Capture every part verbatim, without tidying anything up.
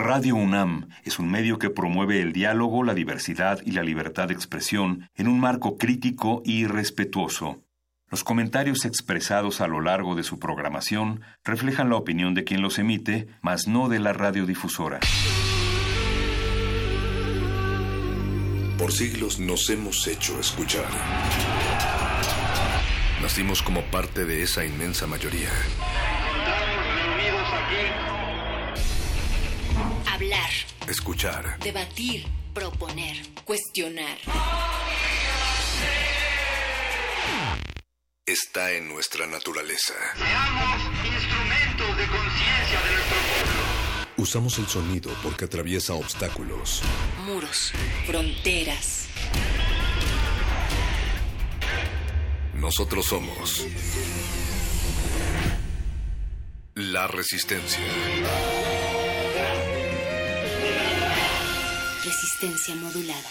Radio UNAM es un medio que promueve el diálogo, la diversidad y la libertad de expresión en un marco crítico y respetuoso. Los comentarios expresados a lo largo de su programación reflejan la opinión de quien los emite, mas no de la radiodifusora. Por siglos nos hemos hecho escuchar. Nacimos como parte de esa inmensa mayoría. Hablar. Escuchar. Debatir. Proponer. Cuestionar. Está en nuestra naturaleza. Seamos instrumentos de conciencia de nuestro pueblo. Usamos el sonido porque atraviesa obstáculos. Muros. Fronteras. Nosotros somos la Resistencia. Resistencia modulada.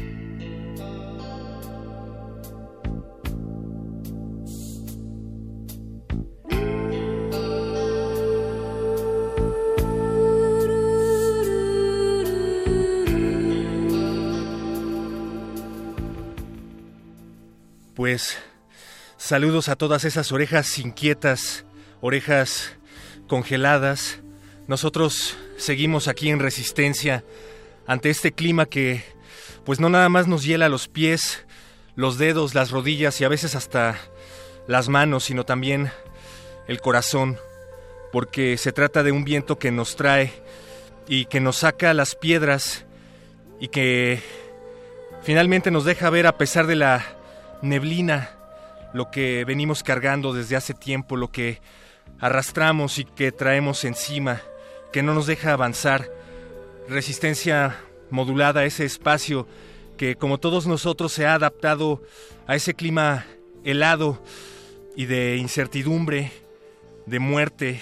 Pues saludos a todas esas orejas inquietas, orejas congeladas. Nosotros seguimos aquí en Resistencia ante este clima que pues no nada más nos hiela los pies, los dedos, las rodillas y a veces hasta las manos, sino también el corazón, porque se trata de un viento que nos trae y que nos saca las piedras y que finalmente nos deja ver, a pesar de la neblina, lo que venimos cargando desde hace tiempo, lo que arrastramos y que traemos encima, que no nos deja avanzar. Resistencia modulada, ese espacio que, como todos nosotros, se ha adaptado a ese clima helado y de incertidumbre, de muerte,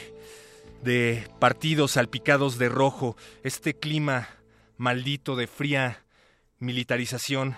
de partidos salpicados de rojo, este clima maldito de fría militarización.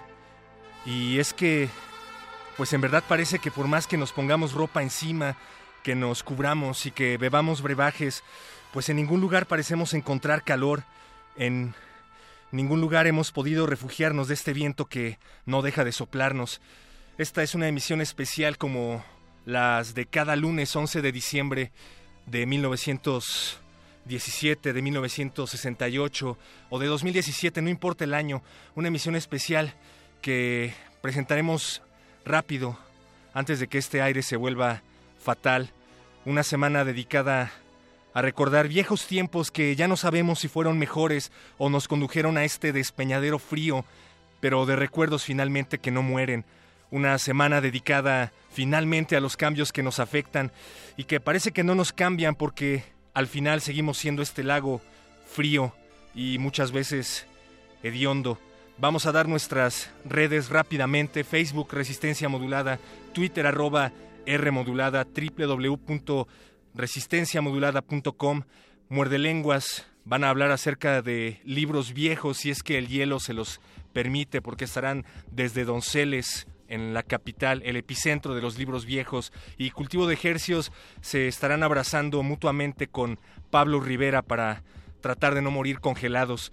Y es que, pues en verdad parece que por más que nos pongamos ropa encima, que nos cubramos y que bebamos brebajes, pues en ningún lugar parecemos encontrar calor, en ningún lugar hemos podido refugiarnos de este viento que no deja de soplarnos. Esta es una emisión especial como las de cada lunes once de diciembre de mil novecientos diecisiete, de mil novecientos sesenta y ocho o de dos mil diecisiete, no importa el año, una emisión especial que presentaremos rápido antes de que este aire se vuelva fatal. Una semana dedicada a recordar viejos tiempos que ya no sabemos si fueron mejores o nos condujeron a este despeñadero frío, pero de recuerdos finalmente que no mueren. Una semana dedicada finalmente a los cambios que nos afectan y que parece que no nos cambian porque al final seguimos siendo este lago frío y muchas veces hediondo. Vamos a dar nuestras redes rápidamente: Facebook Resistencia Modulada, Twitter arroba R Modulada, doble u doble u doble u punto resistencia modulada punto com. Muerde lenguas, van a hablar acerca de libros viejos, si es que el hielo se los permite, porque estarán desde Donceles, en la capital, el epicentro de los libros viejos, y Cultivo de Ejercicios se estarán abrazando mutuamente con Pablo Rivera para tratar de no morir congelados.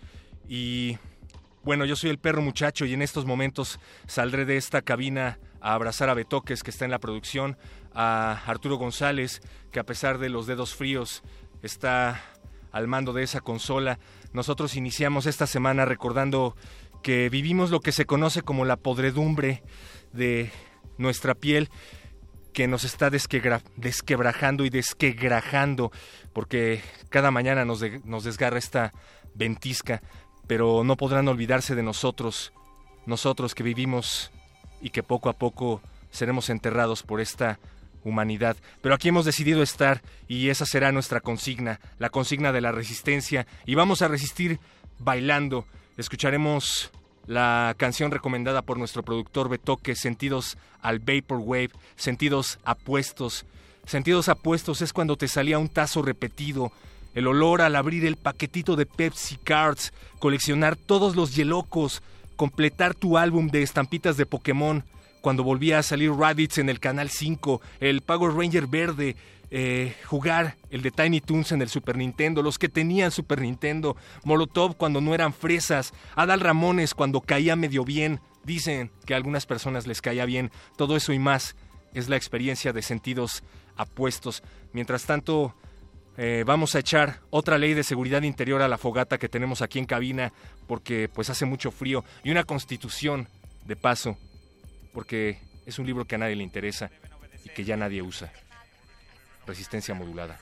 Y bueno, yo soy el Perro Muchacho y en estos momentos saldré de esta cabina a abrazar a Betoques, que está en la producción, a Arturo González, que a pesar de los dedos fríos está al mando de esa consola. Nosotros iniciamos esta semana recordando que vivimos lo que se conoce como la podredumbre de nuestra piel, que nos está desquebra, desquebrajando y desquegrajando, porque cada mañana nos, de, nos desgarra esta ventisca, pero no podrán olvidarse de nosotros, nosotros que vivimos y que poco a poco seremos enterrados por esta humanidad. Pero aquí hemos decidido estar y esa será nuestra consigna, la consigna de la resistencia, y vamos a resistir bailando. Escucharemos la canción recomendada por nuestro productor Betoque, Sentidos al Vaporwave, Sentidos Apuestos. Sentidos Apuestos es cuando te salía un tazo repetido, el olor al abrir el paquetito de Pepsi Cards, coleccionar todos los hielocos, completar tu álbum de estampitas de Pokémon, cuando volvía a salir Raditz en el Canal cinco, el Power Ranger verde, eh, jugar el de Tiny Toons en el Super Nintendo, los que tenían Super Nintendo, Molotov cuando no eran fresas, Adal Ramones cuando caía medio bien, dicen que a algunas personas les caía bien, todo eso y más es la experiencia de Sentidos Apuestos. Mientras tanto, eh, vamos a echar otra ley de seguridad interior a la fogata que tenemos aquí en cabina, porque pues hace mucho frío, y una constitución de paso, porque es un libro que a nadie le interesa y que ya nadie usa. Resistencia modulada.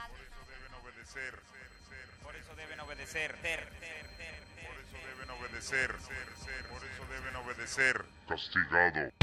Por eso deben obedecer. Por eso deben obedecer. Por eso deben obedecer. Castigado.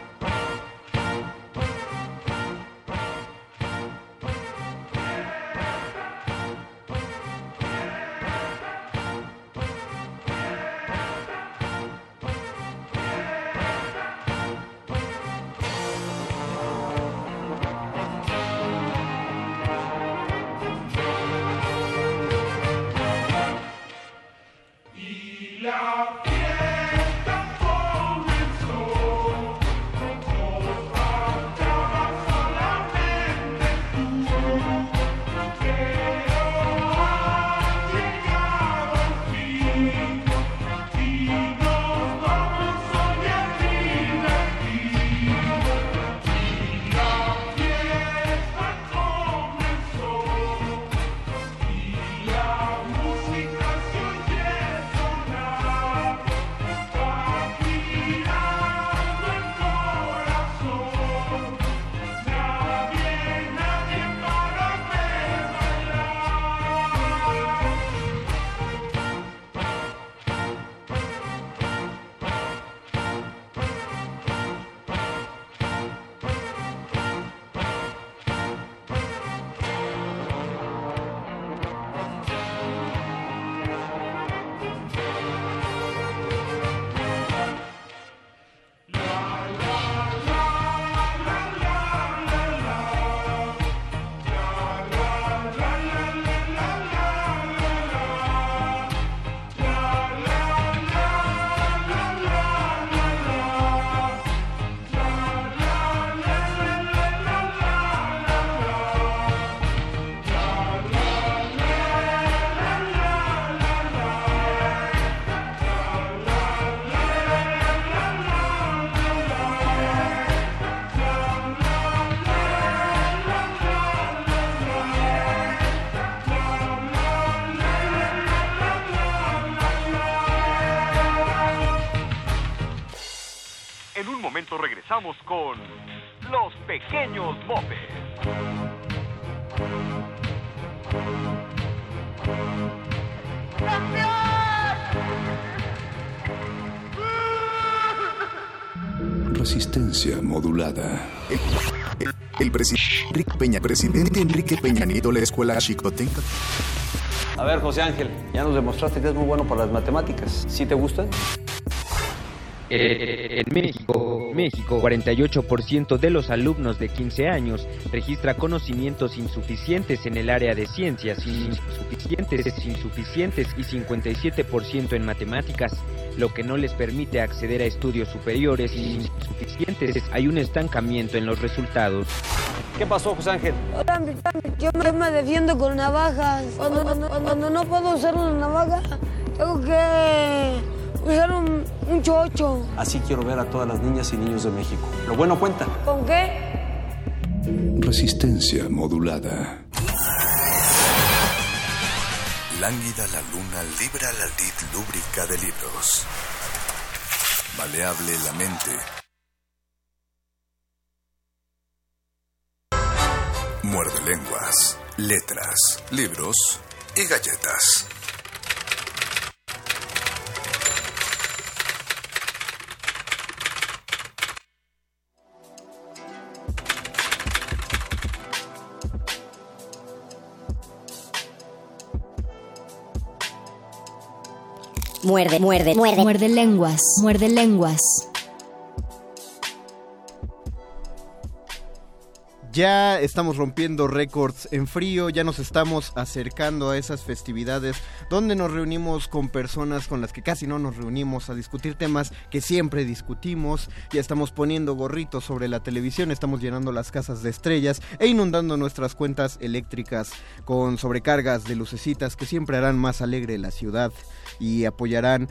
Regresamos con Los Pequeños Mopes. Resistencia modulada. El, el, el presidente Enrique Peña, presidente Enrique Peña Nieto, la escuela Chicotenca. A ver, José Ángel, ya nos demostraste que es muy bueno para las matemáticas. ¿Sí te gustan? En México, México, cuarenta y ocho por ciento de los alumnos de quince años registra conocimientos insuficientes en el área de ciencias, insuficientes, insuficientes y cincuenta y siete por ciento en matemáticas, lo que no les permite acceder a estudios superiores insuficientes. Hay un estancamiento en los resultados. ¿Qué pasó, José Ángel? Yo me, me defiendo con navajas. Cuando, cuando, cuando no puedo usar una navaja, tengo que usar un, un chocho. Así quiero ver a todas las niñas y niños de México. Lo bueno cuenta. ¿Con qué? Resistencia modulada. Lánguida la luna libra la lid lúbrica de libros. Maleable la mente. Muerde lenguas, letras, libros y galletas. Muerde, muerde, muerde. Muerde lenguas, muerde lenguas. Ya estamos rompiendo récords en frío, ya nos estamos acercando a esas festividades donde nos reunimos con personas con las que casi no nos reunimos a discutir temas que siempre discutimos. Ya estamos poniendo gorritos sobre la televisión, estamos llenando las casas de estrellas e inundando nuestras cuentas eléctricas con sobrecargas de lucecitas que siempre harán más alegre la ciudad y apoyarán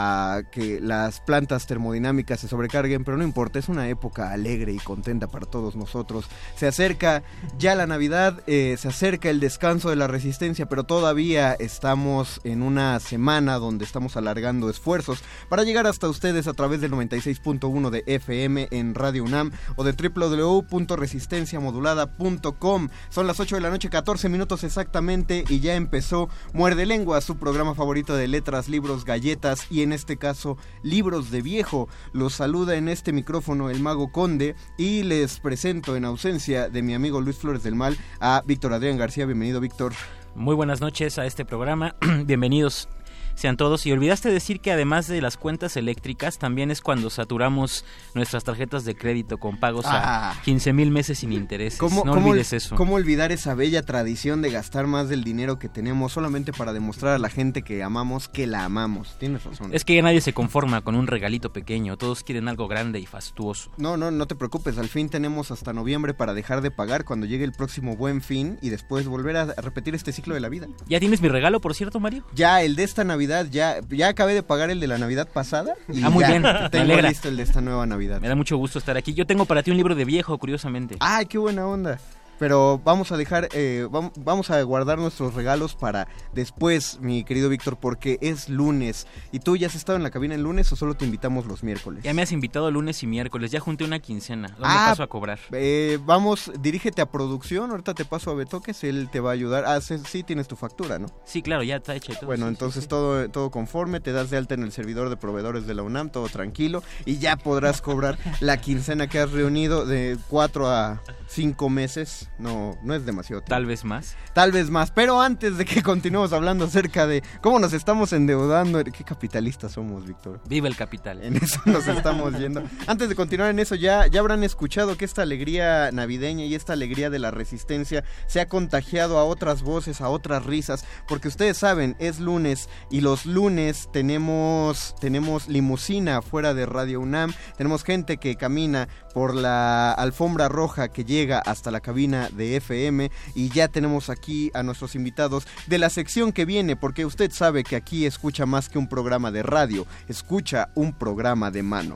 a que las plantas termodinámicas se sobrecarguen, pero no importa, es una época alegre y contenta para todos nosotros. Se acerca ya la Navidad, eh, se acerca el descanso de la Resistencia, pero todavía estamos en una semana donde estamos alargando esfuerzos para llegar hasta ustedes a través del noventa y seis punto uno de F M en Radio UNAM o de doble u doble u doble u punto resistencia modulada punto com. Son las ocho de la noche, catorce minutos exactamente, y ya empezó Muerde Lenguas, su programa favorito de letras, libros, galletas y en este caso libros de viejo. Los saluda en este micrófono el Mago Conde y les presento en ausencia de mi amigo Luis Flores del Mal a Víctor Adrián García. Bienvenido, Víctor. Muy buenas noches a este programa. Bienvenidos sean todos. Y olvidaste decir que además de las cuentas eléctricas, también es cuando saturamos nuestras tarjetas de crédito con pagos ah. a quince mil meses sin intereses. ¿Cómo, no cómo, olvides eso. ¿Cómo olvidar esa bella tradición de gastar más del dinero que tenemos solamente para demostrar a la gente que amamos que la amamos? Tienes razón. Es que ya nadie se conforma con un regalito pequeño. Todos quieren algo grande y fastuoso. No, no, no te preocupes. Al fin tenemos hasta noviembre para dejar de pagar cuando llegue el próximo Buen Fin y después volver a repetir este ciclo de la vida. ¿Ya tienes mi regalo, por cierto, Mario? Ya, el de esta Navidad, ya... Ya acabé de pagar el de la Navidad pasada y ah, muy ya bien. tengo listo el de esta nueva Navidad. Me da mucho gusto estar aquí. Yo tengo para ti un libro de viejo, curiosamente. ¡Ay, qué buena onda! Pero vamos a dejar, eh, vamos a guardar nuestros regalos para después, mi querido Víctor, porque es lunes. ¿Y tú ya has estado en la cabina el lunes o solo te invitamos los miércoles? Ya me has invitado lunes y miércoles, ya junté una quincena. ¿Dónde ah, paso a cobrar? Eh, vamos, dirígete a producción, ahorita te paso a Betoques, él te va a ayudar. Ah, sí, sí tienes tu factura, ¿no? Sí, claro, ya está hecha y todo. Bueno, sí, entonces sí, sí. todo todo conforme, te das de alta en el servidor de proveedores de la UNAM, todo tranquilo, y ya podrás cobrar la quincena que has reunido de cuatro a cinco meses. No, no es demasiado tiempo. Tal vez más. Tal vez más, pero antes de que continuemos hablando acerca de cómo nos estamos endeudando, qué capitalistas somos, Víctor. Viva el capital. En eso nos estamos yendo. Antes de continuar en eso, ya, ya habrán escuchado que esta alegría navideña y esta alegría de la Resistencia se ha contagiado a otras voces, a otras risas, porque ustedes saben, es lunes y los lunes tenemos, tenemos limusina fuera de Radio UNAM, tenemos gente que camina por la alfombra roja que llega hasta la cabina de F M y ya tenemos aquí a nuestros invitados de la sección que viene, porque usted sabe que aquí escucha más que un programa de radio, escucha un programa de mano.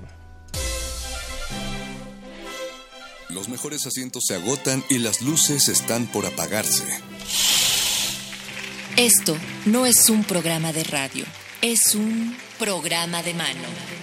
Los mejores asientos se agotan y las luces están por apagarse. Esto no es un programa de radio, es un programa de mano.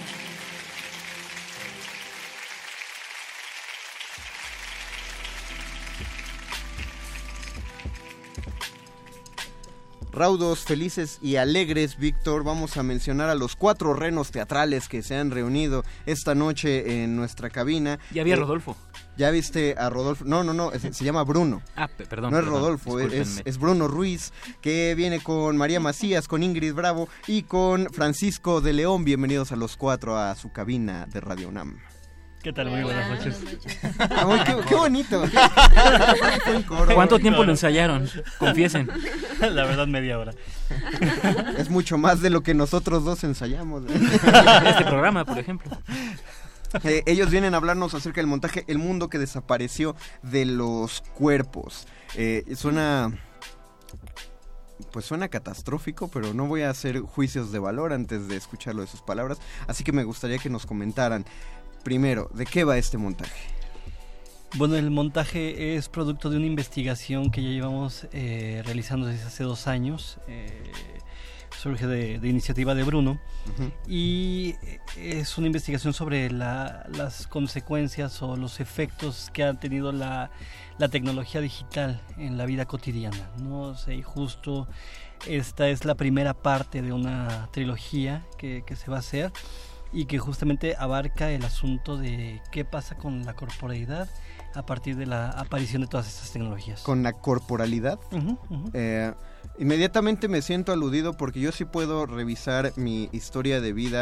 Raudos, felices y alegres, Víctor, vamos a mencionar a los cuatro renos teatrales que se han reunido esta noche en nuestra cabina. Ya vi a eh, Rodolfo. ¿Ya viste a Rodolfo? No, no, no, se, se llama Bruno. Ah, p- perdón. No es perdón, Rodolfo, es, es Bruno Ruiz, que viene con María Macías, con Ingrid Bravo y con Francisco de León. Bienvenidos a los cuatro a su cabina de Radio UNAM. ¿Qué tal? Muy buenas noches. Ay, qué, qué bonito. ¿Cuánto tiempo lo ensayaron? Confiesen. La verdad, media hora. Es mucho más de lo que nosotros dos ensayamos. Este programa, por ejemplo. Eh, ellos vienen a hablarnos acerca del montaje El mundo que desapareció de los cuerpos. Eh, suena... Pues suena catastrófico, pero no voy a hacer juicios de valor antes de escucharlo de sus palabras. Así que me gustaría que nos comentaran... Primero, ¿de qué va este montaje? Bueno, el montaje es producto de una investigación que ya llevamos eh, realizando desde hace dos años. Eh, surge de, de iniciativa de Bruno. Uh-huh. Y es una investigación sobre la, las consecuencias o los efectos que ha tenido la, la tecnología digital en la vida cotidiana, ¿no? O sea, y justo esta es la primera parte de una trilogía que, que se va a hacer, y que justamente abarca el asunto de qué pasa con la corporalidad a partir de la aparición de todas estas tecnologías. ¿Con la corporalidad? Uh-huh, uh-huh. Eh, inmediatamente me siento aludido porque yo sí puedo revisar mi historia de vida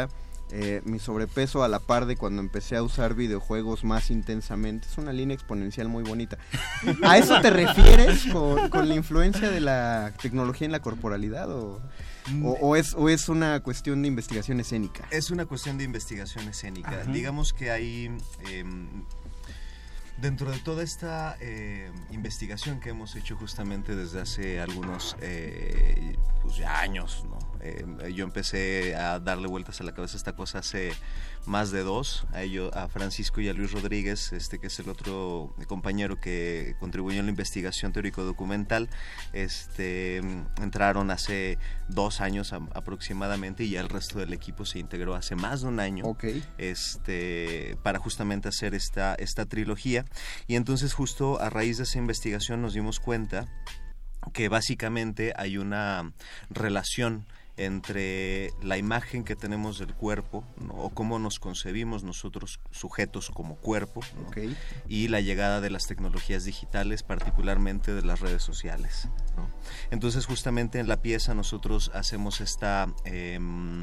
eh, mi sobrepeso a la par de cuando empecé a usar videojuegos más intensamente. Es una línea exponencial muy bonita. ¿A eso te refieres con, con la influencia de la tecnología en la corporalidad o, o, o, es, o es una cuestión de investigación escénica? Es una cuestión de investigación escénica. Ajá. Digamos que hay... Eh, Dentro de toda esta eh, investigación que hemos hecho justamente desde hace algunos eh, pues ya años, ¿no? Eh, yo empecé a darle vueltas a la cabeza a esta cosa hace más de dos, a ello, a Francisco y a Luis Rodríguez, este que es el otro compañero que contribuyó en la investigación teórico-documental, este, entraron hace dos años a, aproximadamente, y ya el resto del equipo se integró hace más de un año, okay. este, para justamente hacer esta, esta trilogía. Y entonces justo a raíz de esa investigación nos dimos cuenta que básicamente hay una relación entre la imagen que tenemos del cuerpo, ¿no? O cómo nos concebimos nosotros sujetos como cuerpo, ¿no? Okay. Y la llegada de las tecnologías digitales, particularmente de las redes sociales, ¿no? Entonces justamente en la pieza nosotros hacemos esta eh,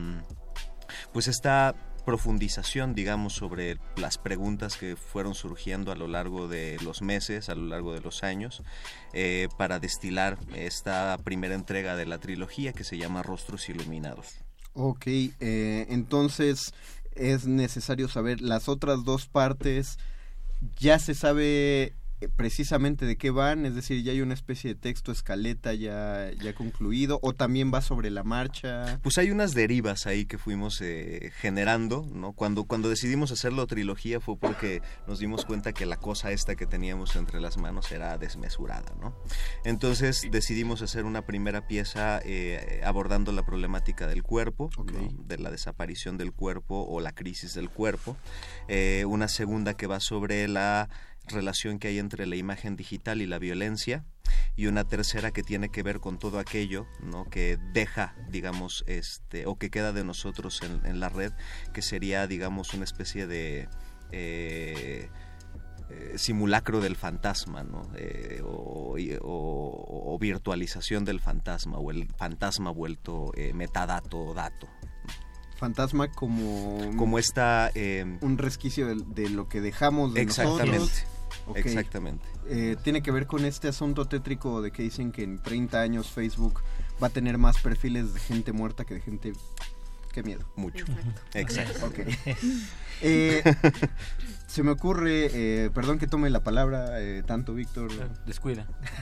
pues esta profundización, digamos, sobre las preguntas que fueron surgiendo a lo largo de los meses, a lo largo de los años, eh, para destilar esta primera entrega de la trilogía que se llama Rostros Iluminados. Ok, eh, entonces es necesario saber las otras dos partes. Ya se sabe precisamente de qué van, es decir, ya hay una especie de texto, escaleta ya, ya concluido, o también va sobre la marcha. Pues hay unas derivas ahí que fuimos eh, generando, ¿no? Cuando, cuando decidimos hacerlo trilogía fue porque nos dimos cuenta que la cosa esta que teníamos entre las manos era desmesurada, ¿no? Entonces decidimos hacer una primera pieza eh, abordando la problemática del cuerpo, okay. ¿no? De la desaparición del cuerpo o la crisis del cuerpo, eh, una segunda que va sobre la relación que hay entre la imagen digital y la violencia, y una tercera que tiene que ver con todo aquello, ¿no? Que deja, digamos, este o que queda de nosotros en, en la red, que sería, digamos, una especie de eh, eh, simulacro del fantasma, ¿no? Eh, o, o, o virtualización del fantasma, o el fantasma vuelto eh, metadato o dato. Fantasma como... Como esta... Eh, un resquicio de, de lo que dejamos de exactamente, nosotros. Okay. Exactamente. Eh, tiene que ver con este asunto tétrico de que dicen que en treinta años Facebook va a tener más perfiles de gente muerta que de gente... ¡Qué miedo! Mucho. Exacto. Okay. Eh, se me ocurre, eh, perdón que tome la palabra eh, tanto, Víctor. Descuida.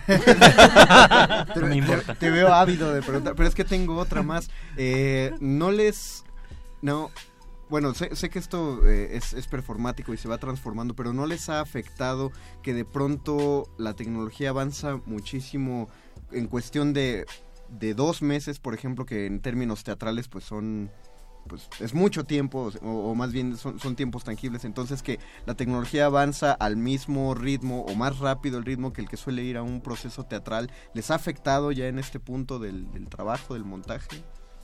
te, no me importa. Te, te veo ávido de preguntar, pero es que tengo otra más. Eh, no les... No, bueno, sé, sé que esto eh, es, es performático y se va transformando, pero ¿no les ha afectado que de pronto la tecnología avanza muchísimo en cuestión de, de dos meses, por ejemplo, que en términos teatrales pues son... pues es mucho tiempo, o, o más bien son, son tiempos tangibles, entonces que la tecnología avanza al mismo ritmo o más rápido el ritmo que el que suele ir a un proceso teatral? ¿Les ha afectado ya en este punto del, del trabajo, del montaje?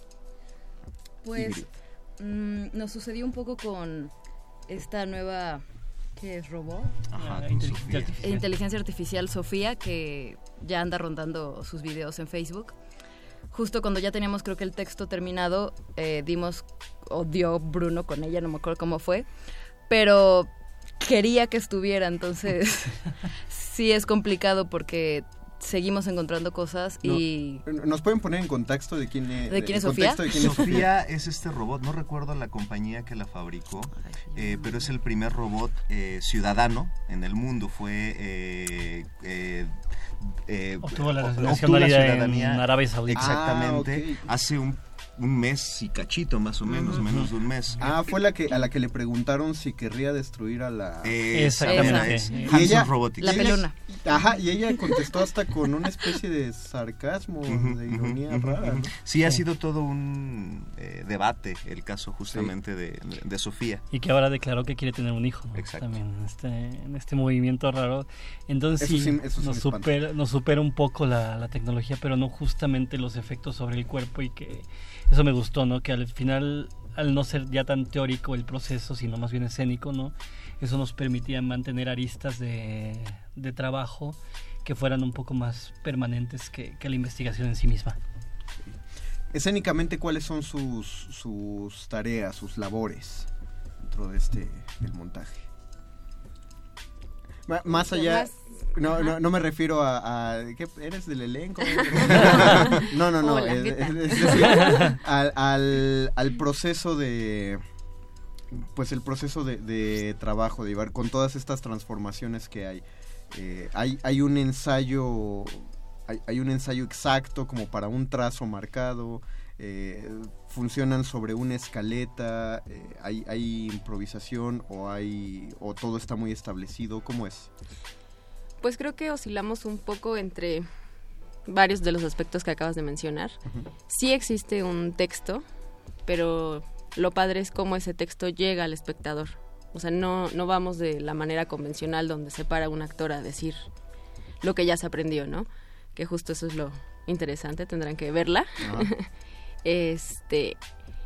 Pues mmm, nos sucedió un poco con esta nueva, ¿qué es? ¿Robot? Ajá, inteligencia artificial. Inteligencia artificial Sofía, que ya anda rondando sus videos en Facebook. Justo cuando ya teníamos, creo que el texto terminado, eh, dimos, o dio Bruno con ella, no me acuerdo cómo fue, pero quería que estuviera, entonces sí es complicado porque seguimos encontrando cosas y... No, ¿nos pueden poner en contexto de quién es, ¿De quién es Sofía? De quién es Sofía es este robot, no recuerdo la compañía que la fabricó, eh, pero es el primer robot eh, ciudadano en el mundo, fue... Eh, eh, Eh, obtuvo la obtuvo nacionalidad la ciudadanía en Arabia Saudita. Exactamente, ah, okay. hace un, un mes y cachito, más o menos, uh-huh. menos de un mes. Ah, fue la que a la que le preguntaron si querría destruir a la... Eh, exactamente. Es. Y ella, Robotics. La pelona. Ajá, y ella contestó hasta con una especie de sarcasmo, uh-huh, de ironía uh-huh, rara, ¿no? Sí, ha sido todo un eh, debate el caso justamente sí. de, de, de Sofía. Y que ahora declaró que quiere tener un hijo, ¿no? Exacto. También en este, en este movimiento raro. Entonces eso sí, sí, eso sí nos, supera, nos supera un poco la, la tecnología, pero no justamente los efectos sobre el cuerpo, y que eso me gustó, ¿no? Que al final, al no ser ya tan teórico el proceso, sino más bien escénico, ¿no? Eso nos permitía mantener aristas de, de trabajo que fueran un poco más permanentes que, que la investigación en sí misma. escénicamente, ¿cuáles son sus, sus tareas, sus labores dentro de este del montaje? M- más allá... No, no, no me refiero a, a ¿qué eres del elenco? No, no, no. Hola, es, ¿qué tal? es decir, al, al, al proceso de, pues el proceso de, de trabajo, de llevar con todas estas transformaciones que hay. Eh, hay, hay un ensayo, hay, hay un ensayo exacto como para un trazo marcado. Eh, funcionan sobre una escaleta. Eh, hay, hay improvisación o hay o todo está muy establecido. ¿Cómo es? Pues creo que oscilamos un poco entre varios de los aspectos que acabas de mencionar. Uh-huh. Sí existe un texto, pero lo padre es cómo ese texto llega al espectador. O sea, no, no vamos de la manera convencional donde se para un actor a decir lo que ya se aprendió, ¿no? Que justo eso es lo interesante, tendrán que verla. Uh-huh. este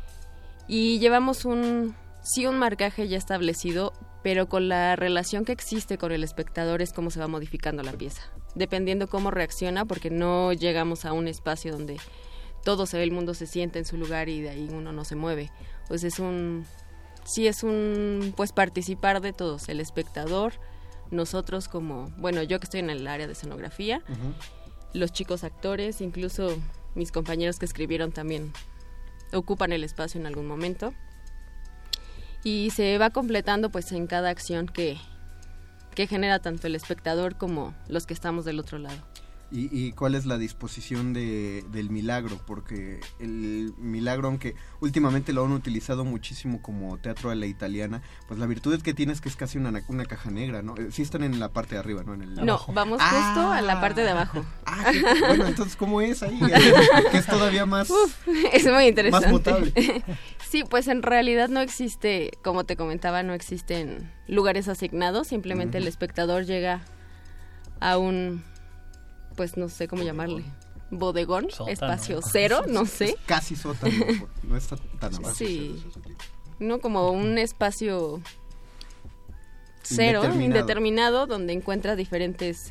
y llevamos un sí un marcaje ya establecido, pero con la relación que existe con el espectador es cómo se va modificando la pieza, dependiendo cómo reacciona, porque no llegamos a un espacio donde todo se ve, el mundo se siente en su lugar y de ahí uno no se mueve. Pues es un, sí es un, pues participar de todos, el espectador, nosotros como, bueno, yo que estoy en el área de escenografía, uh-huh. los chicos actores, incluso mis compañeros que escribieron también ocupan el espacio en algún momento. Y se va completando pues en cada acción que, que genera tanto el espectador como los que estamos del otro lado. ¿Y, y cuál es la disposición de, del milagro? Porque el milagro, aunque últimamente lo han utilizado muchísimo como teatro a la italiana, pues la virtud que tiene es que es casi una, una caja negra, ¿no? Sí están en la parte de arriba, ¿no? En el no, abajo. Vamos justo ah, a la parte de abajo. Ah, qué, bueno, entonces, ¿cómo es ahí? Que es todavía más... Uf, es muy interesante. Más potable. Sí, pues en realidad no existe, como te comentaba, no existen lugares asignados, simplemente uh-huh. el espectador llega a un... pues no sé cómo llamarle, bodegón, sótano. Espacio cero, no sé. Es casi sótano, no está tan abajo. Sí, no, como un espacio cero, indeterminado, indeterminado donde encuentra diferentes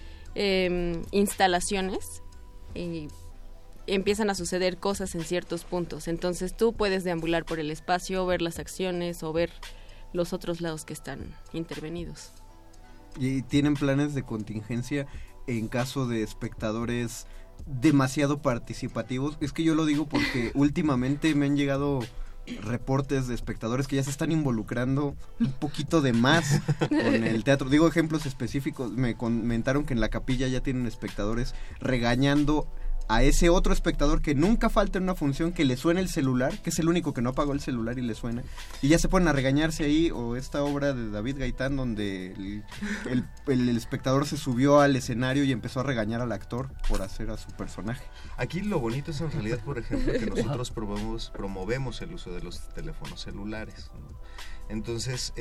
eh, instalaciones y empiezan a suceder cosas en ciertos puntos. Entonces tú puedes deambular por el espacio, ver las acciones o ver los otros lados que están intervenidos. ¿Y tienen planes de contingencia en caso de espectadores demasiado participativos? Es que yo lo digo porque últimamente me han llegado reportes de espectadores que ya se están involucrando un poquito de más con el teatro. Digo ejemplos específicos, me comentaron que en la capilla ya tienen espectadores regañando a ese otro espectador que nunca falta en una función, que le suena el celular, que es el único que no apagó el celular y le suena, y ya se ponen a regañarse ahí. O esta obra de David Gaitán donde el, el, el, el espectador se subió al escenario y empezó a regañar al actor por hacer a su personaje. Aquí lo bonito es en realidad, por ejemplo, que nosotros promovemos, promovemos el uso de los teléfonos celulares, ¿no? Entonces,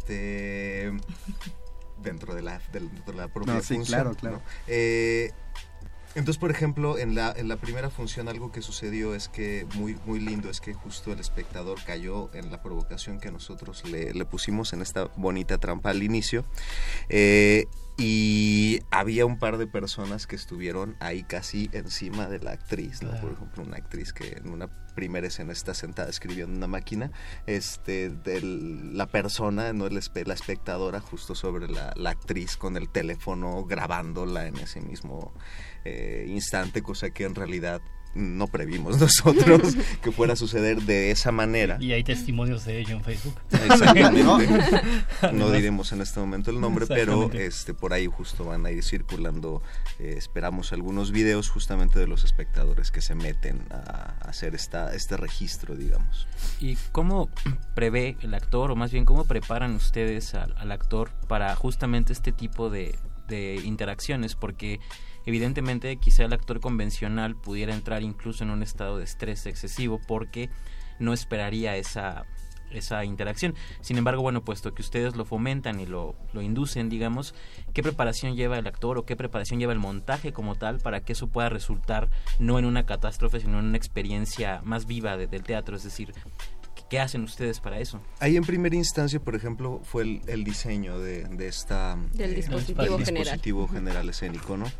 este dentro de la, dentro de la propia no, sí, función, claro, claro. ¿no? Eh, Entonces, por ejemplo, en la en la primera función algo que sucedió es que, muy muy lindo, es que justo el espectador cayó en la provocación que nosotros le, le pusimos en esta bonita trampa al inicio, eh, y había un par de personas que estuvieron ahí casi encima de la actriz, ¿no? Por ejemplo, una actriz que en una primera escena está sentada escribiendo en una máquina, este, del, la persona, no la espectadora, justo sobre la, la actriz con el teléfono grabándola en ese mismo eh, instante, cosa que en realidad no previmos nosotros que fuera a suceder de esa manera. Y hay testimonios de ello en Facebook. Exactamente. No, no diremos en este momento el nombre, pero este por ahí justo van a ir circulando, eh, esperamos algunos videos justamente de los espectadores que se meten a, a hacer esta este registro, digamos. ¿Y cómo prevé el actor, o más bien cómo preparan ustedes al, al actor para justamente este tipo de, de interacciones? Porque evidentemente quizá el actor convencional pudiera entrar incluso en un estado de estrés excesivo porque no esperaría esa esa interacción. Sin embargo, bueno, puesto que ustedes lo fomentan y lo, lo inducen, digamos, ¿qué preparación lleva el actor o qué preparación lleva el montaje como tal para que eso pueda resultar no en una catástrofe, sino en una experiencia más viva de, del teatro? Es decir, ¿Qué hacen ustedes para eso? Ahí en primera instancia, por ejemplo, fue el, el diseño de, de esta... Del eh, dispositivo el general. dispositivo general escénico, ¿no?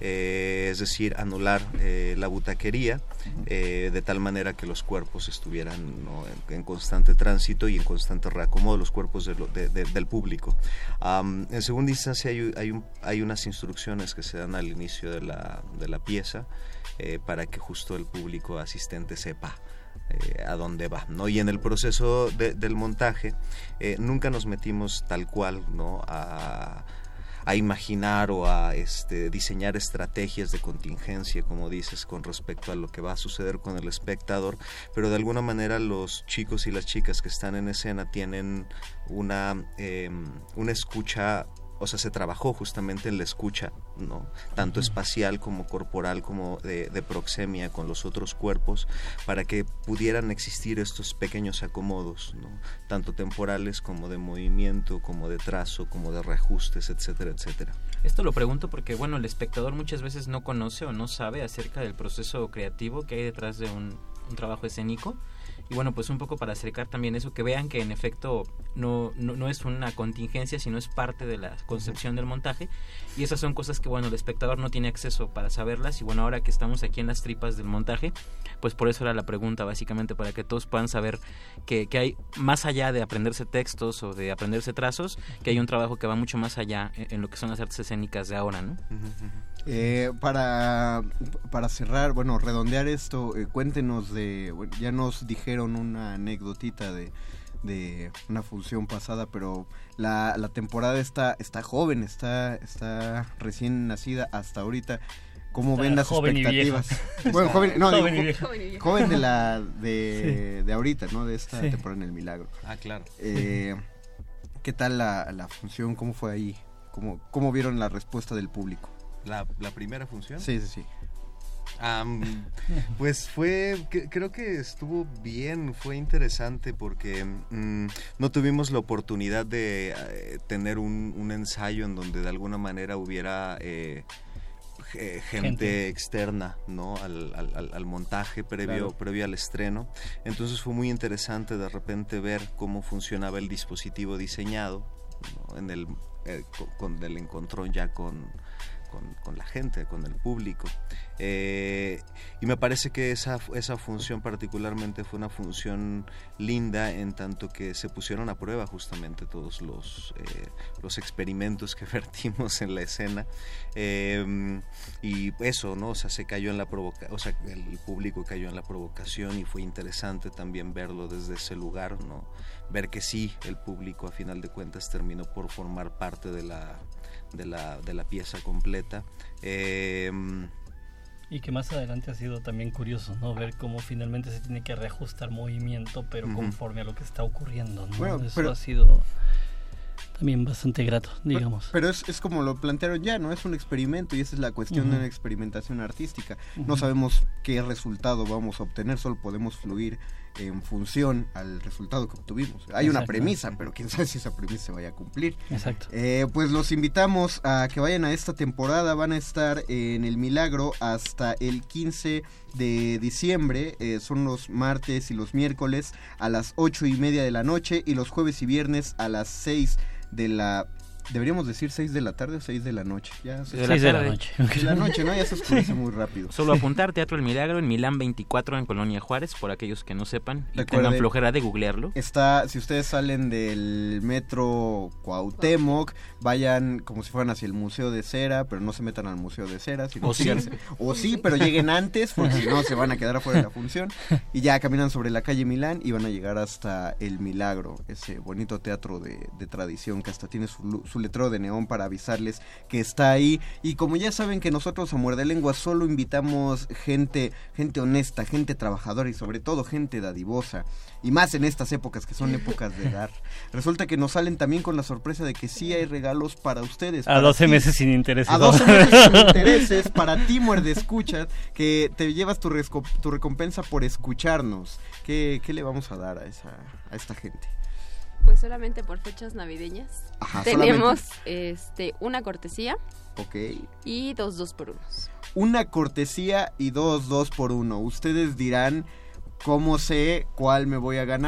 Eh, es decir, anular eh, la butaquería eh, de tal manera que los cuerpos estuvieran, ¿no?, en, en constante tránsito y en constante reacomodo, los cuerpos de lo, de, de, del público. Um, en segunda instancia hay, hay, un, hay unas instrucciones que se dan al inicio de la, de la pieza eh, para que justo el público asistente sepa Eh, a dónde va, ¿no? Y en el proceso de, del montaje eh, nunca nos metimos tal cual, ¿no?, a, a imaginar o a este, diseñar estrategias de contingencia, como dices, con respecto a lo que va a suceder con el espectador, pero de alguna manera los chicos y las chicas que están en escena tienen una, eh, una escucha. O sea, se trabajó justamente en la escucha, ¿no?, tanto espacial como corporal, como de, de proxemia con los otros cuerpos, para que pudieran existir estos pequeños acomodos, ¿no?, tanto temporales como de movimiento, como de trazo, como de reajustes, etcétera, etcétera. Esto lo pregunto porque, bueno, el espectador muchas veces no conoce o no sabe acerca del proceso creativo que hay detrás de un, un trabajo escénico. Y bueno, pues un poco para acercar también eso, que vean que en efecto no, no, no es una contingencia, sino es parte de la concepción del montaje. Y esas son cosas que, bueno, el espectador no tiene acceso para saberlas. Y bueno, ahora que estamos aquí en las tripas del montaje, pues por eso era la pregunta, básicamente, para que todos puedan saber que, que hay, más allá de aprenderse textos o de aprenderse trazos, que hay un trabajo que va mucho más allá en, en lo que son las artes escénicas de ahora, ¿no? Eh, para, para cerrar, bueno, redondear esto, eh, cuéntenos de, bueno, ya nos dijeron una anécdotita de, de una función pasada, pero la, la temporada está, está joven, está, está recién nacida hasta ahorita. ¿Cómo está ven las expectativas? Bueno, joven, no, joven, digo, y joven, joven de la de, sí. de ahorita, ¿no? De esta sí. temporada en El Milagro. Ah, claro. Eh, ¿Qué tal la, la función? ¿Cómo fue ahí? ¿Cómo, cómo vieron la respuesta del público? ¿La, la primera función? Sí, sí, sí. Um, pues fue, que, creo que estuvo bien, fue interesante porque um, no tuvimos la oportunidad de eh, tener un, un ensayo en donde de alguna manera hubiera eh, gente, gente externa, ¿no?, al, al, al montaje previo, claro. previo al estreno. Entonces fue muy interesante de repente ver cómo funcionaba el dispositivo diseñado, ¿no?, en el, eh, con, con el encontrón ya con Con, con la gente, con el público, eh, y me parece que esa, esa función particularmente fue una función linda en tanto que se pusieron a prueba justamente todos los, eh, los experimentos que vertimos en la escena, eh, y eso, ¿no? O sea, se cayó en la provoca, o sea, el público cayó en la provocación y fue interesante también verlo desde ese lugar, ¿no? Ver que sí, el público a final de cuentas terminó por formar parte de la de la, de la pieza completa. Eh, y que más adelante ha sido también curioso, ¿no? Ver cómo finalmente se tiene que reajustar movimiento, pero uh-huh. conforme a lo que está ocurriendo, ¿no? Bueno, Eso pero, ha sido también bastante grato, digamos. Pero, pero es, es como lo plantearon ya, ¿no? Es un experimento y esa es la cuestión uh-huh. de una experimentación artística. Uh-huh. No sabemos qué resultado vamos a obtener, solo podemos fluir en función al resultado que obtuvimos. Hay Exacto. una premisa, pero quién sabe si esa premisa se vaya a cumplir. Exacto. Eh, pues los invitamos a que vayan a esta temporada. Van a estar en El Milagro hasta el quince de diciembre. Eh, son los martes y los miércoles a las ocho y media de la noche y los jueves y viernes a las seis de la... Deberíamos decir seis de la tarde o seis de la noche. Ya se seis de la noche. De la noche, ¿no? Ya se oscurece muy rápido. Solo apuntar, Teatro El Milagro en Milán veinticuatro en Colonia Juárez, por aquellos que no sepan y Recuerde, tengan flojera de googlearlo. Está, si ustedes salen del metro Cuauhtémoc, vayan como si fueran hacia el Museo de Cera, pero no se metan al Museo de Cera. Sino o sí. O sí, pero lleguen antes, porque si no se van a quedar afuera de la función. Y ya caminan sobre la calle Milán y van a llegar hasta El Milagro, ese bonito teatro de, de tradición que hasta tiene su, su letrero de neón para avisarles que está ahí. Y como ya saben que nosotros a Muerde Lengua solo invitamos gente, gente honesta, gente trabajadora y sobre todo gente dadivosa, y más en estas épocas que son épocas de dar, resulta que nos salen también con la sorpresa de que sí hay regalos para ustedes. A para doce ti, meses sin intereses. A doce meses sin intereses para ti, Muerde Escuchas, que te llevas tu, resco, tu recompensa por escucharnos. ¿Qué, qué le vamos a dar a, esa, a esta gente? Pues solamente por fechas navideñas. Ajá, tenemos este una cortesía. Ok. Y dos dos por unos. Una cortesía y dos dos por uno. Ustedes dirán cómo sé cuál me voy a ganar.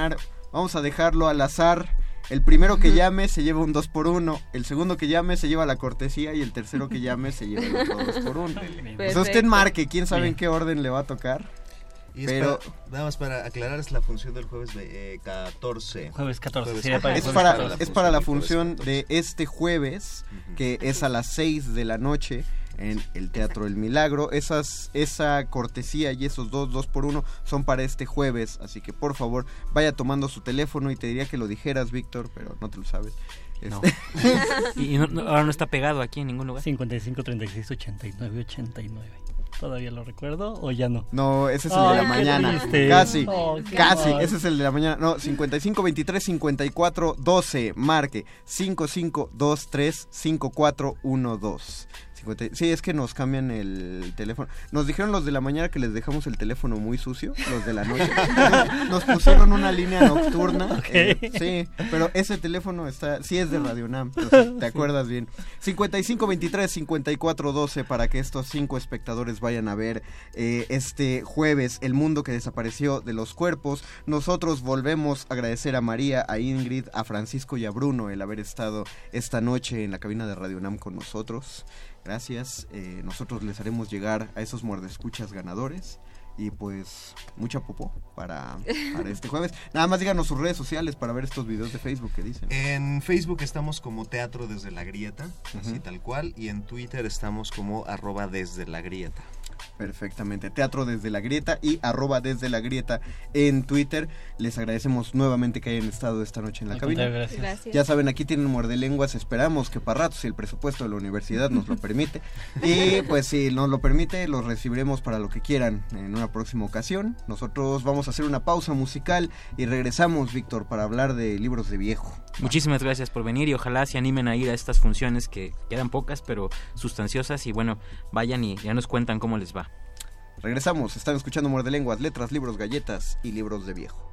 Vamos a dejarlo al azar. El primero que llame se lleva un dos por uno, el segundo que llame se lleva la cortesía y el tercero que llame se lleva el otro dos por uno. Pues usted marque, quién sabe Bien. en qué orden le va a tocar. Y pero para, nada más para aclarar, es la función del jueves eh, catorce. Jueves catorce. Jueves Sí, catorce. Es, para, para es para la función de este jueves, uh-huh. que es a las seis de la noche. En el Teatro El Milagro. Esas, esa cortesía y esos dos, dos por uno son para este jueves, así que por favor vaya tomando su teléfono y te diría que lo dijeras, Víctor, pero no te lo sabes. No. Este. y no, no, ahora no está pegado aquí en ningún lugar. cincuenta y cinco, treinta y seis, ochenta y nueve, ochenta y nueve. ¿Todavía lo recuerdo o ya no? No, ese es el Ay, de la mañana. Triste. Casi, oh, casi, mal. Ese es el de la mañana. No, cincuenta y cinco, veintitrés, cincuenta y cuatro, doce, marque cinco cinco dos tres cinco cuatro uno dos. Sí, es que nos cambian el teléfono. Nos dijeron los de la mañana que les dejamos el teléfono muy sucio, los de la noche. Nos pusieron una línea nocturna. Okay. Eh, sí, pero ese teléfono está, sí es de Radio UNAM, entonces, te acuerdas sí. bien. cincuenta y cinco, veintitrés, cincuenta y cuatro, doce para que estos cinco espectadores vayan a ver eh, este jueves El mundo que desapareció de los cuerpos. Nosotros volvemos a agradecer a María, a Ingrid, a Francisco y a Bruno el haber estado esta noche en la cabina de Radio UNAM con nosotros. Gracias, eh, nosotros les haremos llegar a esos muerdescuchas ganadores y pues mucha popó para, para este jueves. Nada más díganos sus redes sociales para ver estos videos de Facebook que dicen. En Facebook estamos como Teatro Desde la Grieta, uh-huh. así tal cual, y en Twitter estamos como arroba Desde la Grieta. Perfectamente, Teatro Desde la Grieta y arroba Desde la Grieta en Twitter. Les agradecemos nuevamente que hayan estado esta noche en la cabina. Gracias. Gracias. Ya saben, aquí tienen muerdelenguas, esperamos que para rato, si el presupuesto de la universidad nos lo permite. Y pues si nos lo permite, los recibiremos para lo que quieran en una próxima ocasión. Nosotros vamos a hacer una pausa musical y regresamos, Víctor, para hablar de libros de viejo. Muchísimas gracias por venir y ojalá se animen a ir a estas funciones que quedan pocas pero sustanciosas y bueno, vayan y ya nos cuentan cómo les va. Regresamos, están escuchando Muerde Lenguas, letras, libros, galletas y libros de viejo.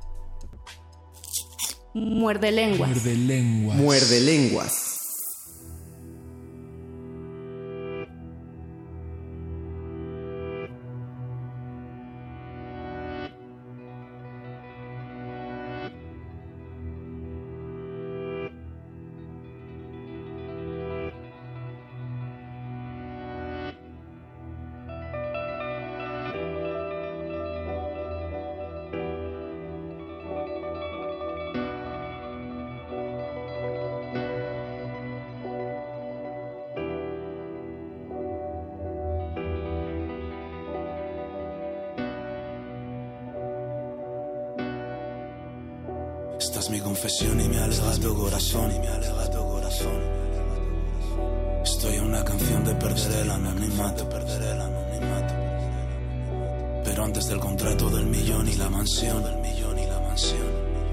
Muerde Lenguas. Muerde Lenguas. Muerde Lenguas. Esta es mi confesión y me alega tu corazón y me alega tu corazón. Estoy en una canción de perder el anonimato, perder el anonimato. Pero antes del contrato del millón y la mansión, del millón y la mansión.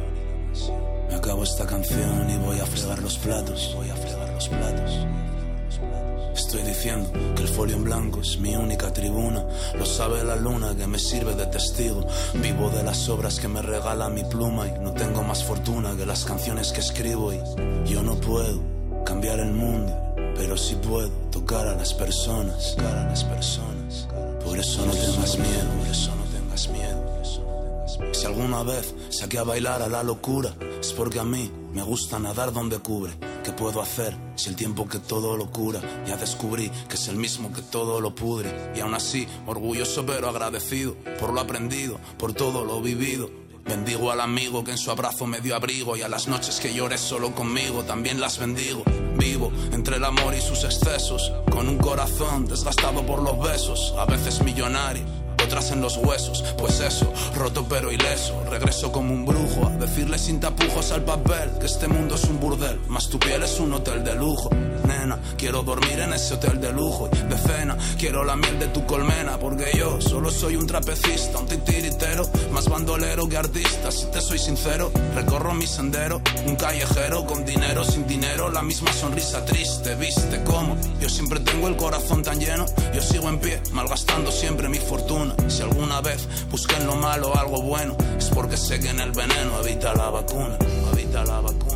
Me acabo esta canción y voy a fregar los platos, voy a fregar los platos. Estoy diciendo que el folio en blanco es mi única tribuna. Lo sabe la luna que me sirve de testigo. Vivo de las obras que me regala mi pluma y no tengo más fortuna que las canciones que escribo. Y yo no puedo cambiar el mundo, pero sí puedo tocar a las personas, tocar a las personas. Por eso no tengas miedo, por eso no tengas miedo. Si alguna vez saqué a bailar a la locura, es porque a mí me gusta nadar donde cubre. ¿Qué puedo hacer si el tiempo que todo lo cura? Ya descubrí que es el mismo que todo lo pudre. Y aún así, orgulloso pero agradecido por lo aprendido, por todo lo vivido. Bendigo al amigo que en su abrazo me dio abrigo, y a las noches que lloré solo conmigo también las bendigo. Vivo entre el amor y sus excesos, con un corazón desgastado por los besos, a veces millonario, otras en los huesos, pues eso, roto pero ileso. Regreso como un brujo a decirle sin tapujos al papel que este mundo es un burdel, más tu piel es un hotel de lujo. Nena, quiero dormir en ese hotel de lujo y de cena quiero la miel de tu colmena, porque yo solo soy un trapecista, un titiritero, más bandolero que artista. Si te soy sincero, recorro mi sendero, un callejero con dinero, sin dinero, la misma sonrisa triste. ¿Viste cómo? Yo siempre tengo el corazón tan lleno, yo sigo en pie, malgastando siempre mi fortuna. Si alguna vez busqué en lo malo algo bueno, es porque sé que en el veneno habita la vacuna, habita la vacuna.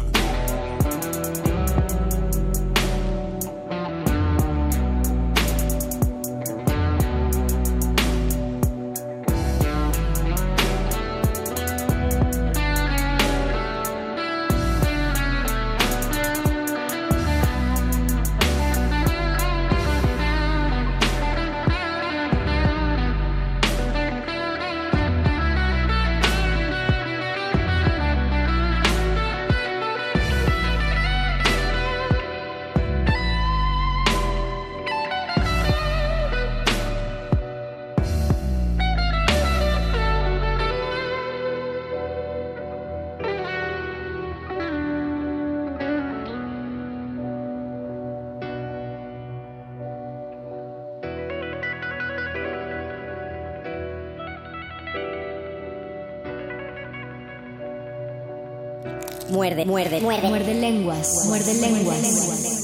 Muerde, muerde, muerde. Muerde lenguas. Muerde lenguas.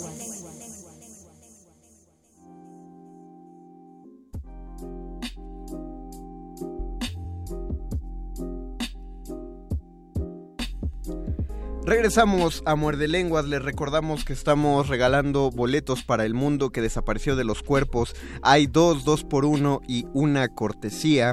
Regresamos a Muerde Lenguas, les recordamos que estamos regalando boletos para El Mundo que Desapareció de los Cuerpos. Hay dos, dos por uno y una cortesía.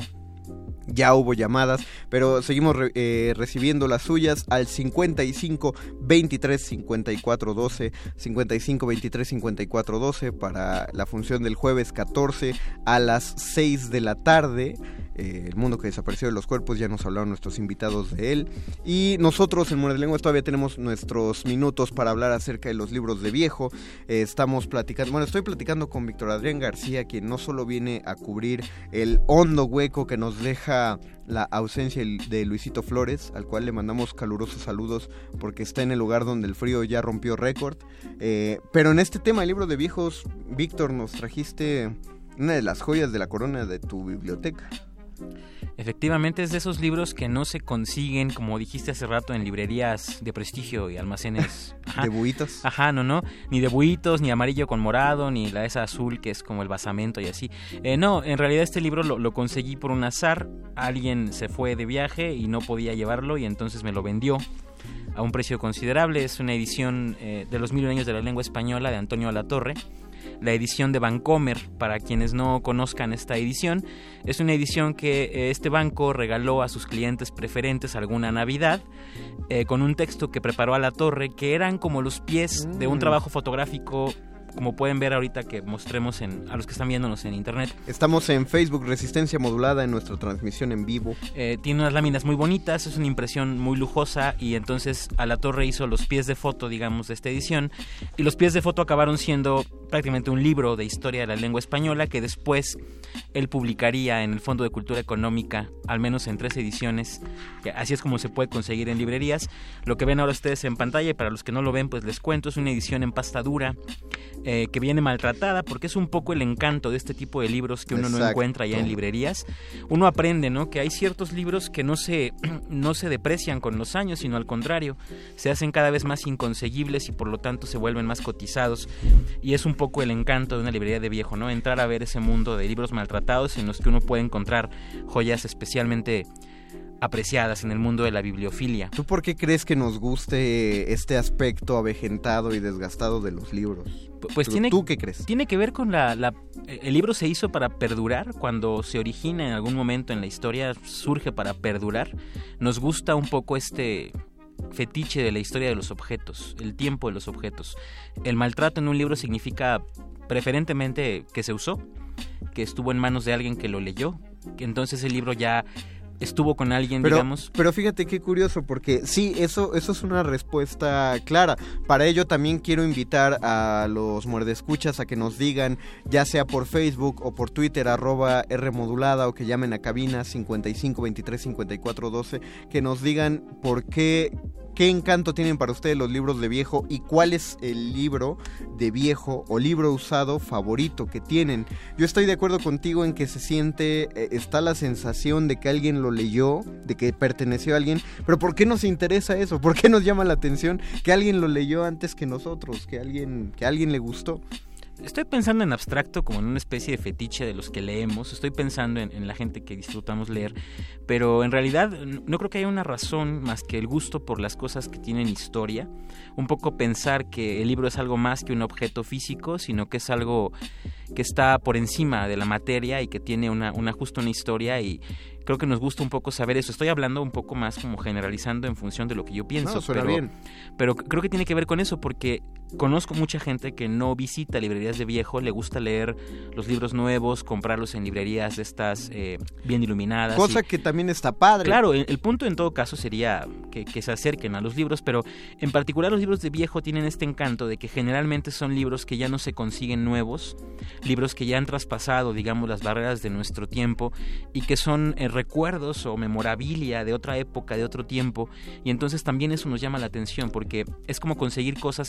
Ya hubo llamadas, pero seguimos re, eh, recibiendo las suyas al cincuenta y cinco veintitrés cincuenta y cuatro doce, cincuenta y cinco veintitrés cincuenta y cuatro doce para la función del jueves catorce a las seis de la tarde. Eh, el Mundo que Desapareció de los Cuerpos, ya nos hablaron nuestros invitados de él. Y nosotros en Muerde Lenguas todavía tenemos nuestros minutos para hablar acerca de los libros de viejo. Eh, estamos platicando, bueno, estoy platicando con Víctor Adrián García, quien no solo viene a cubrir el hondo hueco que nos deja la ausencia de Luisito Flores, al cual le mandamos calurosos saludos porque está en el lugar donde el frío ya rompió récord. Eh, pero en este tema de libros de viejos, Víctor, nos trajiste una de las joyas de la corona de tu biblioteca. Efectivamente, es de esos libros que no se consiguen, como dijiste hace rato, en librerías de prestigio y almacenes. Ajá. ¿De buitos? Ajá, no, no, ni de buitos, ni amarillo con morado, ni la esa azul que es como el basamento y así. Eh, no, en realidad este libro lo, lo conseguí por un azar. Alguien se fue de viaje y no podía llevarlo y entonces me lo vendió a un precio considerable. Es una edición eh, de los mil años de la lengua española de Antonio Alatorre. La edición de Vancomer, para quienes no conozcan esta edición, es una edición que este banco regaló a sus clientes preferentes alguna Navidad, eh, con un texto que preparó Alatorre, que eran como los pies mm. de un trabajo fotográfico, como pueden ver ahorita que mostremos en, a los que están viéndonos en internet. Estamos en Facebook, Resistencia Modulada, en nuestra transmisión en vivo. Eh, tiene unas láminas muy bonitas, es una impresión muy lujosa y entonces Alatorre hizo los pies de foto, digamos, de esta edición, y los pies de foto acabaron siendo prácticamente un libro de historia de la lengua española que después él publicaría en el Fondo de Cultura Económica, al menos en tres ediciones, que así es como se puede conseguir en librerías. Lo que ven ahora ustedes en pantalla, y para los que no lo ven, pues les cuento, es una edición en pasta dura, eh, que viene maltratada, porque es un poco el encanto de este tipo de libros que uno Exacto. no encuentra ya en librerías. Uno aprende, ¿no?, que hay ciertos libros que no se, no se deprecian con los años, sino al contrario, se hacen cada vez más inconseguibles y por lo tanto se vuelven más cotizados, y es un poco el encanto de una librería de viejo, ¿no?, entrar a ver ese mundo de libros maltratados en los que uno puede encontrar joyas especialmente apreciadas en el mundo de la bibliofilia. ¿Tú por qué crees que nos guste este aspecto avejentado y desgastado de los libros? Pues tiene, ¿tú qué crees? Tiene que ver con la, la... El libro se hizo para perdurar. Cuando se origina en algún momento en la historia, surge para perdurar. Nos gusta un poco este fetiche de la historia de los objetos, el tiempo de los objetos. El maltrato en un libro significa preferentemente que se usó, que estuvo en manos de alguien que lo leyó, que entonces el libro ya estuvo con alguien, pero, digamos. Pero fíjate qué curioso, porque sí, eso, eso es una respuesta clara. Para ello también quiero invitar a los muerdescuchas a que nos digan, ya sea por Facebook o por Twitter, arroba Rmodulada, o que llamen a cabina cincuenta y cinco veintitrés cincuenta y cuatro doce, que nos digan por qué, qué encanto tienen para ustedes los libros de viejo y cuál es el libro de viejo o libro usado favorito que tienen. Yo estoy de acuerdo contigo en que se siente, eh, está la sensación de que alguien lo leyó, de que perteneció a alguien, pero ¿por qué nos interesa eso? ¿Por qué nos llama la atención que alguien lo leyó antes que nosotros, que alguien, que a alguien le gustó? Estoy pensando en abstracto como en una especie de fetiche de los que leemos. Estoy pensando en, en la gente que disfrutamos leer, pero en realidad no creo que haya una razón más que el gusto por las cosas que tienen historia. Un poco pensar que el libro es algo más que un objeto físico, sino que es algo que está por encima de la materia y que tiene una, una justo una historia, y creo que nos gusta un poco saber eso. Estoy hablando un poco más como generalizando en función de lo que yo pienso, no, suena pero, bien. pero creo que tiene que ver con eso, porque conozco mucha gente que no visita librerías de viejo, le gusta leer los libros nuevos, comprarlos en librerías estas eh, bien iluminadas. Cosa y, que también está padre. Claro, el, el punto en todo caso sería que, que se acerquen a los libros, pero en particular los libros de viejo tienen este encanto de que generalmente son libros que ya no se consiguen nuevos, libros que ya han traspasado, digamos, las barreras de nuestro tiempo y que son eh, recuerdos o memorabilia de otra época, de otro tiempo, y entonces también eso nos llama la atención porque es como conseguir cosas que no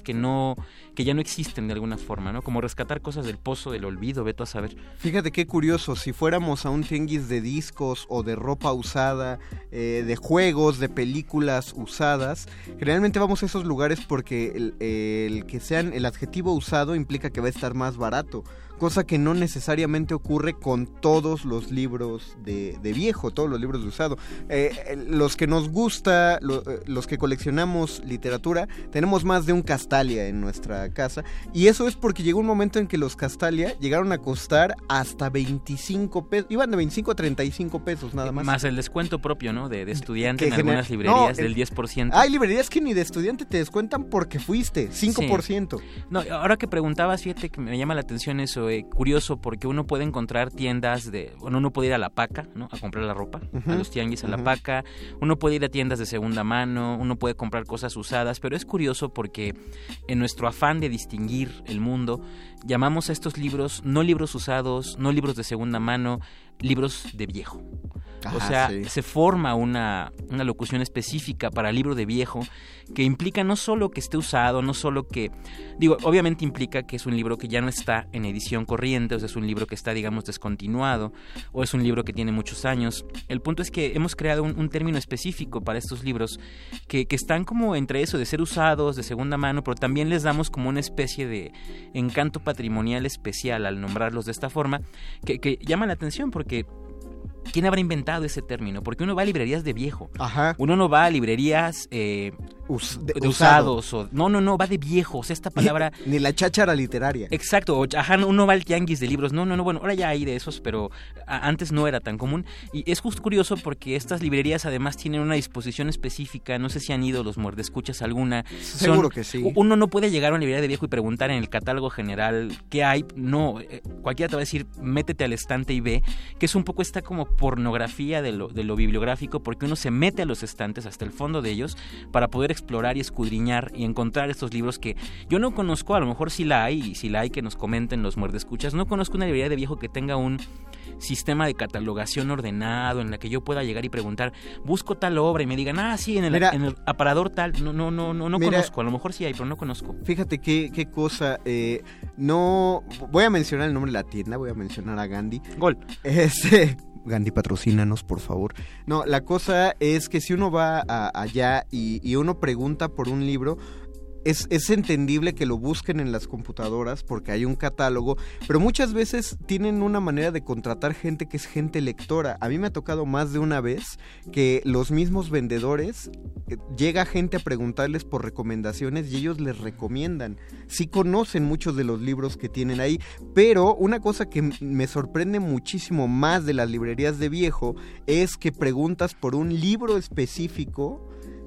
no que ya no existen de alguna forma, ¿no? Como rescatar cosas del pozo del olvido, veto a saber. Fíjate qué curioso, si fuéramos a un tianguis de discos o de ropa usada, eh, de juegos, de películas usadas, generalmente vamos a esos lugares porque el, el que sean el adjetivo usado implica que va a estar más barato, cosa que no necesariamente ocurre con todos los libros de, de viejo, todos los libros de usado. Eh, los que nos gusta, lo, los que coleccionamos literatura, tenemos más de un Castalia en nuestra casa, y eso es porque llegó un momento en que los Castalia llegaron a costar hasta veinticinco pesos, iban de veinticinco a treinta y cinco pesos nada más. Más el descuento propio, ¿no? De, de estudiante que en genera... algunas librerías no, del diez por ciento. Hay librerías que ni de estudiante te descuentan porque fuiste, cinco por ciento. Sí. No, ahora que preguntabas, fíjate que me llama la atención eso, eh, curioso, porque uno puede encontrar tiendas de, bueno, uno puede ir a la paca, ¿no? A comprar la ropa, uh-huh. a los tianguis, a uh-huh. la paca, uno puede ir a tiendas de segunda mano, uno puede comprar cosas usadas, pero es curioso porque en nuestro afán de distinguir el mundo, llamamos a estos libros no libros usados, no libros de segunda mano, libros de viejo. Ah, o sea, sí. se forma una, una locución específica para libro de viejo que implica no solo que esté usado, no solo que, digo, obviamente implica que es un libro que ya no está en edición corriente, o sea, es un libro que está, digamos, descontinuado, o es un libro que tiene muchos años. El punto es que hemos creado un, un término específico para estos libros que, que están como entre eso de ser usados, de segunda mano, pero también les damos como una especie de encanto patrimonial especial al nombrarlos de esta forma, que, que llama la atención porque ¿quién habrá inventado ese término? Porque uno va a librerías de viejo. Ajá. Uno no va a librerías eh, Us, de, de usados. O, no, no, no, va de viejos. Esta palabra... Ni, ni la cháchara literaria. Exacto. O, ajá, uno va al tianguis de libros. No, no, no. Bueno, ahora ya hay de esos, pero a, antes no era tan común. Y es justo curioso porque estas librerías además tienen una disposición específica. No sé si han ido los muerdescuchas alguna. Seguro Son, que sí. Uno no puede llegar a una librería de viejo y preguntar en el catálogo general qué hay. No. Eh, cualquiera te va a decir, métete al estante y ve. Que es un poco esta como pornografía de lo, de lo bibliográfico, porque uno se mete a los estantes hasta el fondo de ellos para poder explorar y escudriñar y encontrar estos libros que yo no conozco. A lo mejor sí la hay, y si la hay que nos comenten los muerdescuchas. No conozco una librería de viejo que tenga un sistema de catalogación ordenado en la que yo pueda llegar y preguntar, busco tal obra y me digan, ah, sí, en el, mira, en el aparador tal. No, no, no, no, no mira, conozco. A lo mejor sí hay, pero no conozco. Fíjate qué, qué cosa. Eh, no voy a mencionar el nombre de la tienda, voy a mencionar a Gandhi. Gol. Este... Gandhi, patrocínanos, por favor. No, la cosa es que si uno va a, allá y, y uno pregunta por un libro, es, es entendible que lo busquen en las computadoras porque hay un catálogo, pero muchas veces tienen una manera de contratar gente que es gente lectora. A mí me ha tocado más de una vez que los mismos vendedores, eh, llega gente a preguntarles por recomendaciones y ellos les recomiendan. Sí conocen muchos de los libros que tienen ahí, pero una cosa que me sorprende muchísimo más de las librerías de viejo es que preguntas por un libro específico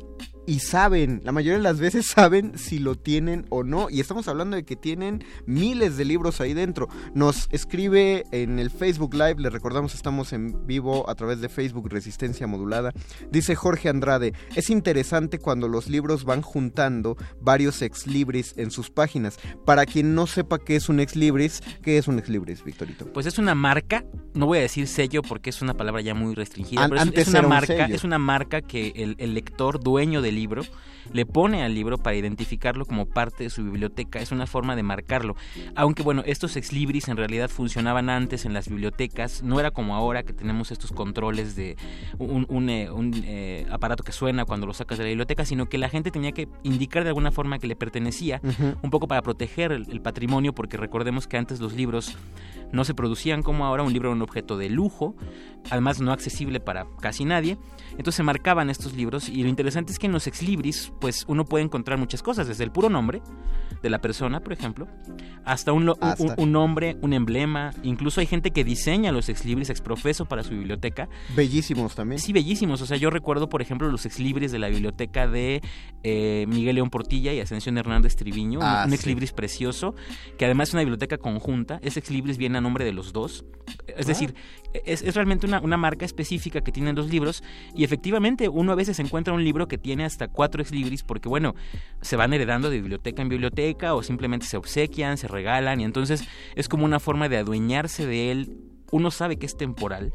y saben, la mayoría de las veces saben si lo tienen o no, y estamos hablando de que tienen miles de libros ahí dentro. Nos escribe en el Facebook Live, les recordamos, estamos en vivo a través de Facebook Resistencia Modulada. Dice Jorge Andrade, es interesante cuando los libros van juntando varios ex libris en sus páginas. Para quien no sepa qué es un ex libris, ¿qué es un ex libris, Victorito? Pues es una marca, no voy a decir sello porque es una palabra ya muy restringida, An- pero es, antes es una era un marca, sello. es una marca que el, el lector dueño del libro le pone al libro para identificarlo como parte de su biblioteca. Es una forma de marcarlo, aunque bueno, estos ex libris en realidad funcionaban antes en las bibliotecas. No era como ahora que tenemos estos controles de un, un, eh, un eh, aparato que suena cuando lo sacas de la biblioteca, sino que la gente tenía que indicar de alguna forma que le pertenecía, uh-huh. un poco para proteger el, el patrimonio, porque recordemos que antes los libros no se producían como ahora. Un libro era un objeto de lujo, además no accesible para casi nadie. Entonces se marcaban estos libros, y lo interesante es que en los ex libris pues uno puede encontrar muchas cosas, desde el puro nombre de la persona, por ejemplo, hasta un, hasta. un, un nombre, un emblema. Incluso hay gente que diseña los ex libris ex profeso para su biblioteca. Bellísimos también. Sí, bellísimos. O sea, yo recuerdo, por ejemplo, los ex libris de la biblioteca de eh, Miguel León Portilla y Ascensión Hernández Triviño, ah, un, un ex libris sí. precioso, que además es una biblioteca conjunta. Ese ex libris viene a nombre de los dos. Es ah. decir, es, es realmente una, una marca específica que tienen los libros, y efectivamente uno a veces encuentra un libro que tiene hasta cuatro ex libris porque, bueno, se van heredando de biblioteca en biblioteca o simplemente se obsequian, se regalan, y entonces es como una forma de adueñarse de él. Uno sabe que es temporal.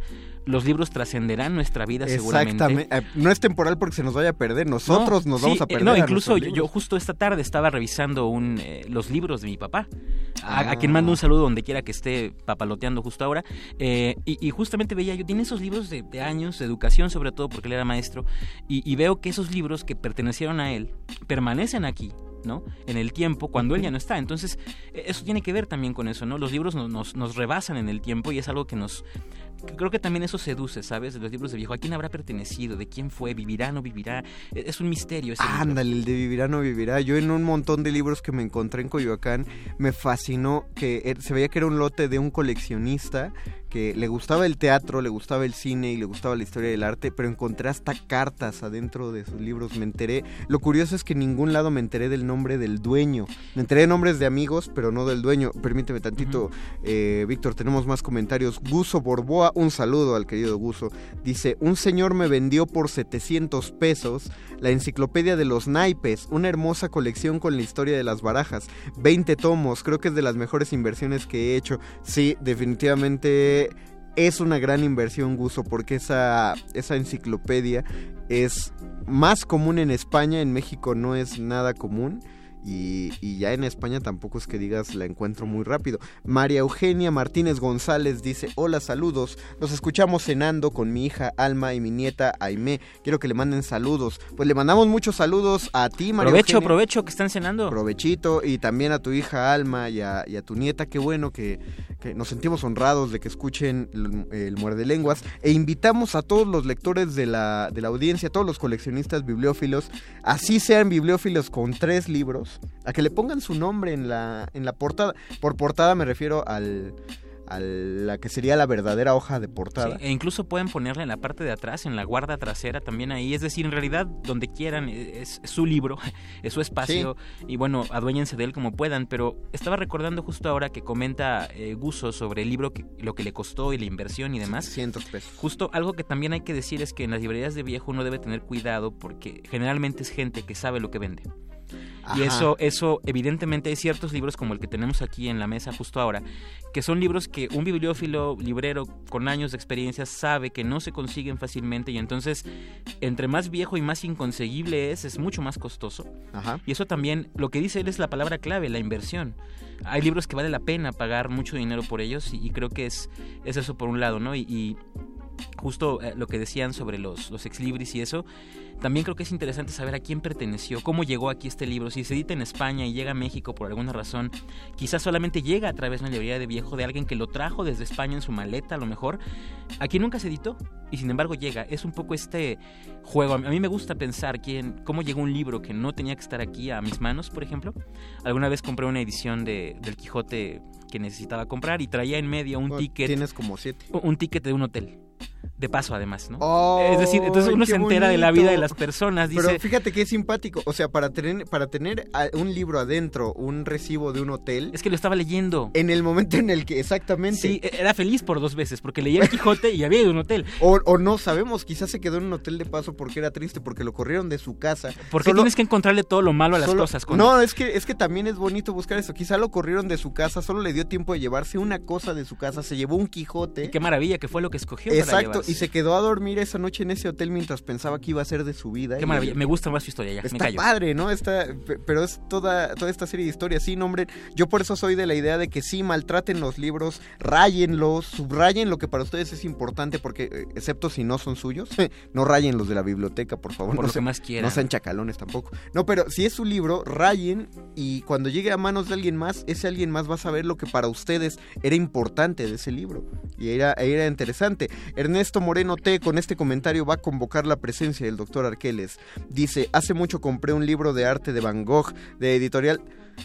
los libros trascenderán nuestra vida seguramente. Exactamente. No es temporal porque se nos vaya a perder, nosotros no, nos vamos sí, a perder. No, incluso yo, yo justo esta tarde estaba revisando un, eh, los libros de mi papá, a, ah. a quien mando un saludo donde quiera que esté papaloteando justo ahora, eh, y, y justamente veía yo, tiene esos libros de, de años, de educación sobre todo porque él era maestro, y, y veo que esos libros que pertenecieron a él permanecen aquí, ¿no? En el tiempo, cuando él ya no está. Entonces, eso tiene que ver también con eso, ¿no? Los libros nos, nos, nos rebasan en el tiempo y es algo que nos... Creo que también eso seduce, ¿sabes? De los libros de viejo. ¿A quién habrá pertenecido? ¿De quién fue? ¿Vivirá? ¿No vivirá? Es un misterio ese libro. Ándale, el de Vivirá, no vivirá. Yo en un montón de libros que me encontré en Coyoacán me fascinó que se veía que era un lote de un coleccionista que le gustaba el teatro, le gustaba el cine y le gustaba la historia del arte, pero encontré hasta cartas adentro de sus libros. Me enteré, lo curioso es que en ningún lado me enteré del nombre del dueño. Me enteré de nombres de amigos, pero no del dueño. Permíteme tantito, uh-huh. eh, Víctor, tenemos más comentarios. Guso Borboa, un saludo al querido Guso. Dice, un señor me vendió por setecientos pesos la enciclopedia de los naipes, una hermosa colección con la historia de las barajas. veinte tomos, creo que es de las mejores inversiones que he hecho. Sí, definitivamente es una gran inversión, Guso, porque esa, esa enciclopedia es más común en España, en México no es nada común. Y, y ya en España tampoco es que digas la encuentro muy rápido. María Eugenia Martínez González dice, hola, saludos, los escuchamos cenando con mi hija Alma y mi nieta Aimé, quiero que le manden saludos. Pues le mandamos muchos saludos a ti, María Provecho, Eugenia. provecho, que están cenando. Provechito, y también a tu hija Alma y a, y a tu nieta, qué bueno que, que nos sentimos honrados de que escuchen el, el Muerde Lenguas, e invitamos a todos los lectores de la, de la audiencia, a todos los coleccionistas bibliófilos, así sean bibliófilos con tres libros, a que le pongan su nombre en la en la portada. Por portada me refiero al a la que sería la verdadera hoja de portada. Sí, e incluso pueden ponerla en la parte de atrás, en la guarda trasera también ahí, es decir, en realidad donde quieran, es, es su libro, es su espacio, sí. Y bueno, aduéñense de él como puedan, pero estaba recordando justo ahora que comenta eh, Guso sobre el libro, que, lo que le costó y la inversión y demás. Cientos pesos. Justo algo que también hay que decir es que en las librerías de viejo uno debe tener cuidado porque generalmente es gente que sabe lo que vende. Ajá. Y eso, eso, evidentemente hay ciertos libros como el que tenemos aquí en la mesa justo ahora, que son libros que un bibliófilo, librero con años de experiencia sabe que no se consiguen fácilmente y entonces entre más viejo y más inconseguible es, es mucho más costoso. Ajá. Y eso también, lo que dice él es la palabra clave, la inversión. Hay libros que vale la pena pagar mucho dinero por ellos y, y creo que es, es eso por un lado, ¿no? Y, y justo eh, lo que decían sobre los, los exlibris y eso, también creo que es interesante saber a quién perteneció, cómo llegó aquí este libro. Si se edita en España y llega a México por alguna razón, quizás solamente llega a través de una librería de viejo, de alguien que lo trajo desde España en su maleta a lo mejor. Aquí nunca se editó y sin embargo llega. Es un poco este juego. A mí me gusta pensar quién, cómo llegó un libro que no tenía que estar aquí a mis manos, por ejemplo. Alguna vez compré una edición de, del Quijote que necesitaba comprar y traía en medio un oh, ticket. Tienes como siete. Un ticket de un hotel. De paso, además, ¿no? Oh, es decir, entonces uno se entera bonito. de la vida de las personas. Dice... Pero fíjate que es simpático. O sea, para tener, para tener un libro adentro, un recibo de un hotel. Es que lo estaba leyendo. En el momento en el que, exactamente. Sí, era feliz por dos veces, porque leía el Quijote y había ido a un hotel. O, o no sabemos, quizás se quedó en un hotel de paso porque era triste, porque lo corrieron de su casa. Porque Solo... tienes que encontrarle todo lo malo a las Solo... cosas. Con no, es que, es que también es bonito buscar eso. Quizá lo corrieron de su casa, solo le dio tiempo de llevarse una cosa de su casa, se llevó un Quijote. Y qué maravilla que fue lo que escogió. Exacto, para y se quedó a dormir esa noche en ese hotel mientras pensaba que iba a ser de su vida. Qué maravilla, me gusta más su historia ya. Está me callo. padre, ¿no? Está, pero es toda, toda esta serie de historias, sí, no, hombre. Yo por eso soy de la idea de que sí, maltraten los libros, ráyenlos, subrayen lo que para ustedes es importante, porque, excepto si no son suyos, no rayen los de la biblioteca, por favor. Por no lo se, que más quieran. No sean chacalones tampoco. No, pero si es su libro, rayen, y cuando llegue a manos de alguien más, ese alguien más va a saber lo que para ustedes era importante de ese libro. Y era, era interesante. Ernesto Moreno T, con este comentario va a convocar la presencia del doctor Arqueles. Dice, hace mucho compré un libro de arte de Van Gogh, de editorial...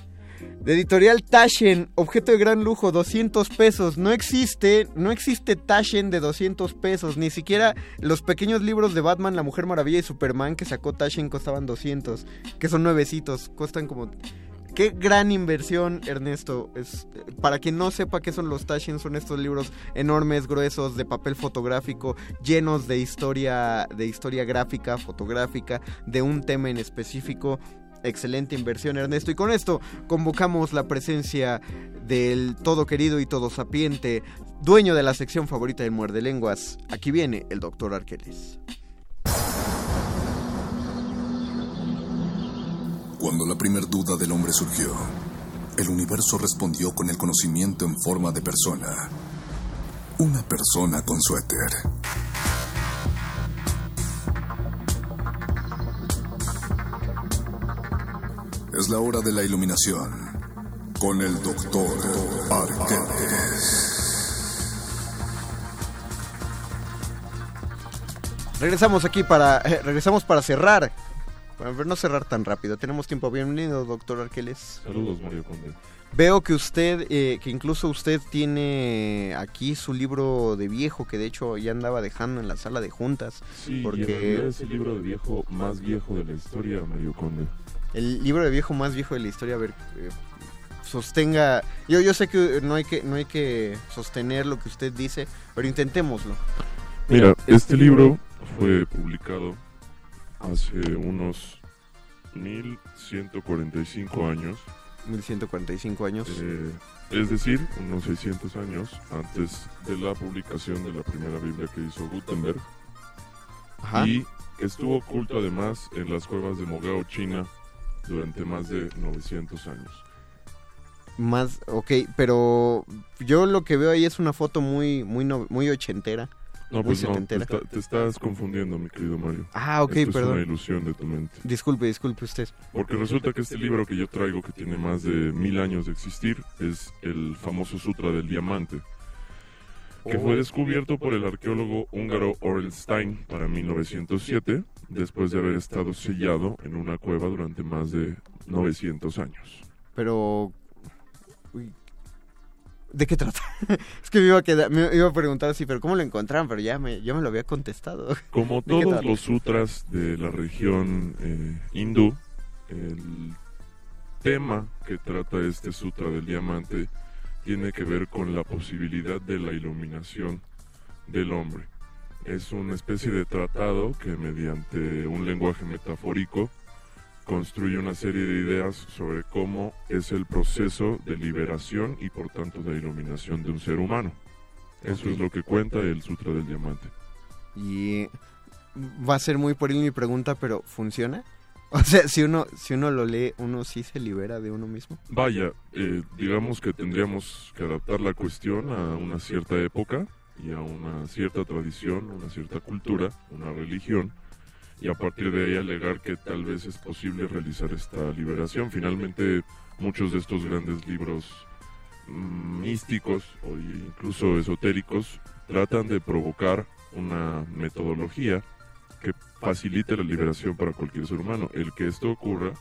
De editorial Taschen, objeto de gran lujo, doscientos pesos. No existe, no existe Taschen de doscientos pesos. Ni siquiera los pequeños libros de Batman, La Mujer Maravilla y Superman que sacó Taschen costaban doscientos. Que son nuevecitos, cuestan como... Qué gran inversión, Ernesto. Es, para quien no sepa qué son los Taschen, son estos libros enormes, gruesos, de papel fotográfico, llenos de historia, de historia gráfica, fotográfica, de un tema en específico. excelente inversión, Ernesto. Y con esto convocamos la presencia del todo querido y todo sapiente, dueño de la sección favorita del Muerde Lenguas. Aquí viene el doctor Arqueles. Cuando la primer duda del hombre surgió, el universo respondió con el conocimiento en forma de persona. Una persona con suéter. Es la hora de la iluminación con el doctor Arqueles. Regresamos aquí para eh, regresamos para cerrar. Para no cerrar tan rápido. Tenemos tiempo. Bienvenido, doctor Arqueles. Saludos, Mario Conde. Veo que usted, eh, que incluso usted tiene aquí su libro de viejo, que de hecho ya andaba dejando en la sala de juntas. Sí, porque... y en realidad es el libro de viejo más viejo de la historia, Mario Conde. El libro de viejo más viejo de la historia, a ver, eh, sostenga... Yo yo sé que no hay que no hay que sostener lo que usted dice, pero intentémoslo. Mira, este libro fue publicado hace unos mil ciento cuarenta y cinco años. mil ciento cuarenta y cinco años. Eh, es decir, unos seiscientos años antes de la publicación de la primera Biblia que hizo Gutenberg. Ajá. Y estuvo oculto además en las cuevas de Mogao, China, durante más de novecientos años. Más, ok, pero yo lo que veo ahí es una foto muy, muy, no, muy ochentera. No, pues no, te, está, te estás confundiendo, mi querido Mario. Ah, ok, Esto perdón. es una ilusión de tu mente. Disculpe, disculpe usted. Porque resulta que este libro que yo traigo, que tiene más de mil años de existir, es el famoso Sutra del Diamante, que fue descubierto por el arqueólogo húngaro Orelstein para mil novecientos siete, después de haber estado sellado en una cueva durante más de novecientos años. Pero... Uy. ¿De qué trata? Es que me iba a quedar, me iba a preguntar así, pero ¿cómo lo encontraron? Pero ya me, ya me lo había contestado. Como todos los sutras de la región eh, hindú, el tema que trata este Sutra del Diamante tiene que ver con la posibilidad de la iluminación del hombre. Es una especie de tratado que mediante un lenguaje metafórico construye una serie de ideas sobre cómo es el proceso de liberación y por tanto de iluminación de un ser humano. Eso okay. es lo que cuenta el Sutra del Diamante. Y va a ser muy por ahí mi pregunta, pero ¿funciona? O sea, si uno si uno lo lee, ¿uno sí se libera de uno mismo? Vaya, eh, digamos que tendríamos que adaptar la cuestión a una cierta época y a una cierta tradición, una cierta cultura, una religión, y a partir de ahí alegar que tal vez es posible realizar esta liberación. Finalmente, muchos de estos grandes libros mmm, místicos o incluso esotéricos tratan de provocar una metodología que facilite la liberación para cualquier ser humano. El que esto ocurra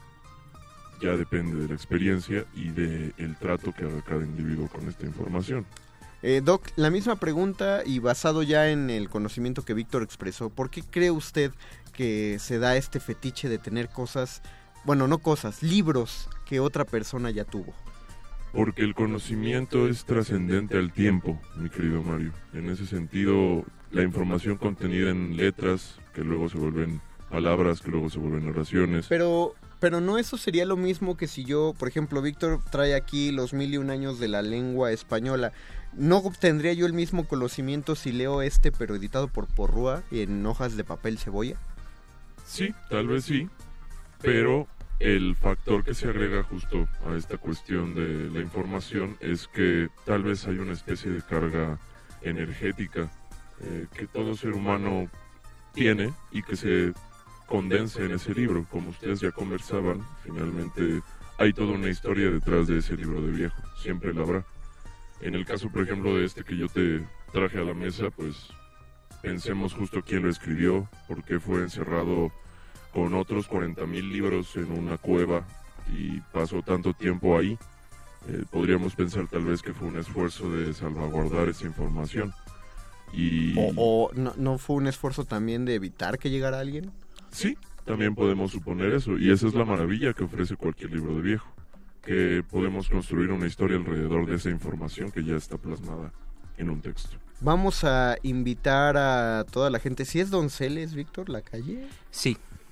ya depende de la experiencia y del trato que haga cada individuo con esta información. Eh, Doc, la misma pregunta y basado ya en el conocimiento que Víctor expresó, ¿por qué cree usted que se da este fetiche de tener cosas, bueno, no cosas, libros que otra persona ya tuvo? Porque el conocimiento es trascendente al tiempo, mi querido Mario. En ese sentido, la información contenida en letras, que luego se vuelven palabras, que luego se vuelven oraciones. Pero... Pero no, eso sería lo mismo que si yo, por ejemplo, Víctor trae aquí los mil y un años de la lengua española. ¿No obtendría yo el mismo conocimiento si leo este, pero editado por Porrúa en hojas de papel cebolla? Sí, tal vez sí, pero el factor que se agrega justo a esta cuestión de la información es que tal vez hay una especie de carga energética eh, que todo ser humano tiene y que se condensa en ese libro. Como ustedes ya conversaban, finalmente hay toda una historia detrás de ese libro de viejo, siempre la habrá. En el caso, por ejemplo, de este que yo te traje a la mesa, pues pensemos justo quién lo escribió, por qué fue encerrado con otros cuarenta mil libros en una cueva y pasó tanto tiempo ahí. Eh, podríamos pensar tal vez que fue un esfuerzo de salvaguardar esa información. Y... ¿O, o no, no fue un esfuerzo también de evitar que llegara alguien? Sí, también podemos suponer eso, y esa es la maravilla que ofrece cualquier libro de viejo, que podemos construir una historia alrededor de esa información que ya está plasmada en un texto. Vamos a invitar a toda la gente. ¿Sí es Donceles, Víctor, la calle? Sí.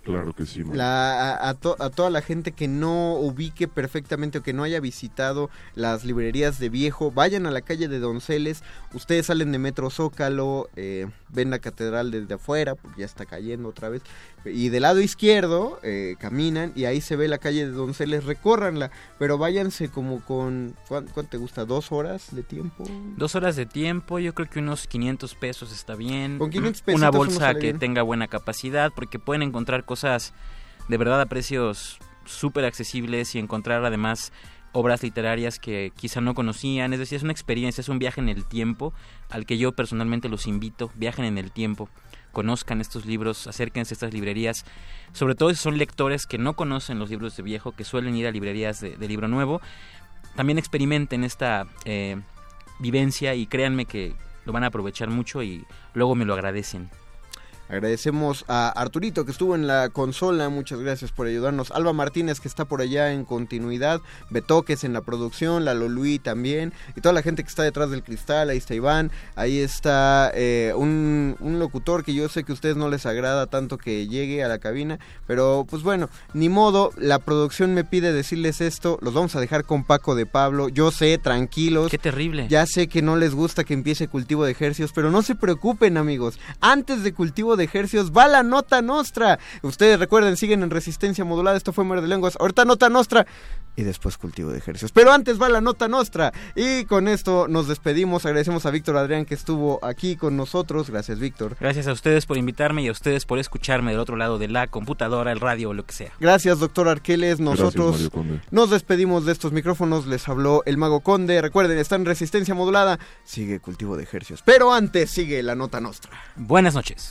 Claro que sí. La, a, a, to, a toda la gente que no ubique perfectamente o que no haya visitado las librerías de Viejo, vayan a la calle de Donceles. Ustedes salen de Metro Zócalo, eh, ven la catedral desde afuera, porque ya está cayendo otra vez. Y del lado izquierdo eh, caminan y ahí se ve la calle de Donceles, recórranla, pero váyanse como con, ¿cuánto, cuánto te gusta? ¿Dos horas de tiempo? Dos horas de tiempo, yo creo que unos quinientos pesos está bien. Con quinientos pesos una bolsa que bien. tenga buena capacidad, porque pueden encontrar cosas de verdad a precios súper accesibles y encontrar además obras literarias que quizá no conocían. Es decir, es una experiencia, es un viaje en el tiempo al que yo personalmente los invito. Viajen en el tiempo, conozcan estos libros, acérquense a estas librerías, sobre todo si son lectores que no conocen los libros de Viejo, que suelen ir a librerías de, de libro nuevo. También experimenten esta eh, vivencia y créanme que lo van a aprovechar mucho y luego me lo agradecen. Agradecemos a Arturito que estuvo en la consola, muchas gracias por ayudarnos. Alba Martínez que está por allá en continuidad, Betoques en la producción, Lalo Luis también, y toda la gente que está detrás del cristal. Ahí está Iván, ahí está eh, un, un locutor que yo sé que a ustedes no les agrada tanto que llegue a la cabina, pero pues bueno, ni modo, la producción me pide decirles esto, los vamos a dejar con Paco de Pablo, yo sé, tranquilos. Qué terrible. Ya sé que no les gusta que empiece Cultivo de Hercios, pero no se preocupen amigos, antes de Cultivo de Hercios va la Nota Nostra. Ustedes recuerden, siguen en Resistencia Modulada. Esto fue Muerde Lenguas. Ahorita Nota Nostra y después Cultivo de Hercios. Pero antes va la Nota Nostra. Y con esto nos despedimos. Agradecemos a Víctor Adrián que estuvo aquí con nosotros. Gracias, Víctor. Gracias a ustedes por invitarme y a ustedes por escucharme del otro lado de la computadora, el radio o lo que sea. Gracias, doctor Arqueles. Nosotros nos despedimos de estos micrófonos. Les habló el Mago Conde. Recuerden, está en Resistencia Modulada. Sigue Cultivo de Hercios. Pero antes sigue la Nota Nostra. Buenas noches.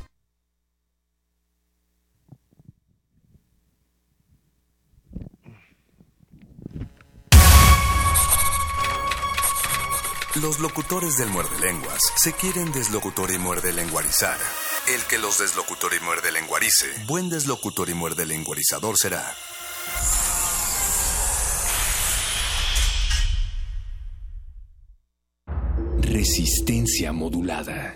Los locutores del Muerde Lenguas se quieren deslocutor y muerde lenguarizar. El que los deslocutor y muerde lenguarice, buen deslocutor y muerde lenguarizador será. Resistencia modulada.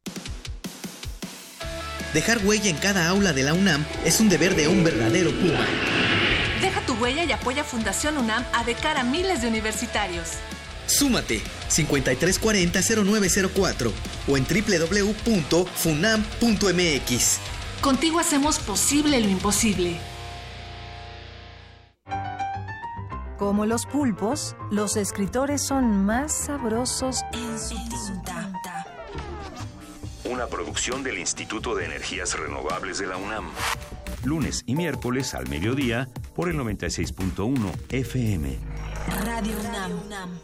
Dejar huella en cada aula de la UNAM es un deber de un verdadero Puma. Deja tu huella y apoya Fundación UNAM a de cara a miles de universitarios. Súmate cincuenta y tres cuarenta cero nueve cero cuatro o en doble u doble u doble u punto funam punto m x. Contigo hacemos posible lo imposible. Como los pulpos, los escritores son más sabrosos en su tinta. Una producción del Instituto de Energías Renovables de la UNAM. Lunes y miércoles al mediodía por el noventa y seis punto uno F M. Radio UNAM.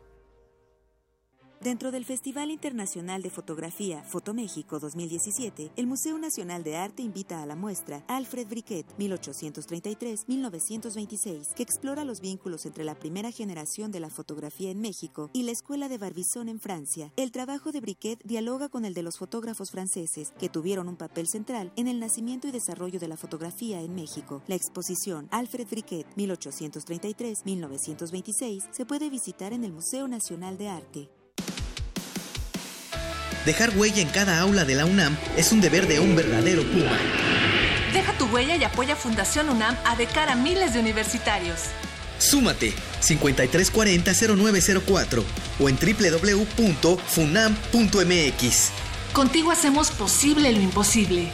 Dentro del Festival Internacional de Fotografía Fotoméxico dos mil diecisiete, el Museo Nacional de Arte invita a la muestra Alfred Briquet, mil ochocientos treinta y tres a mil novecientos veintiséis, que explora los vínculos entre la primera generación de la fotografía en México y la Escuela de Barbizon en Francia. El trabajo de Briquet dialoga con el de los fotógrafos franceses, que tuvieron un papel central en el nacimiento y desarrollo de la fotografía en México. La exposición Alfred Briquet, mil ochocientos treinta y tres a mil novecientos veintiséis, se puede visitar en el Museo Nacional de Arte. Dejar huella en cada aula de la UNAM es un deber de un verdadero Puma. Deja tu huella y apoya Fundación UNAM a de cara a miles de universitarios. Súmate cincuenta y tres cuarenta cero nueve cero cuatro o en doble u doble u doble u punto funam punto m x. Contigo hacemos posible lo imposible.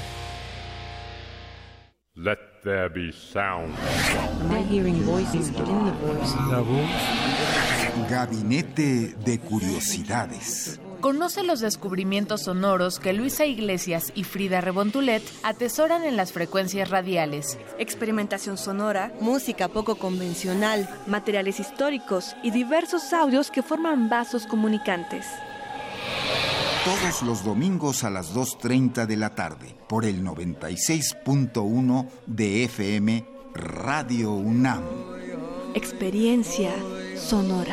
Let there be sound. I'm hearing voices, get in the voice. La voz. Gabinete de Curiosidades. Conoce los descubrimientos sonoros que Luisa Iglesias y Frida Rebontulet atesoran en las frecuencias radiales. Experimentación sonora, música poco convencional, materiales históricos y diversos audios que forman vasos comunicantes. Todos los domingos a las dos treinta de la tarde, por el noventa y seis punto uno de F M, Radio UNAM. Experiencia sonora.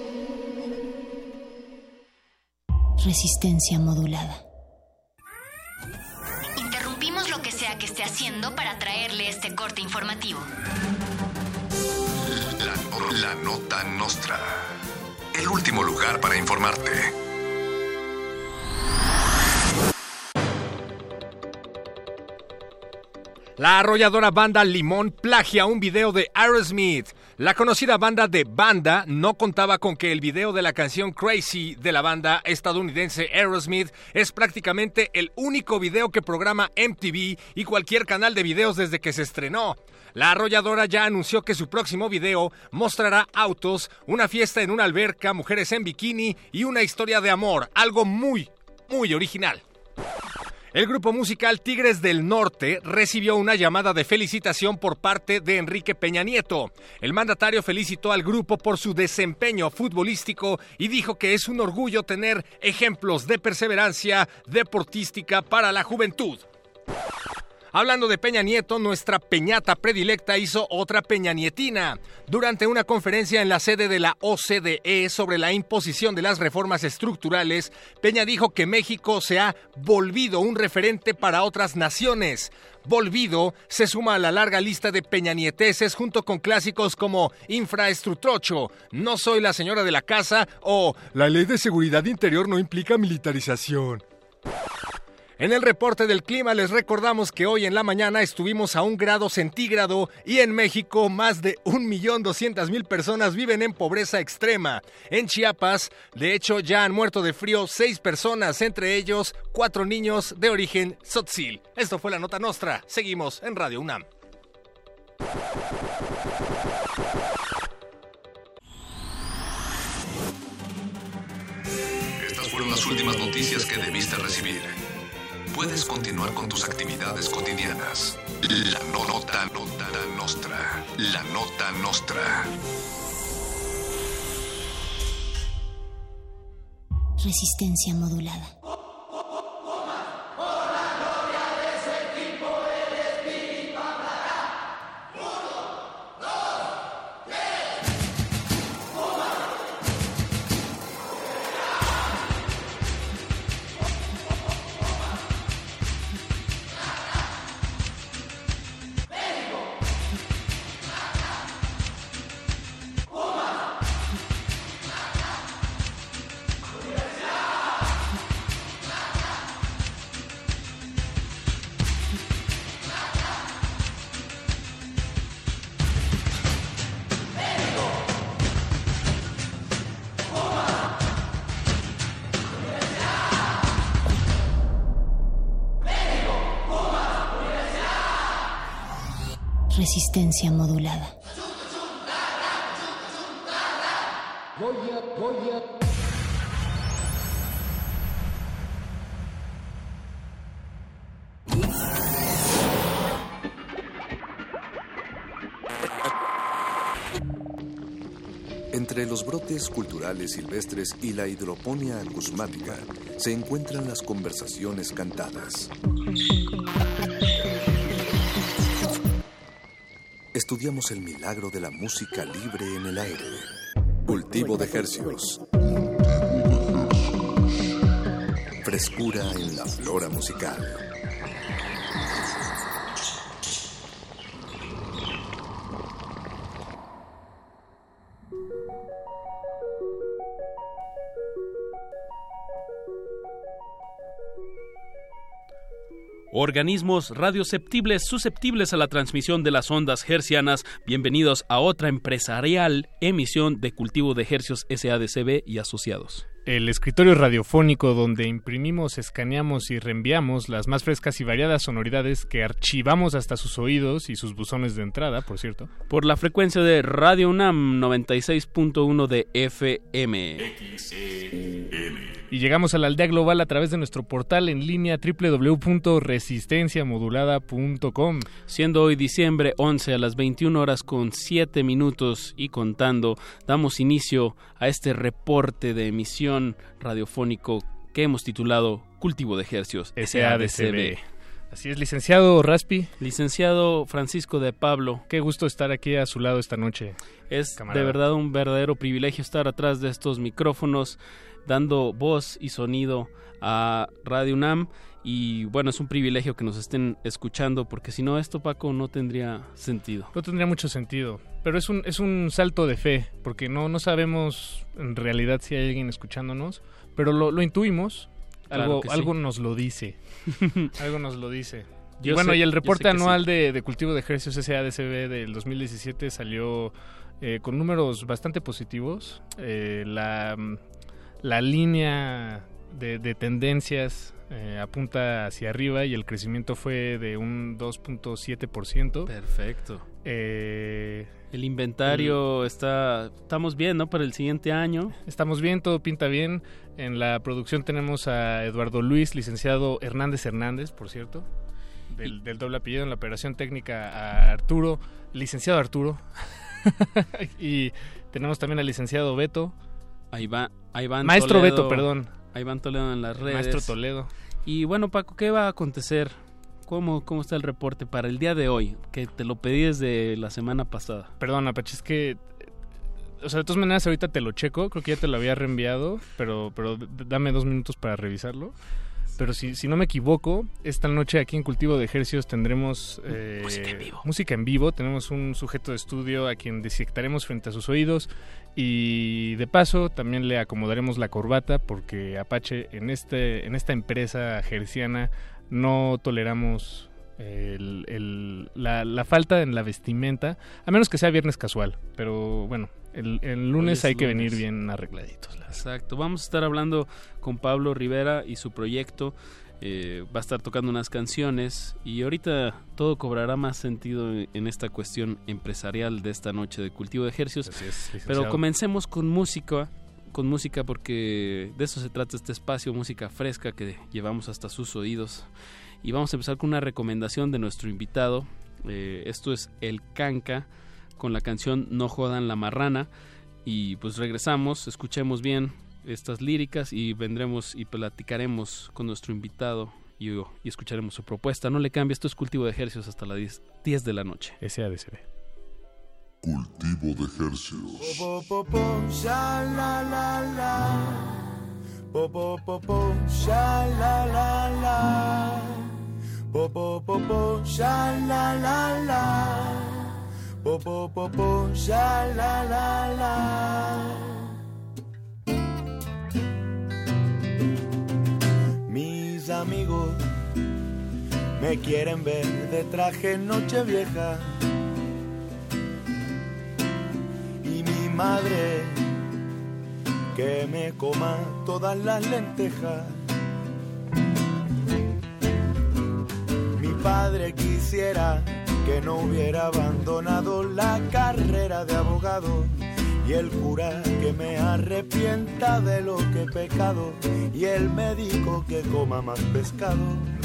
Resistencia modulada. Interrumpimos lo que sea que esté haciendo para traerle este corte informativo. La, la Nota Nostra. El último lugar para informarte. La arrolladora banda Limón plagia un video de Aerosmith. La conocida banda de Banda no contaba con que el video de la canción Crazy de la banda estadounidense Aerosmith es prácticamente el único video que programa M T V y cualquier canal de videos desde que se estrenó. La arrolladora ya anunció que su próximo video mostrará autos, una fiesta en una alberca, mujeres en bikini y una historia de amor, algo muy, muy original. El grupo musical Tigres del Norte recibió una llamada de felicitación por parte de Enrique Peña Nieto. El mandatario felicitó al grupo por su desempeño futbolístico y dijo que es un orgullo tener ejemplos de perseverancia deportística para la juventud. Hablando de Peña Nieto, nuestra peñata predilecta hizo otra peñanietina. Durante una conferencia en la sede de la O C D E sobre la imposición de las reformas estructurales, Peña dijo que México se ha volvido un referente para otras naciones. Volvido se suma a la larga lista de peñanieteses junto con clásicos como Infraestructrocho, No soy la señora de la casa o La ley de seguridad interior no implica militarización. En el reporte del clima les recordamos que hoy en la mañana estuvimos a un grado centígrado y en México más de un millón doscientas mil personas viven en pobreza extrema. En Chiapas, de hecho, ya han muerto de frío seis personas, entre ellos cuatro niños de origen tzotzil. Esto fue la Nota Nostra. Seguimos en Radio UNAM. Estas fueron las últimas noticias que debiste recibir. Puedes continuar con tus actividades cotidianas. La Nota Nota Nostra. La Nota Nostra. Resistencia modulada. Resistencia modulada. Entre los brotes culturales silvestres y la hidroponía acusmática se encuentran las conversaciones cantadas. Estudiamos el milagro de la música libre en el aire. Cultivo de hercios. Frescura en la flora musical. Organismos radioceptibles susceptibles a la transmisión de las ondas hercianas, bienvenidos a otra empresarial emisión de Cultivo de Hercios S A D C B y Asociados. El escritorio radiofónico donde imprimimos, escaneamos y reenviamos las más frescas y variadas sonoridades que archivamos hasta sus oídos y sus buzones de entrada, por cierto. Por la frecuencia de Radio UNAM noventa y seis punto uno de F M. X E N. Y llegamos a la aldea global a través de nuestro portal en línea doble u doble u doble u punto resistencia modulada punto com. Siendo hoy diciembre once a las veintiuna horas con siete minutos y contando, damos inicio a este reporte de emisión radiofónico que hemos titulado Cultivo de Hercios S A D C B. Así es, licenciado Raspi. Licenciado Francisco de Pablo. Qué gusto estar aquí a su lado esta noche. Es camarada. De verdad un verdadero privilegio estar atrás de estos micrófonos, dando voz y sonido a Radio UNAM. Y bueno, es un privilegio que nos estén escuchando, porque si no, esto, Paco, no tendría sentido. No tendría mucho sentido, pero es un es un salto de fe, porque no, no sabemos en realidad si hay alguien escuchándonos, pero lo, lo intuimos, algo, claro algo sí. nos lo dice, algo nos lo dice. Y bueno, sé, y el reporte anual sí. de, de cultivo de ejercicios S A D C B del dos mil diecisiete salió eh, con números bastante positivos. Eh, la, la línea de, de tendencias eh, apunta hacia arriba y el crecimiento fue de un dos punto siete por ciento. Perfecto. Eh, el inventario el, está, estamos bien, ¿no? Para el siguiente año. Estamos bien, todo pinta bien. En la producción tenemos a Eduardo Luis, licenciado Hernández Hernández, por cierto, del, del doble apellido. En la operación técnica a Arturo, licenciado Arturo. Y tenemos también al licenciado Beto. Ahí va, ahí van Maestro Toledo, Beto, perdón. Ahí van Toledo en las redes. Maestro Toledo. Y bueno, Paco, ¿qué va a acontecer? ¿Cómo, ¿Cómo está el reporte para el día de hoy? Que te lo pedí desde la semana pasada. Perdón, Apache, es que... O sea, de todas maneras ahorita te lo checo. Creo que ya te lo había reenviado, pero, pero dame dos minutos para revisarlo. Pero si, si no me equivoco, esta noche aquí en Cultivo de Ejercicios tendremos eh, música en vivo. Música en vivo. Tenemos un sujeto de estudio a quien disectaremos frente a sus oídos. Y de paso también le acomodaremos la corbata, porque Apache, en, este, en esta empresa herciana no toleramos el, el, la, la falta en la vestimenta, a menos que sea viernes casual. Pero bueno, el, el lunes hay que lunes. venir bien arregladitos. Exacto, vamos a estar hablando con Pablo Rivera y su proyecto. Eh, va a estar tocando unas canciones y ahorita todo cobrará más sentido en esta cuestión empresarial de esta noche de Cultivo de Ejercicios. Así es, pero comencemos con música, con música porque de eso se trata este espacio, música fresca que llevamos hasta sus oídos. Y vamos a empezar con una recomendación de nuestro invitado. Eh, esto es El Canca con la canción No Jodan la Marrana. Y pues regresamos, escuchemos bien estas líricas y vendremos y platicaremos con nuestro invitado y, y escucharemos su propuesta. No le cambie, esto es Cultivo de Ejercicios hasta las diez de la noche. S A D C B. Cultivo de Ejercicios. Po, po, po, sha, la, la, la. Po, po, po, po, sha, la, la, la. Po, po, po, po, sha, la, la, la. Po, po, po, po, sha, la, la, la. Mis amigos me quieren ver de traje en Nochevieja y mi madre que me coma todas las lentejas. Mi padre quisiera que no hubiera abandonado la carrera de abogado, y el cura que me arrepienta de lo que he pecado, y el médico que coma más pescado.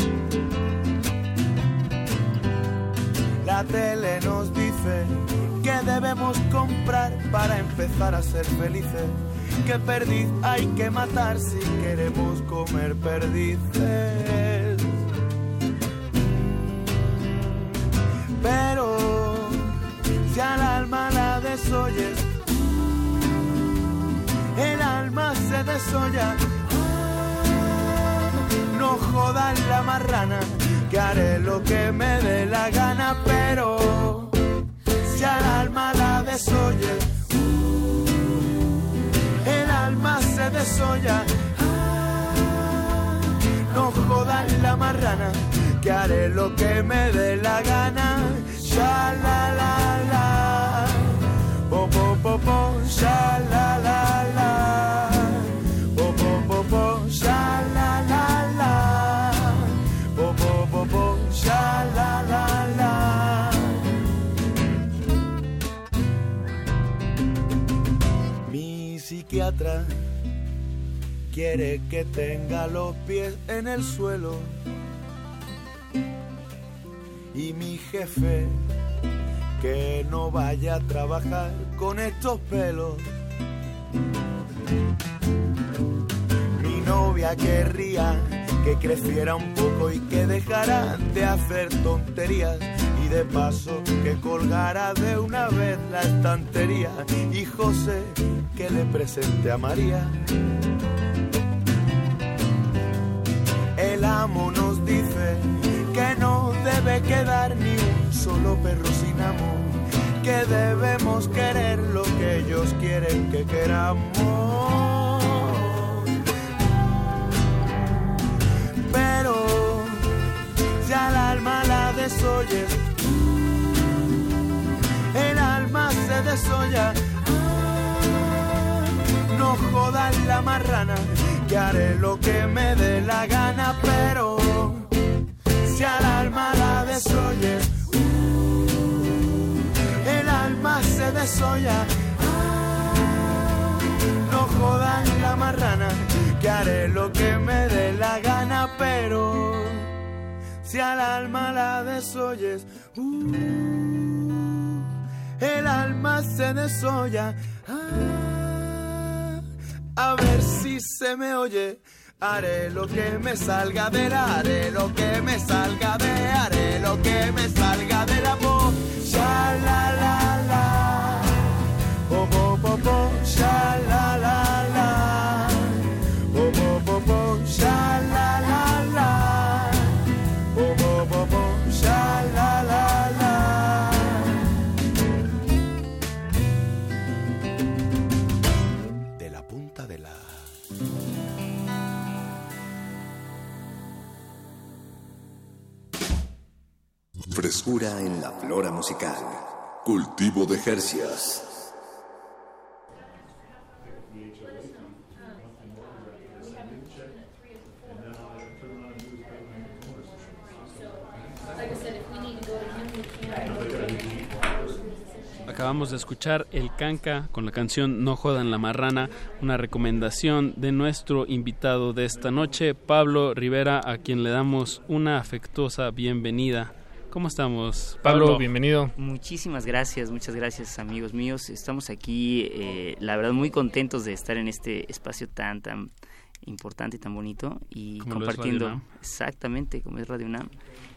La tele nos dice que debemos comprar para empezar a ser felices, que perdiz hay que matar si queremos comer perdices. Pero si al alma la desoyes, el alma se desolla. No jodan la marrana, que haré lo que me dé la gana. Pero si al alma la desoyes, el alma se desolla. No jodan la marrana, que haré lo que me dé la gana. Sha la la la, po po po po, sha la la la, po po po po, sha la la la, po po po po, sha la la la. Mi psiquiatra quiere que tenga los pies en el suelo, y mi jefe que no vaya a trabajar con estos pelos. Mi novia querría que creciera un poco y que dejara de hacer tonterías, y de paso que colgara de una vez la estantería, y José que le presente a María. El amo nos dice que no debe quedar ni un solo perro sin amo, que debemos querer lo que ellos quieren que queramos. Pero si al alma soya. Ah, no jodan la marrana, que haré lo que me dé la gana, pero si al alma la desoyes, uh, el alma se desoya. Ah, no jodan la marrana, que haré lo que me dé la gana, pero si al alma la desoyes, uh, el alma se desoya. Ah, a ver si se me oye. Haré lo que me salga de la, haré lo que me salga de, haré lo que me salga de la po, sha la la la, po po po po, sha la la la, po po po po, sha la la la, po po po po, sha la la la. De la punta de la frescura en la flora musical. Cultivo de Hercios. Acabamos de escuchar El Canca con la canción No Jodan la Marrana, una recomendación de nuestro invitado de esta noche, Pablo Rivera, a quien le damos una afectuosa bienvenida. ¿Cómo estamos, Pablo? Pablo, bienvenido. Muchísimas gracias, muchas gracias, amigos míos. Estamos aquí, eh, la verdad, muy contentos de estar en este espacio tan, tan importante y tan bonito y como compartiendo, exactamente, como es Radio UNAM.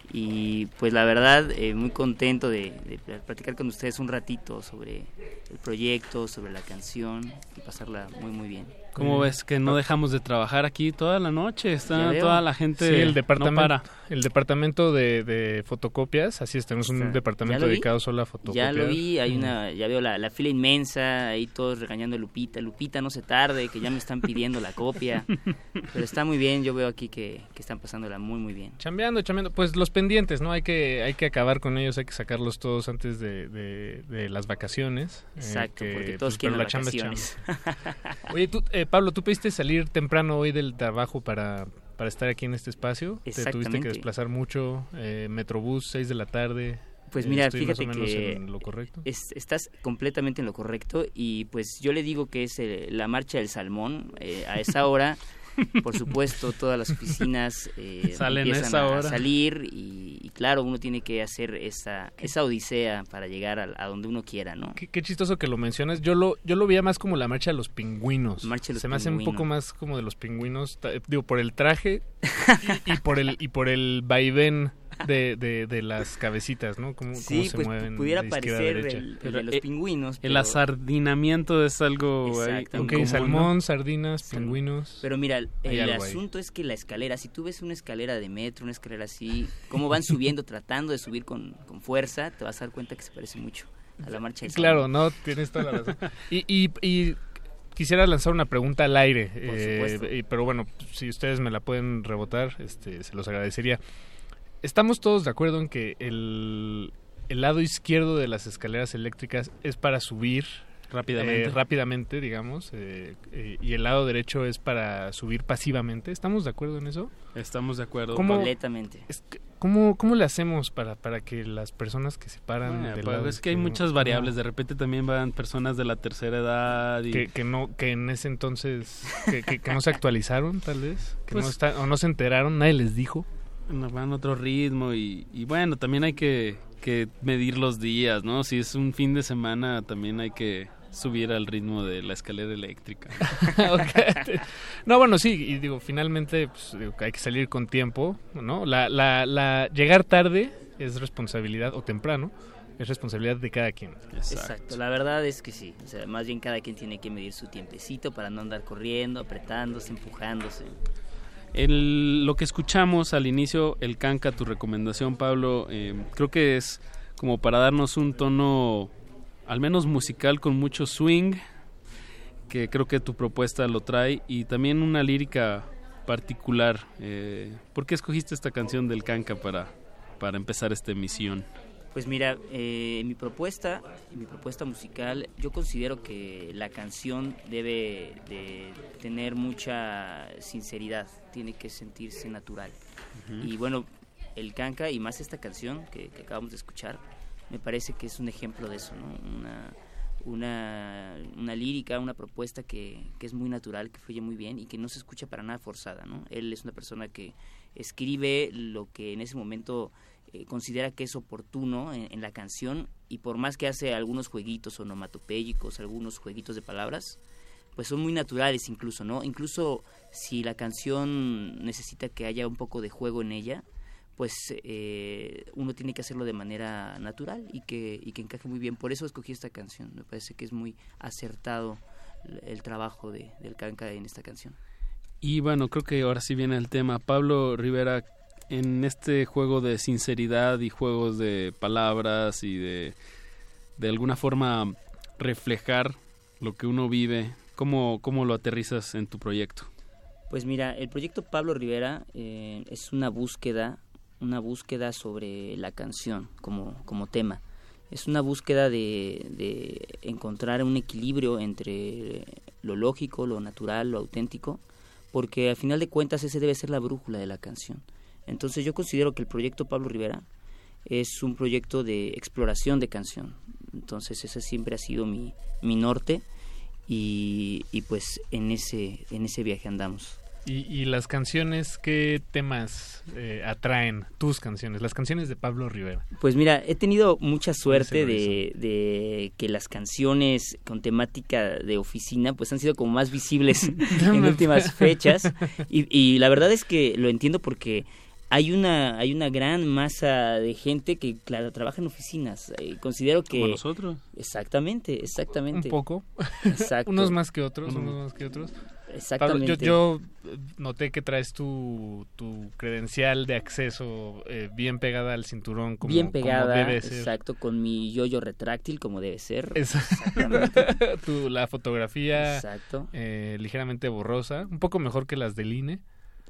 Y pues la verdad, eh, muy contento de, de platicar con ustedes un ratito sobre el proyecto, sobre la canción y pasarla muy, muy bien. ¿Cómo ves que no dejamos de trabajar aquí toda la noche? Está toda la gente, sí, el departamento, no para. El departamento de, de fotocopias, así es, tenemos un Está. departamento dedicado solo a fotocopias. Ya lo vi, hay mm. una, ya veo la, la fila inmensa, ahí todos regañando a Lupita, Lupita no se tarde, que ya me están pidiendo la copia, pero está muy bien, yo veo aquí que, que están pasándola muy muy bien. Chambeando, chambeando, pues los pendientes, ¿no? Hay que hay que acabar con ellos, hay que sacarlos todos antes de, de, de las vacaciones. Exacto, eh, que, porque todos pues, quieren la vacaciones. Chamba es chamba. Oye, tú, eh, Pablo, ¿tú pediste salir temprano hoy del trabajo para, para estar aquí en este espacio? ¿Te tuviste que desplazar mucho? Eh, Metrobús, seis de la tarde. Pues mira, eh, estoy fíjate más o menos que en lo correcto. Es, estás completamente en lo correcto y pues yo le digo que es eh, la marcha del salmón. Eh, a esa hora, por supuesto, todas las oficinas eh, salen empiezan esa a, hora. a salir y, y claro, uno tiene que hacer esa esa odisea para llegar a, a donde uno quiera, ¿no? Qué, qué chistoso que lo mencionas. Yo lo yo lo veía más como la marcha de los pingüinos. Marcha de los Se me hace pingüinos. un poco más como de los pingüinos, ta- digo, por el traje y, y por el y por el vaivén de, de, de las cabecitas, ¿no? Cómo, Sí, cómo se pues mueven pudiera de izquierda a parecer derecha. el, el de los pingüinos. El pero- asardinamiento es algo ahí Exacto. en Ok, común, salmón, ¿no? sardinas, pingüinos. Pero mira, el, Hay el algo ahí. asunto es que la escalera, si tú ves una escalera de metro, una escalera así, cómo van subiendo, tratando de subir con, con fuerza, te vas a dar cuenta que se parece mucho a la marcha del Claro, salmón. no, tienes toda la razón. Y, y, y quisiera lanzar una pregunta al aire, Por eh, supuesto. y- pero bueno, si ustedes me la pueden rebotar, este, se los agradecería. ¿Estamos todos de acuerdo en que el, el lado izquierdo de las escaleras eléctricas es para subir Rápidamente. eh, rápidamente, digamos, eh, eh, y el lado derecho es para subir pasivamente? ¿Estamos de acuerdo en eso? Estamos de acuerdo. ¿Cómo- Completamente. Es que- ¿Cómo, ¿Cómo le hacemos para, para que las personas que se paran Bueno, del pues lado es que hay izquierdo- muchas variables. De repente también van personas de la tercera edad y que, que no que en ese entonces que, que, que no se actualizaron tal vez que Pues- no está, o no se enteraron, nadie les dijo. nos van a otro ritmo y, y bueno, también hay que, que medir los días, ¿no? Si es un fin de semana también hay que subir al ritmo de la escalera eléctrica. Okay. No, bueno, sí, y digo, finalmente pues, digo, hay que salir con tiempo, ¿no? La, la, la llegar tarde es responsabilidad, o temprano, es responsabilidad de cada quien. Exacto, la verdad es que sí, o sea, más bien cada quien tiene que medir su tiempecito para no andar corriendo, apretándose, empujándose. El, lo que escuchamos al inicio, el canca, tu recomendación, Pablo, eh, creo que es como para darnos un tono, al menos musical, con mucho swing, que creo que tu propuesta lo trae, y también una lírica particular. Eh, ¿Por qué escogiste esta canción del canca para, para empezar esta emisión? Pues mira, eh, en mi propuesta, en mi propuesta musical, yo considero que la canción debe de tener mucha sinceridad, tiene que sentirse natural. Uh-huh. Y bueno, el canca y más esta canción que, que acabamos de escuchar, me parece que es un ejemplo de eso, ¿no? Una, una, una lírica, una propuesta que, que es muy natural, que fluye muy bien y que no se escucha para nada forzada, ¿no? Él es una persona que escribe lo que en ese momento eh, considera que es oportuno en, en la canción, y por más que hace algunos jueguitos onomatopéyicos, algunos jueguitos de palabras, pues son muy naturales incluso, ¿no? Incluso si la canción necesita que haya un poco de juego en ella, pues eh, uno tiene que hacerlo de manera natural y que, y que encaje muy bien. Por eso escogí esta canción, me parece que es muy acertado el trabajo de, del canca en esta canción. Y bueno, creo que ahora sí viene el tema. Pablo Rivera, en este juego de sinceridad y juegos de palabras y de, de alguna forma reflejar lo que uno vive, ¿cómo, cómo lo aterrizas en tu proyecto? Pues mira, el proyecto Pablo Rivera eh, es una búsqueda, una búsqueda sobre la canción como, como tema. Es una búsqueda de, de encontrar un equilibrio entre lo lógico, lo natural, lo auténtico, porque al final de cuentas ese debe ser la brújula de la canción. Entonces yo considero que el proyecto Pablo Rivera es un proyecto de exploración de canción. Entonces ese siempre ha sido mi, mi norte y, y pues en ese, en ese viaje andamos. ¿Y, y las canciones, qué temas eh, atraen tus canciones, las canciones de Pablo Rivera? Pues mira, he tenido mucha suerte de, de que las canciones con temática de oficina pues han sido como más visibles en últimas fechas y, y la verdad es que lo entiendo porque hay una hay una gran masa de gente que, claro, trabaja en oficinas. Eh, considero que... ¿Como nosotros? Exactamente, exactamente. Un poco. Exacto. Unos más que otros, unos, unos más que otros. Exactamente. Pablo, yo, yo noté que traes tu, tu credencial de acceso eh, bien pegada al cinturón, como, bien pegada, como debe ser. Exacto, con mi yoyo retráctil como debe ser. Exactamente. tu, la fotografía exacto. Eh, ligeramente borrosa, un poco mejor que las del I N E.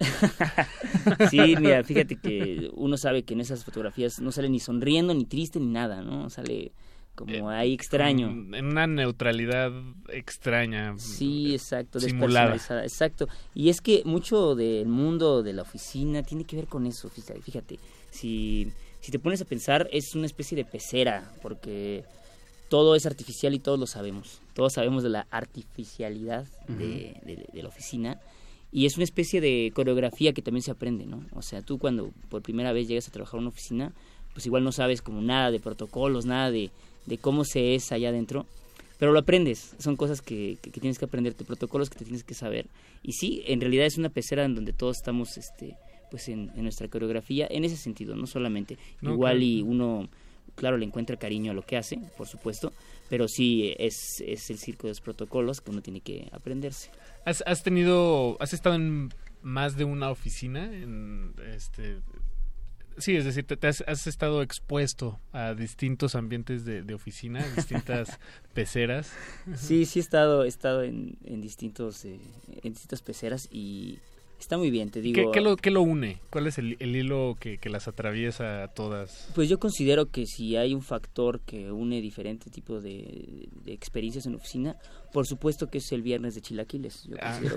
Sí, mira, fíjate que uno sabe que en esas fotografías no sale ni sonriendo, ni triste, ni nada, ¿no? Sale como ahí extraño. En una neutralidad extraña. Sí, exacto, simulada. Despersonalizada, exacto. Y es que mucho del mundo de la oficina tiene que ver con eso, fíjate, fíjate. Si, si te pones a pensar, es una especie de pecera, porque todo es artificial y todos lo sabemos. Todos sabemos de la artificialidad uh-huh. de, de, de la oficina. Y es una especie de coreografía que también se aprende, ¿no? O sea, tú cuando por primera vez llegas a trabajar en una oficina, pues igual no sabes como nada de protocolos, nada de, de cómo se es allá adentro, pero lo aprendes. Son cosas que, que, que tienes que aprenderte, protocolos que te tienes que saber. Y sí, en realidad es una pecera en donde todos estamos este, pues en, en nuestra coreografía, en ese sentido, no solamente. No, igual claro. Y uno, claro, le encuentra cariño a lo que hace, por supuesto, pero sí es, es el circo de los protocolos que uno tiene que aprenderse. ¿Has, has tenido, has estado en más de una oficina? En este, sí, es decir, te, te has, has estado expuesto a distintos ambientes de, de oficina, distintas peceras. Sí, sí he estado, he estado en, en distintos, eh, en distintas peceras y está muy bien, te digo. ¿Qué, qué, lo, qué lo une? ¿Cuál es el, el hilo que, que las atraviesa a todas? Pues yo considero que si hay un factor que une diferentes tipos de, de experiencias en oficina, por supuesto que es el viernes de chilaquiles. Yo considero,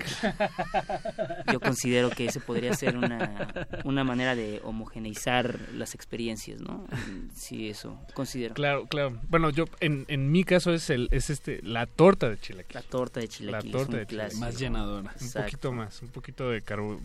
ah. que, yo considero que ese podría ser una, una manera de homogeneizar las experiencias, ¿no? Sí, eso considero. Claro, claro. Bueno, yo en, en mi caso es el es este la torta de chilaquiles. La torta de chilaquiles. La torta de chilaquiles. Más llenadora. Un Exacto. poquito más, un poquito de carbo,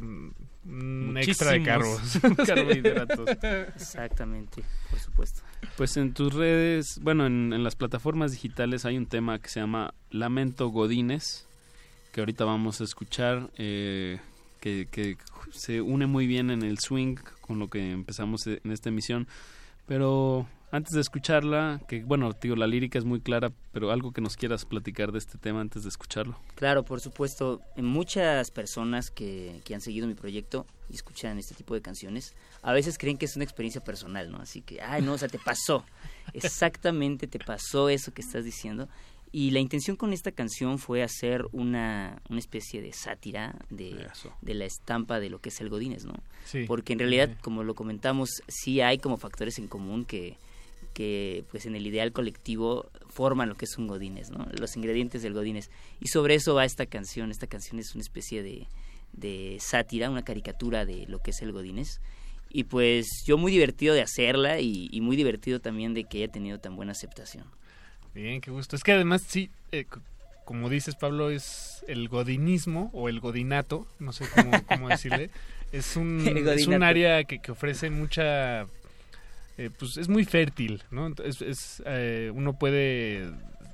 un extra de carbos, carbohidratos. Exactamente, por supuesto. Pues en tus redes, bueno, en, en las plataformas digitales hay un tema que se llama Lamento Godínez, que ahorita vamos a escuchar, eh, que, que se une muy bien en el swing con lo que empezamos en esta emisión, pero antes de escucharla, que bueno, digo, la lírica es muy clara, pero algo que nos quieras platicar de este tema antes de escucharlo. Claro, por supuesto, muchas personas que, que han seguido mi proyecto y escuchan este tipo de canciones, a veces creen que es una experiencia personal, ¿no? Así que, ay, no, o sea, te pasó, exactamente te pasó eso que estás diciendo. Y la intención con esta canción fue hacer una, una especie de sátira de, de la estampa de lo que es el Godínez, ¿no? Sí. Porque en realidad, sí. como lo comentamos, sí hay como factores en común que, que pues en el ideal colectivo forman lo que es un Godínez, ¿no? Los ingredientes del Godínez. Y sobre eso va esta canción. Esta canción es una especie de, de sátira, una caricatura de lo que es el Godínez. Y pues yo muy divertido de hacerla y, y muy divertido también de que haya tenido tan buena aceptación. Bien, qué gusto. Es que además sí, eh, como dices, Pablo, es el godinismo o el godinato, no sé cómo, cómo decirle. Es un, es un área que, que ofrece mucha... Eh, pues es muy fértil, ¿no? Es, es, eh, uno puede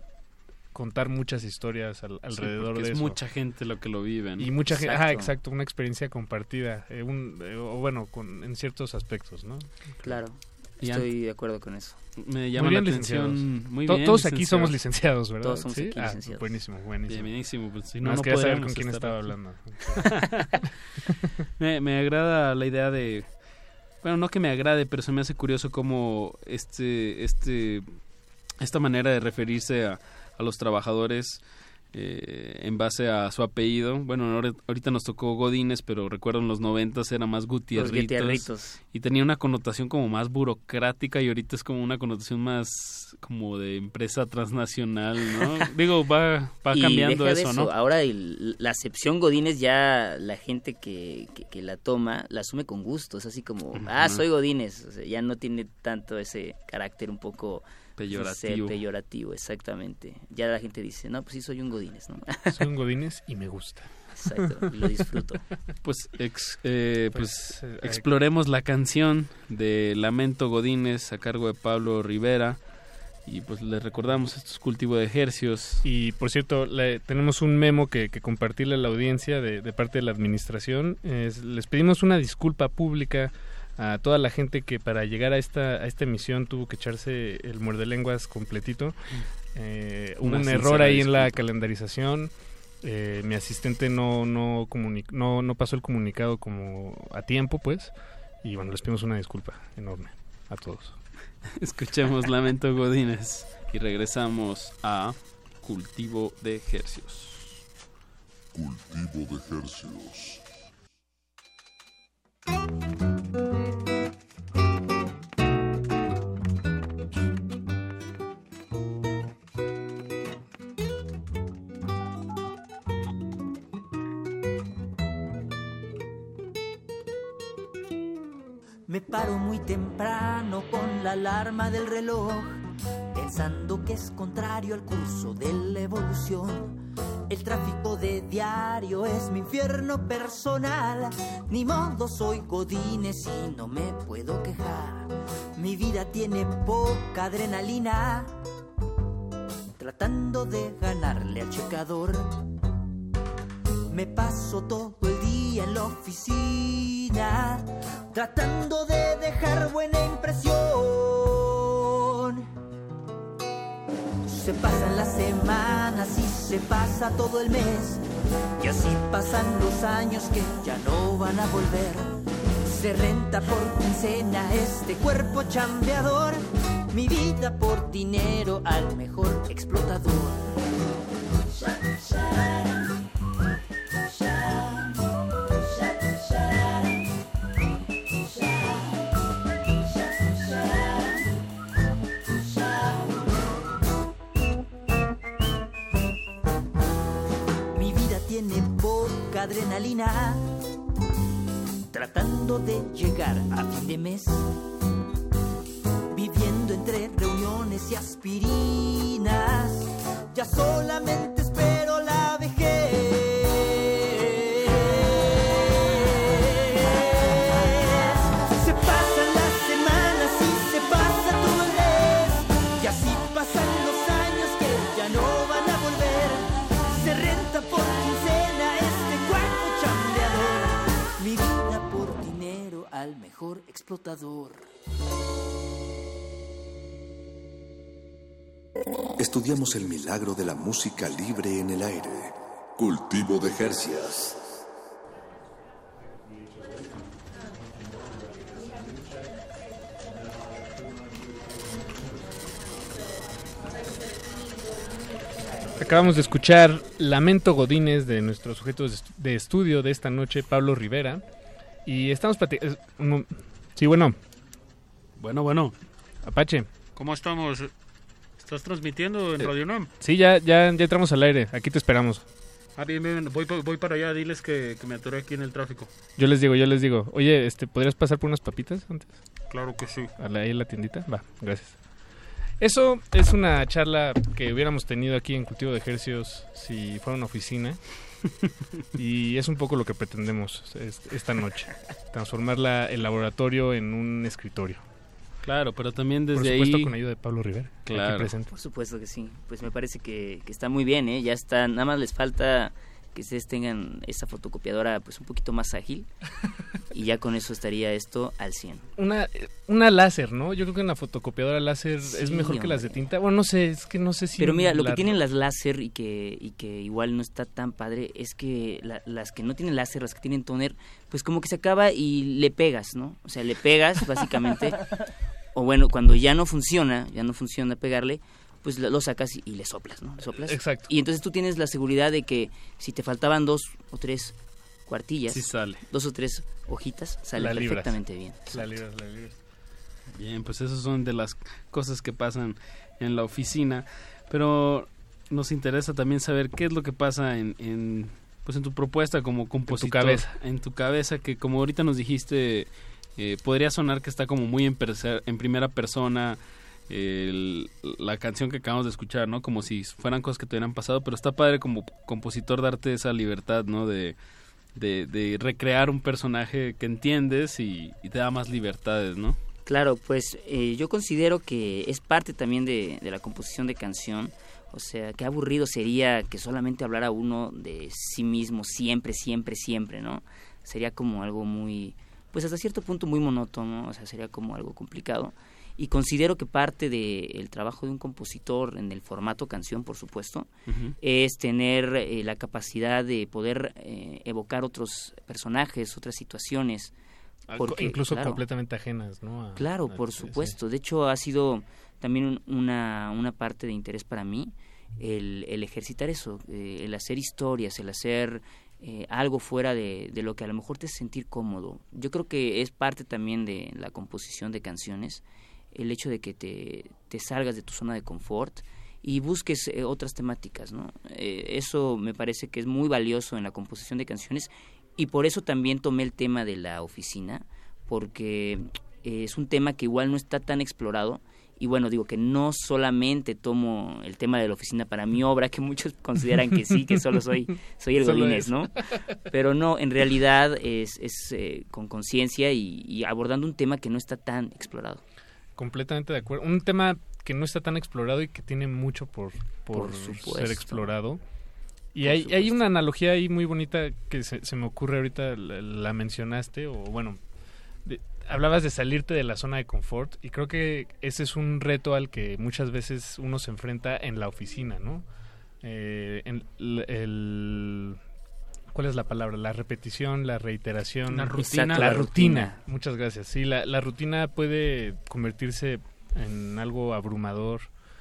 contar muchas historias al, alrededor sí, de es eso. mucha gente lo que lo vive, ¿no? Y mucha gente, ah, exacto, una experiencia compartida, eh, un, eh, o bueno, con, en ciertos aspectos, ¿no? Claro. Estoy de acuerdo con eso. Me llama muy bien, la atención. Muy bien, todos aquí somos licenciados, ¿verdad? Todos somos ¿Sí? aquí ah, licenciados. Buenísimo, buenísimo. Buenísimo. Pues, si no, no, no quería saber con podríamos quién estar estaba aquí. hablando. me, me agrada la idea de... Bueno, no que me agrade, pero se me hace curioso cómo este, este, esta manera de referirse a, a los trabajadores eh, en base a su apellido. Bueno, ahora, ahorita nos tocó Godínez, pero recuerdo en los noventas era más Gutierritos, Gutierritos. Y tenía una connotación como más burocrática y ahorita es como una connotación más como de empresa transnacional, ¿no? Digo, va, va y cambiando deja de eso, eso, ¿no? Ahora el, la acepción Godínez ya la gente que, que, que la toma la asume con gusto, es así como, uh-huh. ah, soy Godínez, o sea, ya no tiene tanto ese carácter un poco... Peyorativo. Sí, peyorativo, exactamente. Ya la gente dice, no, pues sí soy un Godínez, ¿no? Soy un Godínez y me gusta. Exacto, y lo disfruto. Pues, ex, eh, pues, pues eh, exploremos la canción de Lamento Godínez a cargo de Pablo Rivera. Y pues les recordamos, esto es Cultivo de Hercios. Y por cierto, le, tenemos un memo que, que compartirle a la audiencia de, de parte de la administración. Es, les pedimos una disculpa pública a toda la gente que para llegar a esta a esta emisión tuvo que echarse el muerde lenguas completito. Eh, hubo un error ahí disculpa. en la calendarización. Eh, mi asistente no no, comunic- no no pasó el comunicado como a tiempo, pues. Y bueno, les pedimos una disculpa enorme a todos. Escuchemos Lamento Godínez y regresamos a Cultivo de Hercios. Cultivo de Hercios. Me paro muy temprano con la alarma del reloj, pensando que es contrario al curso de la evolución. El tráfico de diario es mi infierno personal. Ni modo, soy Godínez y no me puedo quejar. Mi vida tiene poca adrenalina, tratando de ganarle al checador. Me paso todo el día en la oficina, tratando de dejar buena impresión. Se pasan las semanas y se pasa todo el mes, y así pasan los años que ya no van a volver. Se renta por quincena este cuerpo chambeador, mi vida por dinero al mejor explotador. Tiene poca adrenalina, tratando de llegar a fin de mes, viviendo entre reuniones y aspirinas, ya solamente espero la vejez. Se pasan las semanas y se pasa todo el mes, y así pasan los años que ya no van a volver. Se renta por al mejor explotador. Estudiamos el milagro de la música libre en el aire. Cultivo de Hercios. Acabamos de escuchar Lamento Godínez de nuestro sujeto de estudio de esta noche, Pablo Rivera. Y estamos platicando... Sí, bueno. Bueno, bueno. Apache. ¿Cómo estamos? ¿Estás transmitiendo en Radio UNAM? Sí, ya, ya, ya entramos al aire. Aquí te esperamos. Ah, bien, bien. Voy, voy para allá. Diles que, que me atoré aquí en el tráfico. Yo les digo, yo les digo. Oye, este, ¿podrías pasar por unas papitas antes? Claro que sí. ¿A la, ahí en la tiendita? Va, gracias. Eso es una charla que hubiéramos tenido aquí en Cultivo de Ejercicios si fuera una oficina. Y es un poco lo que pretendemos esta noche. Transformar la, el laboratorio en un escritorio. Claro, pero también desde ahí... Por supuesto, ahí, con ayuda de Pablo Rivera. Claro. Por supuesto que sí. Pues me parece que, que está muy bien, ¿eh? Ya está, nada más les falta que ustedes tengan esa fotocopiadora pues un poquito más ágil y ya con eso estaría esto al cien. Una una láser, ¿no? Yo creo que una fotocopiadora láser sí, es mejor hombre. que las de tinta. Bueno, no sé, es que no sé si... Pero mira, lo la... que tienen las láser y que y que igual no está tan padre es que la, las que no tienen láser, las que tienen toner, pues como que se acaba y le pegas, ¿no? O sea, le pegas básicamente... O bueno, cuando ya no funciona, ya no funciona pegarle, pues lo sacas y, y le soplas, ¿no? Le soplas. Exacto. Y entonces tú tienes la seguridad de que si te faltaban dos o tres cuartillas, sí sale. dos o tres hojitas, sale perfectamente bien. La libras, la libras. Bien, pues esas son de las cosas que pasan en la oficina, pero nos interesa también saber qué es lo que pasa en, en pues en tu propuesta como compositor. En tu cabeza. En tu cabeza, que como ahorita nos dijiste... Eh, podría sonar que está como muy en, perse- en primera persona el, la canción que acabamos de escuchar, ¿no? Como si fueran cosas que te hubieran pasado, pero está padre como compositor darte esa libertad, ¿no? De, de, de recrear un personaje que entiendes y, y te da más libertades, ¿no? Claro, pues eh, yo considero que es parte también de, de la composición de canción. O sea, qué aburrido sería que solamente hablara uno de sí mismo siempre, siempre, siempre, ¿no? Sería como algo muy... pues hasta cierto punto muy monótono, o sea, sería como algo complicado. Y considero que parte del trabajo de un compositor en el formato canción, por supuesto, uh-huh. es tener eh, la capacidad de poder eh, evocar otros personajes, otras situaciones. Porque, Incluso claro, completamente ajenas, ¿no? A, claro, a, por supuesto. Sí. De hecho, ha sido también una, una parte de interés para mí el, el ejercitar eso, eh, el hacer historias, el hacer... Eh, algo fuera de, de lo que a lo mejor te hace sentir cómodo. Yo creo que es parte también de la composición de canciones, el hecho de que te, te salgas de tu zona de confort y busques eh, otras temáticas, ¿no? Eh, eso me parece que es muy valioso en la composición de canciones y por eso también tomé el tema de la oficina, porque eh, es un tema que igual no está tan explorado. Y bueno, digo que no solamente tomo el tema de la oficina para mi obra, que muchos consideran que sí, que solo soy soy el Godínez, ¿no? Pero no, en realidad es, es eh, con conciencia y, y abordando un tema que no está tan explorado. Completamente de acuerdo. Un tema que no está tan explorado y que tiene mucho por, por, por ser explorado. Y hay, hay una analogía ahí muy bonita que se, se me ocurre ahorita, la, la mencionaste, o bueno... De, hablabas de salirte de la zona de confort y creo que ese es un reto al que muchas veces uno se enfrenta en la oficina, ¿no? Eh, en, el, el, ¿cuál es la palabra? La repetición, la reiteración. La rutina. La rutina. Muchas gracias. Sí, la, la rutina puede convertirse en algo abrumador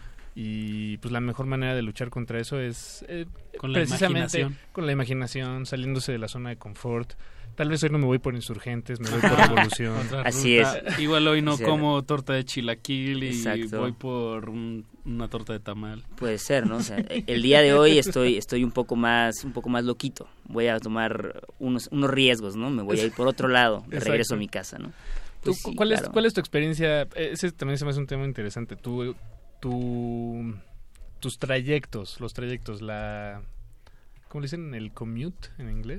y pues la mejor manera de luchar contra eso es eh, con la precisamente imaginación. con la imaginación, saliéndose de la zona de confort. Tal vez hoy no me voy por Insurgentes, me voy por Revolución. Así es. Igual hoy no sí, como torta de chilaquil y exacto. voy por un, una torta de tamal. Puede ser, ¿no? O sea, el día de hoy estoy estoy un poco más un poco más loquito. Voy a tomar unos unos riesgos, ¿no? Me voy a ir por otro lado, de regreso a mi casa, ¿no? Pues ¿Tú, sí, ¿cuál claro. es cuál es tu experiencia? Ese también se me hace un tema interesante. Tu tu tus trayectos, los trayectos, la ¿cómo le dicen? ¿El commute en inglés?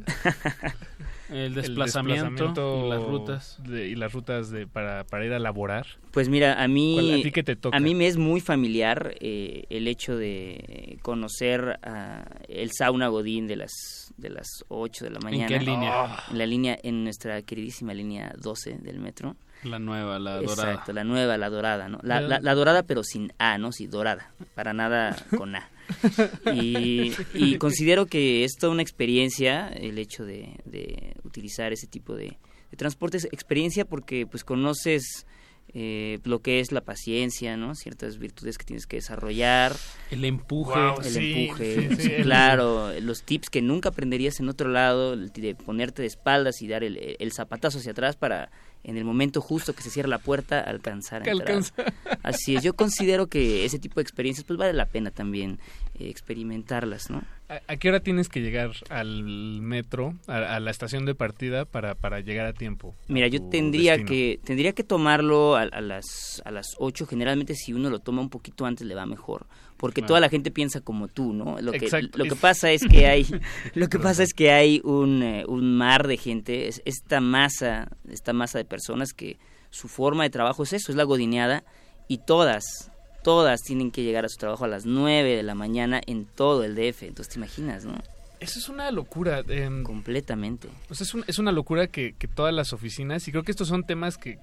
el desplazamiento, el desplazamiento y las rutas. De, y las rutas de, para, para ir a laborar. Pues mira, a mí, ¿A ti qué te toca? A mí me es muy familiar eh, el hecho de conocer uh, el sauna Godín de las de las ocho de la mañana. ¿En qué línea? Oh. En la línea, en nuestra queridísima línea doce del metro. La nueva, la dorada. Exacto, la nueva, la dorada, ¿no? La, la, la dorada pero sin A, ¿no? Sí, dorada, para nada con A. Y, y considero que es toda una experiencia el hecho de, de utilizar ese tipo de, de transportes, experiencia porque pues conoces eh, lo que es la paciencia, ¿no? Ciertas virtudes que tienes que desarrollar. El empuje. Wow, el sí, empuje, sí, sí, claro, el... los tips que nunca aprenderías en otro lado, de ponerte de espaldas y dar el, el zapatazo hacia atrás para en el momento justo que se cierra la puerta, alcanzar a Que entrar. alcanza. Así es, yo considero que ese tipo de experiencias pues vale la pena también eh, experimentarlas, ¿no? ¿A, a qué hora tienes que llegar al metro, a, a la estación de partida para, para llegar a tiempo? Mira, yo tendría destino? que tendría que tomarlo a, a las a las ocho. Generalmente si uno lo toma un poquito antes le va mejor, porque ah. toda la gente piensa como tú, ¿no? Lo que Exacto. lo que pasa es que hay lo que pasa es que hay un eh, un mar de gente, es, esta masa, esta masa de personas que su forma de trabajo es eso, es la godineada, y todas todas tienen que llegar a su trabajo a las nueve de la mañana en todo el D F. Entonces te imaginas, ¿no? Eso es una locura. Eh, Completamente. O sea, es, un, es una locura que, que todas las oficinas, y creo que estos son temas que,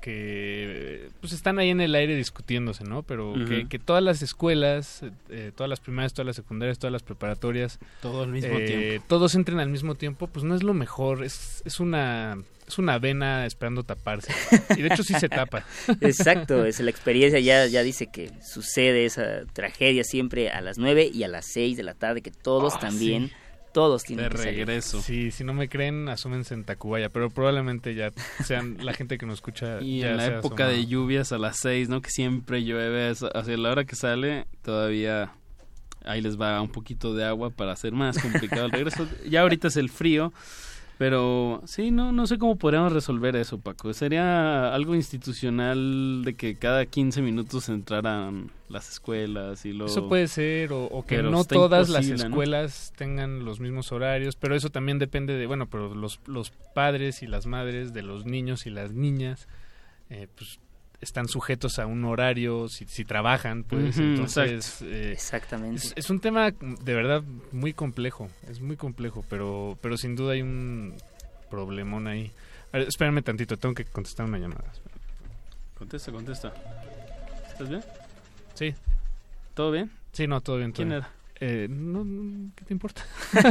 que pues están ahí en el aire discutiéndose, ¿no? Pero uh-huh. que, que todas las escuelas, eh, todas las primarias, todas las secundarias, todas las preparatorias, todo al mismo eh, tiempo. todos entren al mismo tiempo, pues no es lo mejor. Es, es una... Es una vena esperando taparse. Y de hecho sí se tapa. Exacto, es la experiencia ya ya dice que sucede esa tragedia siempre a las nueve y a las seis de la tarde, que todos oh, también, sí. todos tienen de que salir. regreso. Sí, si no me creen, asómense en Tacubaya, pero probablemente ya sean la gente que nos escucha. Y ya en la época asomado. de lluvias a las seis, ¿no? Que siempre llueve, hacia la hora que sale, todavía ahí les va un poquito de agua para hacer más complicado el regreso. Ya ahorita es el frío. Pero sí, no no sé cómo podríamos resolver eso, Paco. Sería algo institucional de que cada quince minutos entraran las escuelas y lo... Eso puede ser, o, o que no todas las escuelas ¿no? tengan los mismos horarios, pero eso también depende de, bueno, pero los, los padres y las madres de los niños y las niñas, eh, pues están sujetos a un horario, si, si trabajan, pues uh-huh, entonces... Eh, Exactamente. Es, es un tema de verdad muy complejo, es muy complejo, pero pero sin duda hay un problemón ahí. A ver, espérame tantito, tengo que contestar una llamada. Contesta, contesta. ¿Estás bien? Sí. ¿Todo bien? Sí, no, todo bien. Todo ¿Quién bien. era? Eh, no, no, ¿qué te importa?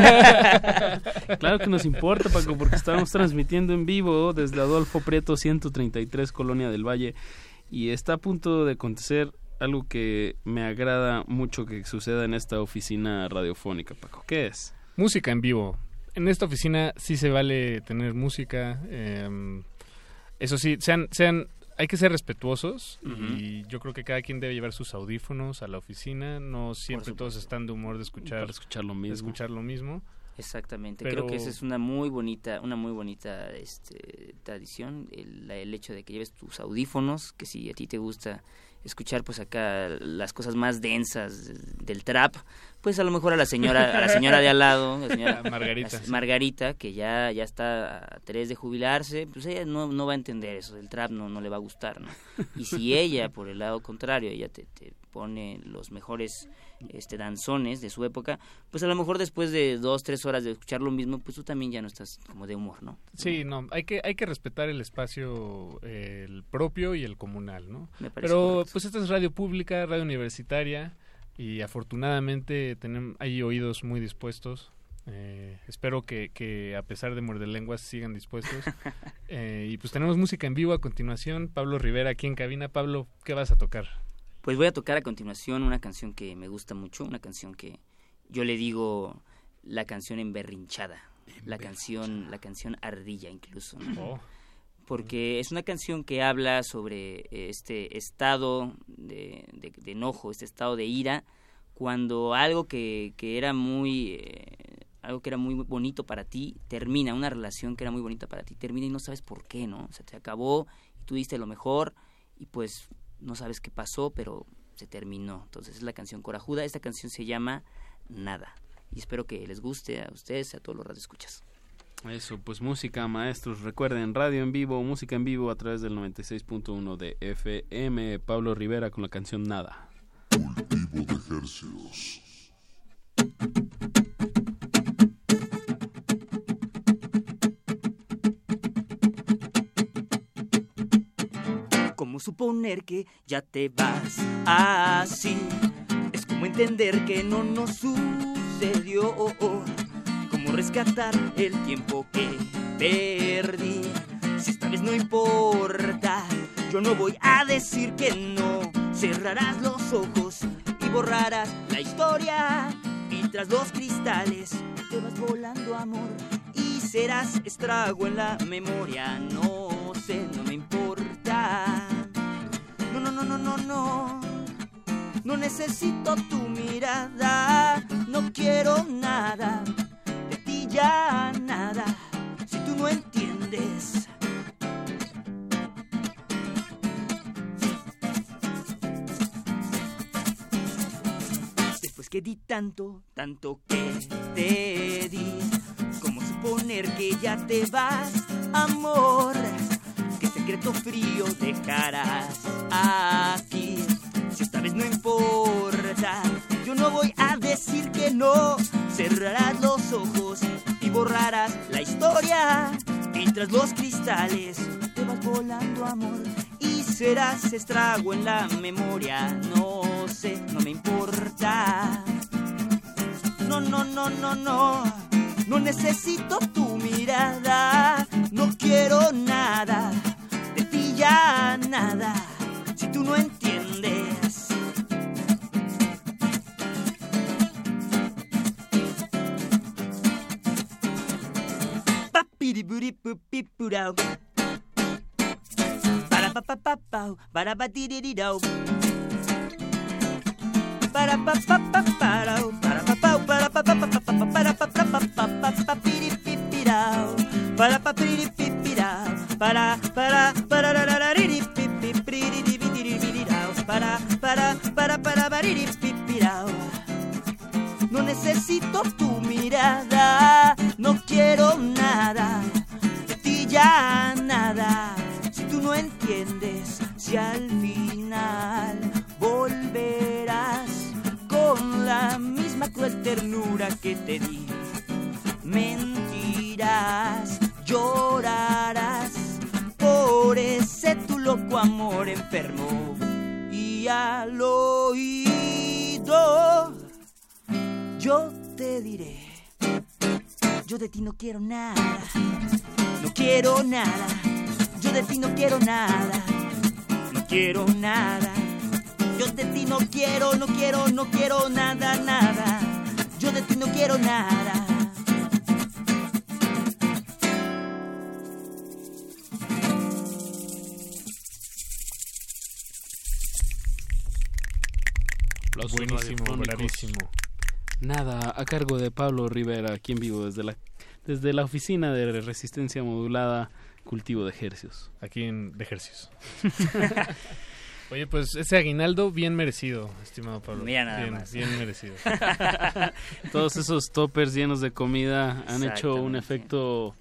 Claro que nos importa, Paco, porque estamos transmitiendo en vivo desde Adolfo Prieto ciento treinta y tres, Colonia del Valle, y está a punto de acontecer algo que me agrada mucho que suceda en esta oficina radiofónica, Paco. ¿Qué es? Música en vivo. En esta oficina sí se vale tener música. Eh, eso sí, sean... sean hay que ser respetuosos uh-huh. y yo creo que cada quien debe llevar sus audífonos a la oficina, no siempre todos están de humor de escuchar, Para escuchar lo mismo. De escuchar lo mismo. Exactamente, Pero... creo que esa es una muy bonita, una muy bonita este, tradición, el, el hecho de que lleves tus audífonos, que si a ti te gusta escuchar pues acá las cosas más densas del trap, pues a lo mejor a la señora a la señora de al lado, la señora Margarita, la, Margarita, que ya ya está a tres de jubilarse, pues ella no no va a entender eso, el trap no no le va a gustar, ¿no? Y si ella por el lado contrario, ella te, te pone los mejores este danzones de su época, pues a lo mejor después de dos, tres horas de escuchar lo mismo, pues tú también ya no estás como de humor, ¿no? Sí, no, hay que hay que respetar el espacio, eh, el propio y el comunal, ¿no? Me parece Pero correcto. Pues esta es radio pública, radio universitaria, y afortunadamente tenemos, hay oídos muy dispuestos. Eh, espero que, que a pesar de muerder lenguas sigan dispuestos. eh, y pues tenemos música en vivo a continuación. Pablo Rivera aquí en cabina. Pablo, ¿qué vas a tocar? Pues voy a tocar a continuación una canción que me gusta mucho, una canción que yo le digo la canción emberrinchada, la canción, la canción ardilla incluso, ¿no? Oh. Porque es una canción que habla sobre este estado de, de, de enojo, este estado de ira, cuando algo que, que era muy eh, algo que era muy bonito para ti termina, una relación que era muy bonita para ti termina y no sabes por qué, ¿no? O sea, te acabó y tú diste lo mejor y pues no sabes qué pasó, pero se terminó. Entonces es la canción corajuda. Esta canción se llama Nada y espero que les guste a ustedes, a todos los radioescuchas. Eso, pues música, maestros. Recuerden, radio en vivo, música en vivo a través del noventa y seis punto uno de F M. Pablo Rivera con la canción Nada. Cultivo de ejercicios. ¿Cómo suponer que ya te vas así? Es como entender que no nos sucedió. ¿Cómo rescatar el tiempo que perdí? Si esta vez no importa, yo no voy a decir que no. Cerrarás los ojos y borrarás la historia. Y tras los cristales te vas volando, amor, y serás estrago en la memoria. No sé, no me importa. No, no, no, no, no, no. No necesito tu mirada, no quiero nada, de ti ya nada, si tú no entiendes. Después que di tanto, tanto que te di, ¿cómo suponer que ya te vas, amor? ¿Qué secreto frío dejarás aquí? Si esta vez no importa, yo no voy a decir que no. Cerrarás los ojos y borrarás la historia, y tras los cristales te vas volando, amor, y serás estrago en la memoria. No sé, no me importa. No, no, no, no, no. No necesito tu mirada, no quiero nada, de ti ya nada, si tú no entiendes. Papiripuripupipurau. Para pa pa pa pa, para pa tirirau. Para pa pa pa para, para pa pa para pa pa pa pa para pa pa pa pa pa piripipirau. Para pa piripipirau. Para para para la la la riripipipiripipirau. Para para para para pariripipirau. No necesito tu mirada, no quiero nada, de ti ya nada, si tú no entiendes, si al final volverás con la misma cruel ternura que te di, mentirás, llorarás por ese tu loco amor enfermo, y al oído yo te diré, yo de ti no quiero nada, no quiero nada, yo de ti no quiero nada, no quiero nada, yo de ti no quiero, no quiero, no quiero nada, nada, yo de ti no quiero nada. Buenísimo, bravísimo. Nada, a cargo de Pablo Rivera, aquí en vivo desde la desde la oficina de resistencia modulada Cultivo de Ejercios. Aquí en de Ejercios. Oye, pues ese aguinaldo bien merecido, estimado Pablo. Mira nada bien, más. Bien merecido. Todos esos toppers llenos de comida han hecho un efecto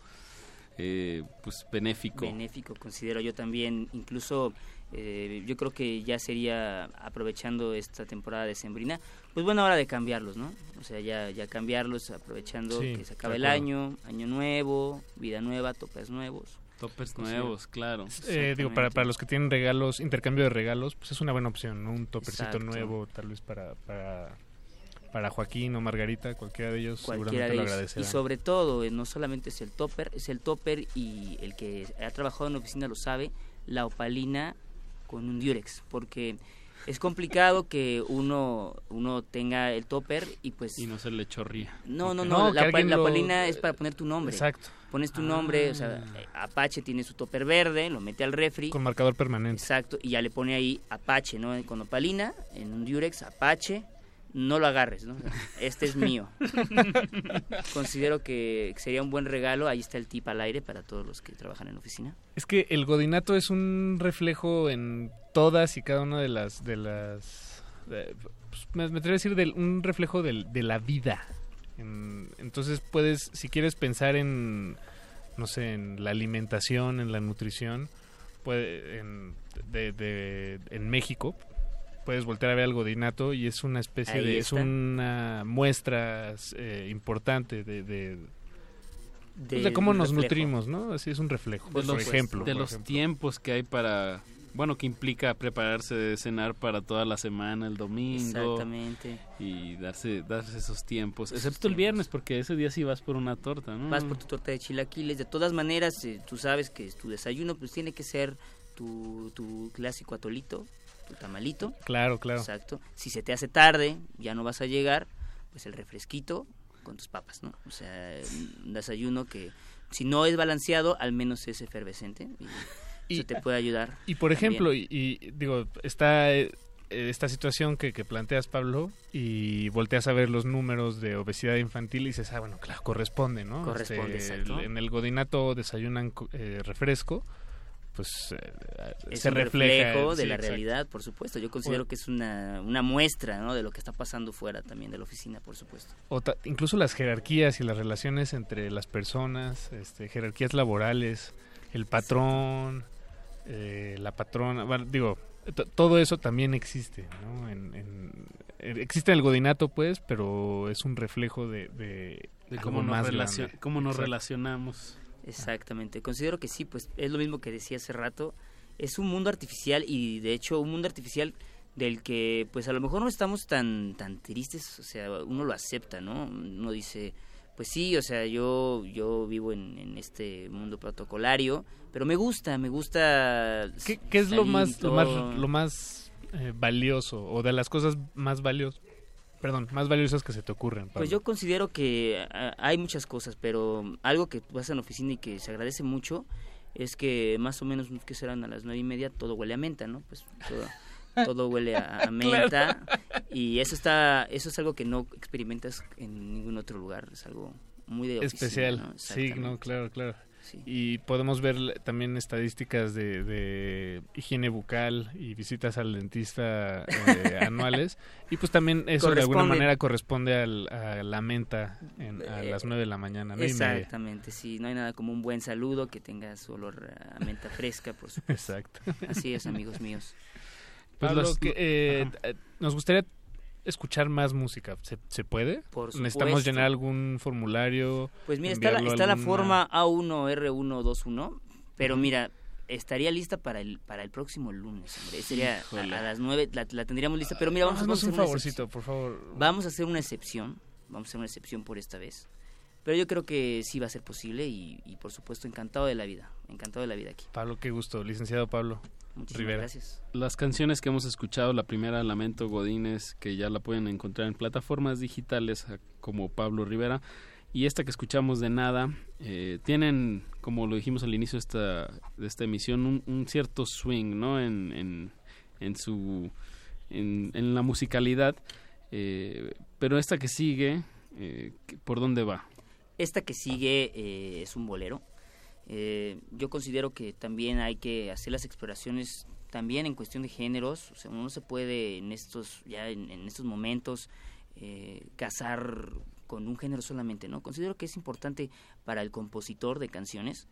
eh, pues benéfico. Benéfico, considero yo también. Incluso eh, yo creo que ya sería, aprovechando esta temporada decembrina, pues buena hora de cambiarlos, ¿no? O sea, ya, ya cambiarlos, aprovechando sí, que se acaba el año, año nuevo, vida nueva, toppers nuevos. Toppers nuevos, claro. Eh, digo, para, para los que tienen regalos, intercambio de regalos, pues es una buena opción, ¿no? Un toppercito Exacto. nuevo, tal vez para, para, para Joaquín o Margarita, cualquiera de ellos cualquiera seguramente lo agradecerá. Y sobre todo, no solamente es el topper, es el topper y el que ha trabajado en la oficina lo sabe, la opalina con un diurex, porque es complicado que uno uno tenga el topper y pues... Y no se le chorría. No, no, no, no la, la lo... opalina es para poner tu nombre. Exacto. Pones tu ah. nombre, o sea, Apache tiene su topper verde, lo mete al refri. Con marcador permanente. Exacto, y ya le pone ahí Apache, ¿no? Con opalina, en un diurex, Apache, no lo agarres, ¿no? Este es mío. Considero que sería un buen regalo, ahí está el tip al aire para todos los que trabajan en oficina. Es que el godinato es un reflejo en todas y cada una de las... de las de, pues, me, me atrevo a decir, de, un reflejo de, de la vida. En, entonces puedes, si quieres pensar en, no sé, en la alimentación, en la nutrición, puede, en, de, de, en México, puedes voltear a ver al godinato y es una especie Ahí de, está. es una muestra eh, importante de, de, de, pues de cómo nos reflejo. nutrimos, ¿no? Así es un reflejo, de por los, ejemplo. De por los ejemplo. tiempos que hay para... Bueno, que implica prepararse de cenar para toda la semana, el domingo. Exactamente. Y darse darse esos tiempos. Esos Excepto tiempos. el viernes, porque ese día sí vas por una torta, ¿no? Vas por tu torta de chilaquiles. De todas maneras, eh, tú sabes que tu desayuno pues tiene que ser tu, tu clásico atolito, tu tamalito. Claro, claro. Exacto. Si se te hace tarde, ya no vas a llegar, pues el refresquito con tus papas, ¿no? O sea, un desayuno que si no es balanceado, al menos es efervescente. Y y, eso te puede ayudar. Y por ejemplo, y, y digo, está eh, esta situación que, que planteas, Pablo, y volteas a ver los números de obesidad infantil y dices, ah, bueno, claro, corresponde, ¿no? Corresponde, este, exacto. En el godinato desayunan eh, refresco, pues eh, es se un refleja reflejo de sí, la exacto. realidad, por supuesto. Yo considero o, que es una, una muestra, ¿no?, de lo que está pasando fuera también de la oficina, por supuesto. O ta, incluso las jerarquías y las relaciones entre las personas, este, jerarquías laborales, el patrón, eh, la patrona, bueno, digo, t- todo eso también existe, ¿no? En, en, existe en el godinato, pues, pero es un reflejo de, de, de cómo, nos más relacion- grande. cómo nos Exacto. relacionamos. Exactamente, considero que sí, pues es lo mismo que decía hace rato, es un mundo artificial y de hecho un mundo artificial del que pues a lo mejor no estamos tan tan tristes, o sea, uno lo acepta, ¿no? Uno dice, pues sí, o sea, yo yo vivo en, en este mundo protocolario, pero me gusta, me gusta. ¿Qué, qué es lo más, lo más lo más eh, valioso o de las cosas más valiosas? Perdón, más valiosas que se te ocurren, Pablo. Pues yo considero que uh, hay muchas cosas, pero algo que vas en la oficina y que se agradece mucho es que más o menos, que serán a las nueve y media, todo huele a menta, ¿no? Pues todo, todo huele a, a menta. Claro. Y eso está, eso es algo que no experimentas en ningún otro lugar, es algo muy de oficina, especial, ¿no? Sí, no, claro, claro. Sí. Y podemos ver también estadísticas de, de higiene bucal y visitas al dentista eh, anuales, y pues también eso de alguna manera corresponde al, a la menta en, a las nueve de la mañana. ¿No? Exactamente, sí, no hay nada como un buen saludo que tenga su olor a menta fresca, por supuesto. Exacto. Así es, amigos míos. Pues Pablo, los, que, eh, nos gustaría escuchar más música. ¿Se, se puede? Por supuesto. ¿Necesitamos llenar algún formulario? Pues mira, está la, está alguna... la forma A uno R uno dos uno, pero mira, estaría lista para el para el próximo lunes, hombre. Sería a, a las nueve, la, la tendríamos lista, pero mira, vamos, vamos a hacer un favorcito, por favor. Vamos a hacer una excepción, vamos a hacer una excepción por esta vez. Pero yo creo que sí va a ser posible y, y por supuesto encantado de la vida, encantado de la vida aquí. Pablo, qué gusto, licenciado Pablo. Muchísimas Rivera. Gracias. Las canciones que hemos escuchado, la primera, Lamento Godínez, que ya la pueden encontrar en plataformas digitales como Pablo Rivera, y esta que escuchamos de Nada, eh, tienen, como lo dijimos al inicio de esta, de esta emisión, un, un cierto swing, ¿no? En, en, en su en, en la musicalidad, eh, pero esta que sigue, eh, ¿por dónde va? Esta que sigue eh, es un bolero. Eh, yo considero que también hay que hacer las exploraciones también en cuestión de géneros, o sea, uno no se puede en estos ya en, en estos momentos eh, casar con un género solamente, ¿no? Considero que es importante para el compositor de canciones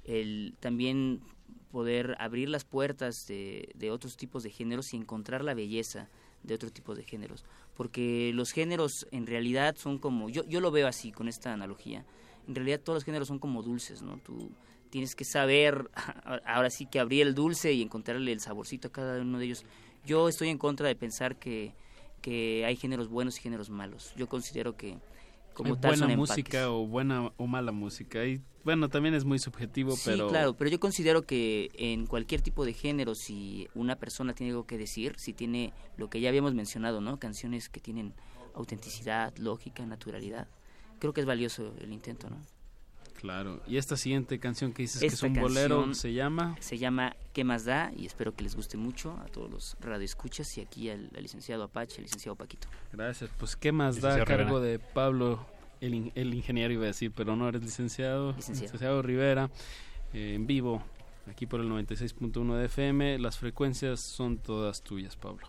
el también poder abrir las puertas de, de otros tipos de géneros y encontrar la belleza de otros tipos de géneros, porque los géneros en realidad son como, yo, yo lo veo así con esta analogía, en realidad todos los géneros son como dulces, ¿no? Tú tienes que saber, ahora sí que abrir el dulce y encontrarle el saborcito a cada uno de ellos. Yo estoy en contra de pensar que, que hay géneros buenos y géneros malos. Yo considero que como hay tal buena son música empaques. o buena o mala música. Y bueno, también es muy subjetivo, sí, pero... Sí, claro, pero yo considero que en cualquier tipo de género, si una persona tiene algo que decir, si tiene lo que ya habíamos mencionado, ¿no? Canciones que tienen autenticidad, lógica, naturalidad, creo que es valioso el intento, ¿no? Claro, y esta siguiente canción que dices esta que es un bolero, ¿se llama? Se llama ¿Qué más da? Y espero que les guste mucho a todos los radioescuchas y aquí al, al licenciado Apache, al licenciado Paquito. Gracias, pues ¿qué más da? A cargo de Pablo, el, in, el ingeniero iba a decir, pero no eres licenciado, licenciado, licenciado Rivera, eh, en vivo, aquí por el noventa y seis punto uno de F M, las frecuencias son todas tuyas, Pablo.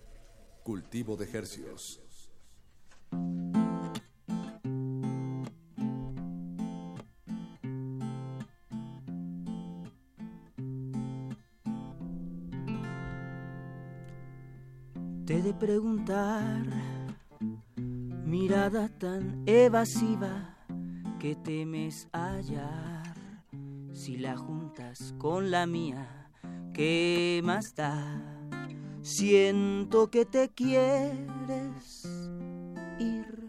Cultivo de hercios. Te he de preguntar, mirada tan evasiva que temes hallar, si la juntas con la mía, ¿qué más da? Siento que te quieres ir,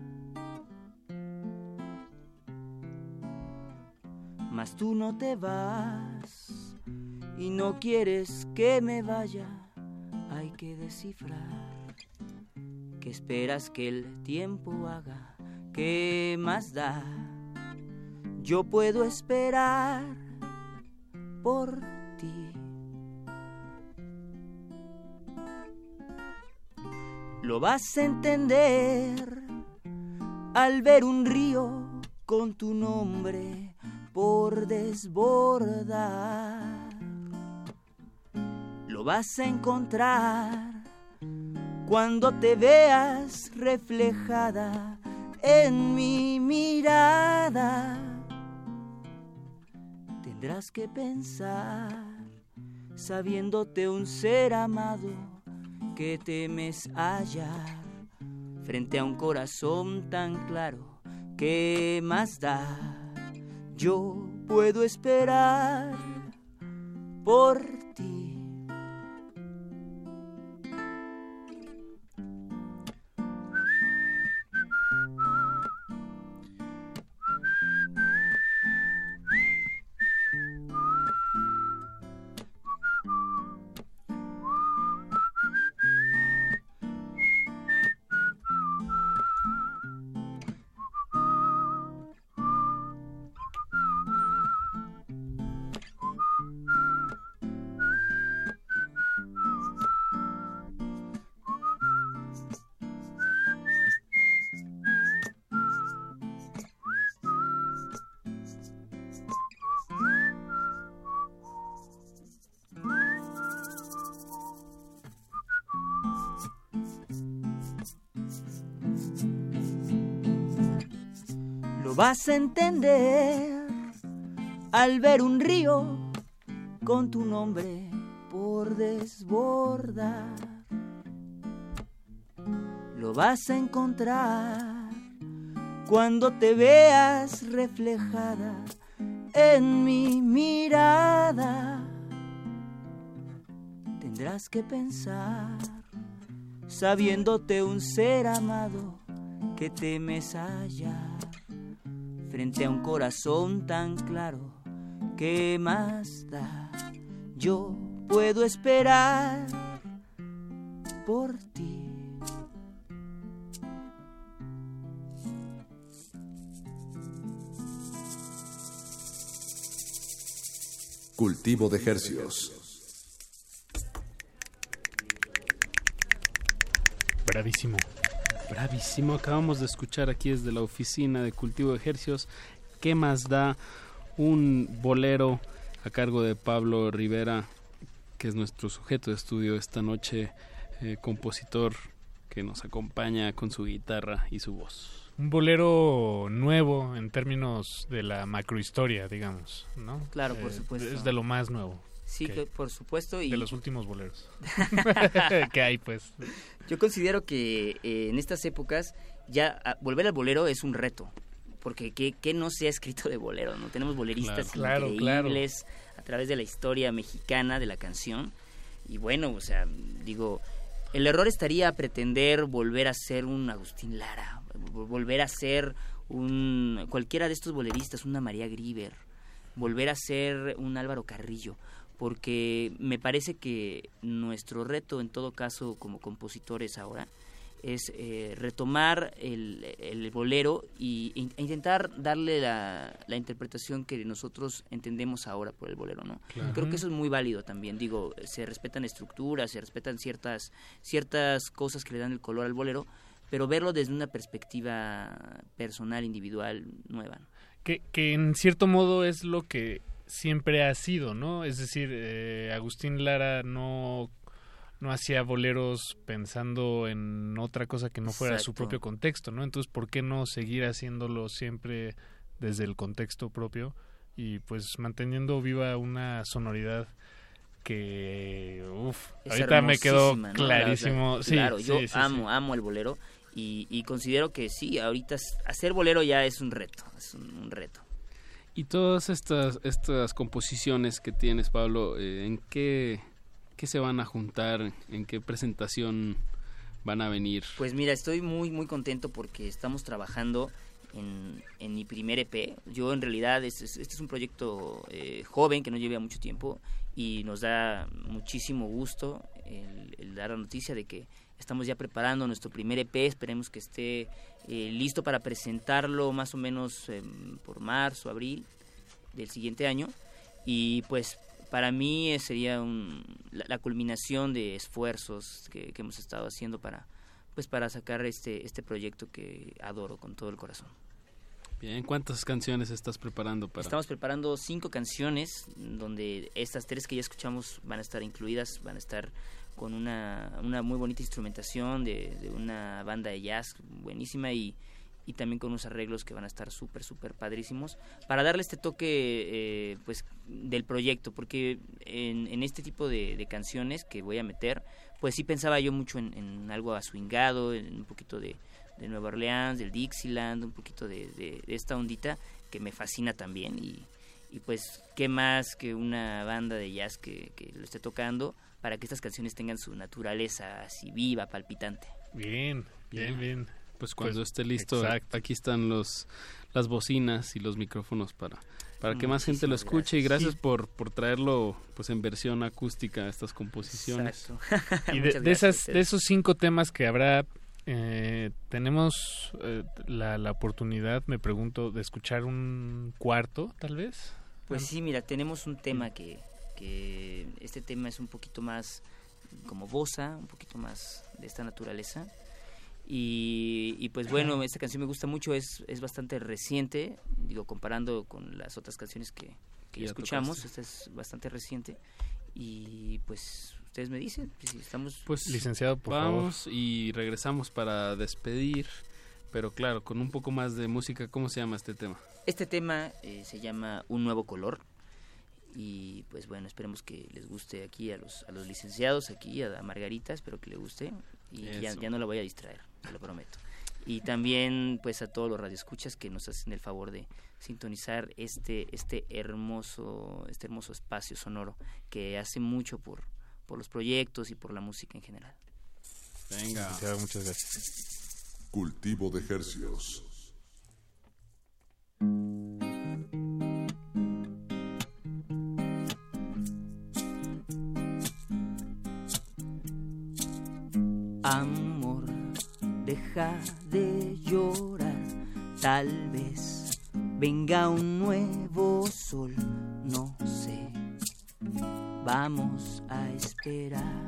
mas tú no te vas y no quieres que me vaya. Hay que descifrar qué esperas que el tiempo haga, qué más da. Yo puedo esperar por ti. ti. Lo vas a entender al ver un río con tu nombre por desbordar. Lo vas a encontrar cuando te veas reflejada en mi mirada. Tendrás que pensar, sabiéndote un ser amado, que temes hallar frente a un corazón tan claro. ¿Qué más da? Yo puedo esperar por ti. Vas a entender al ver un río con tu nombre por desbordar. Lo vas a encontrar cuando te veas reflejada en mi mirada. Tendrás que pensar, sabiéndote un ser amado, que temes hallar frente a un corazón tan claro. ¿Qué más da? Yo puedo esperar por ti. Cultivo de hercios. Bravísimo. Bravísimo. Acabamos de escuchar aquí desde la oficina de Cultivo de Hercios ¿Qué más da? Un bolero a cargo de Pablo Rivera, que es nuestro sujeto de estudio esta noche, eh, compositor que nos acompaña con su guitarra y su voz. Un bolero nuevo en términos de la macrohistoria, digamos, ¿no? Claro, por eh, supuesto. Es de lo más nuevo. Sí, que, por supuesto. Y de los últimos boleros que hay, pues. Yo considero que eh, en estas épocas ya a, volver al bolero es un reto, porque ¿qué, qué no se ha escrito de bolero? ¿No? Tenemos boleristas claro, increíbles claro, claro. a través de la historia mexicana de la canción. Y bueno, o sea, digo, el error estaría pretender volver a ser un Agustín Lara, volver a ser un cualquiera de estos boleristas, una María Grieber, volver a ser un Álvaro Carrillo, porque me parece que nuestro reto en todo caso como compositores ahora es eh, retomar el, el bolero y, e intentar darle la, la interpretación que nosotros entendemos ahora por el bolero, ¿no? Claro. Creo que eso es muy válido también, digo, se respetan estructuras, se respetan ciertas ciertas cosas que le dan el color al bolero, pero verlo desde una perspectiva personal, individual, nueva, ¿no? Que, que en cierto modo es lo que siempre ha sido, ¿no? Es decir, eh, Agustín Lara no, no hacía boleros pensando en otra cosa que no fuera Exacto. su propio contexto, ¿no? Entonces, ¿por qué no seguir haciéndolo siempre desde el contexto propio y pues manteniendo viva una sonoridad que, uff, ahorita me quedó ¿no? clarísimo. Sí, claro, sí, yo sí, amo, sí. amo el bolero. Y, y considero que sí, ahorita hacer bolero ya es un reto, es un, un reto. Y todas estas estas composiciones que tienes, Pablo, eh, ¿en qué, qué se van a juntar? ¿En qué presentación van a venir? Pues mira, estoy muy muy contento porque estamos trabajando en, en mi primer E P. Yo en realidad, este es, este es un proyecto eh, joven que no lleva mucho tiempo y nos da muchísimo gusto el, el dar la noticia de que estamos ya preparando nuestro primer E P, esperemos que esté eh, listo para presentarlo más o menos eh, por marzo, abril del siguiente año. Y pues para mí sería un, la, la culminación de esfuerzos que, que hemos estado haciendo para, pues para sacar este, este proyecto que adoro con todo el corazón. Bien, ¿cuántas canciones estás preparando para...? Estamos preparando cinco canciones, donde estas tres que ya escuchamos van a estar incluidas, van a estar con una, una muy bonita instrumentación de, de una banda de jazz buenísima y, y también con unos arreglos que van a estar súper, súper padrísimos, para darle este toque eh, pues del proyecto, porque en, en este tipo de, de canciones que voy a meter, pues sí pensaba yo mucho en, en algo aswingado, en un poquito de... de Nueva Orleans, del Dixieland, un poquito de, de, de esta ondita que me fascina también y, y pues qué más que una banda de jazz que, que lo esté tocando para que estas canciones tengan su naturaleza así viva, palpitante. Bien, bien, bien. Pues cuando Pues, esté listo, exacto. aquí están los las bocinas y los micrófonos para para que más gente lo Muchísimas escuche, y gracias. gracias Sí. por por traerlo pues en versión acústica, estas composiciones. Exacto. Y de, Muchas de gracias a esas, ustedes. de esos cinco temas que habrá, eh, tenemos eh, la, la oportunidad, me pregunto, de escuchar un cuarto, tal vez. Pues sí, mira, tenemos un tema que, que este tema es un poquito más como bossa, un poquito más de esta naturaleza. Y, y pues bueno, esta canción me gusta mucho, es, es bastante reciente, digo, comparando con las otras canciones que, que ya Ya escuchamos, tocaste. esta es bastante reciente. Y pues ustedes me dicen, si estamos... Pues Licenciado, por vamos y regresamos para despedir, pero claro, con un poco más de música. ¿Cómo se llama este tema? Este tema eh, se llama Un Nuevo Color y pues bueno, esperemos que les guste aquí a los a los licenciados, aquí a, a Margarita, espero que le guste y ya, Eso. ya no la voy a distraer, te lo prometo. Y también pues a todos los radioescuchas que nos hacen el favor de sintonizar este este hermoso este hermoso espacio sonoro que hace mucho por por los proyectos y por la música en general. Venga. Licenciado, muchas gracias. Cultivo de hercios. Amor, deja de llorar, tal vez venga un nuevo sol, no sé, vamos a esperar.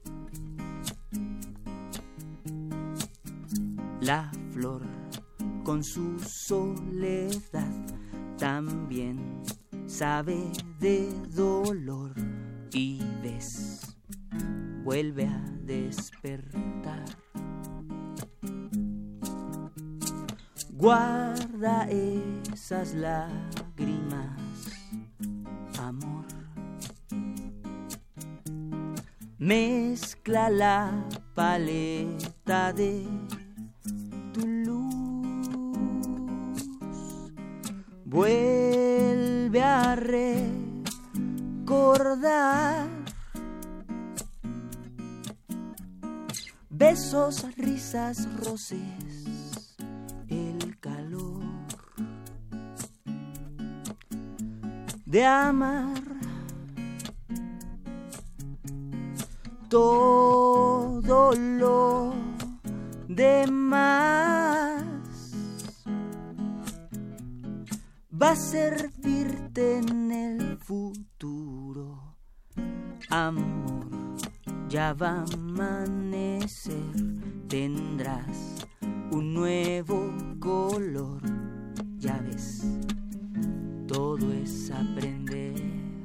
La flor con su soledad también sabe de dolor y ves, vuelve a despertar. Guarda esas lágrimas, amor. Mezcla la paleta de tu luz. Vuelve a recordar besos, risas, roces, el calor de amar. Todo lo demás va a servirte en el futuro, amor. Ya va a amanecer, tendrás un nuevo color. Ya ves, todo es aprender.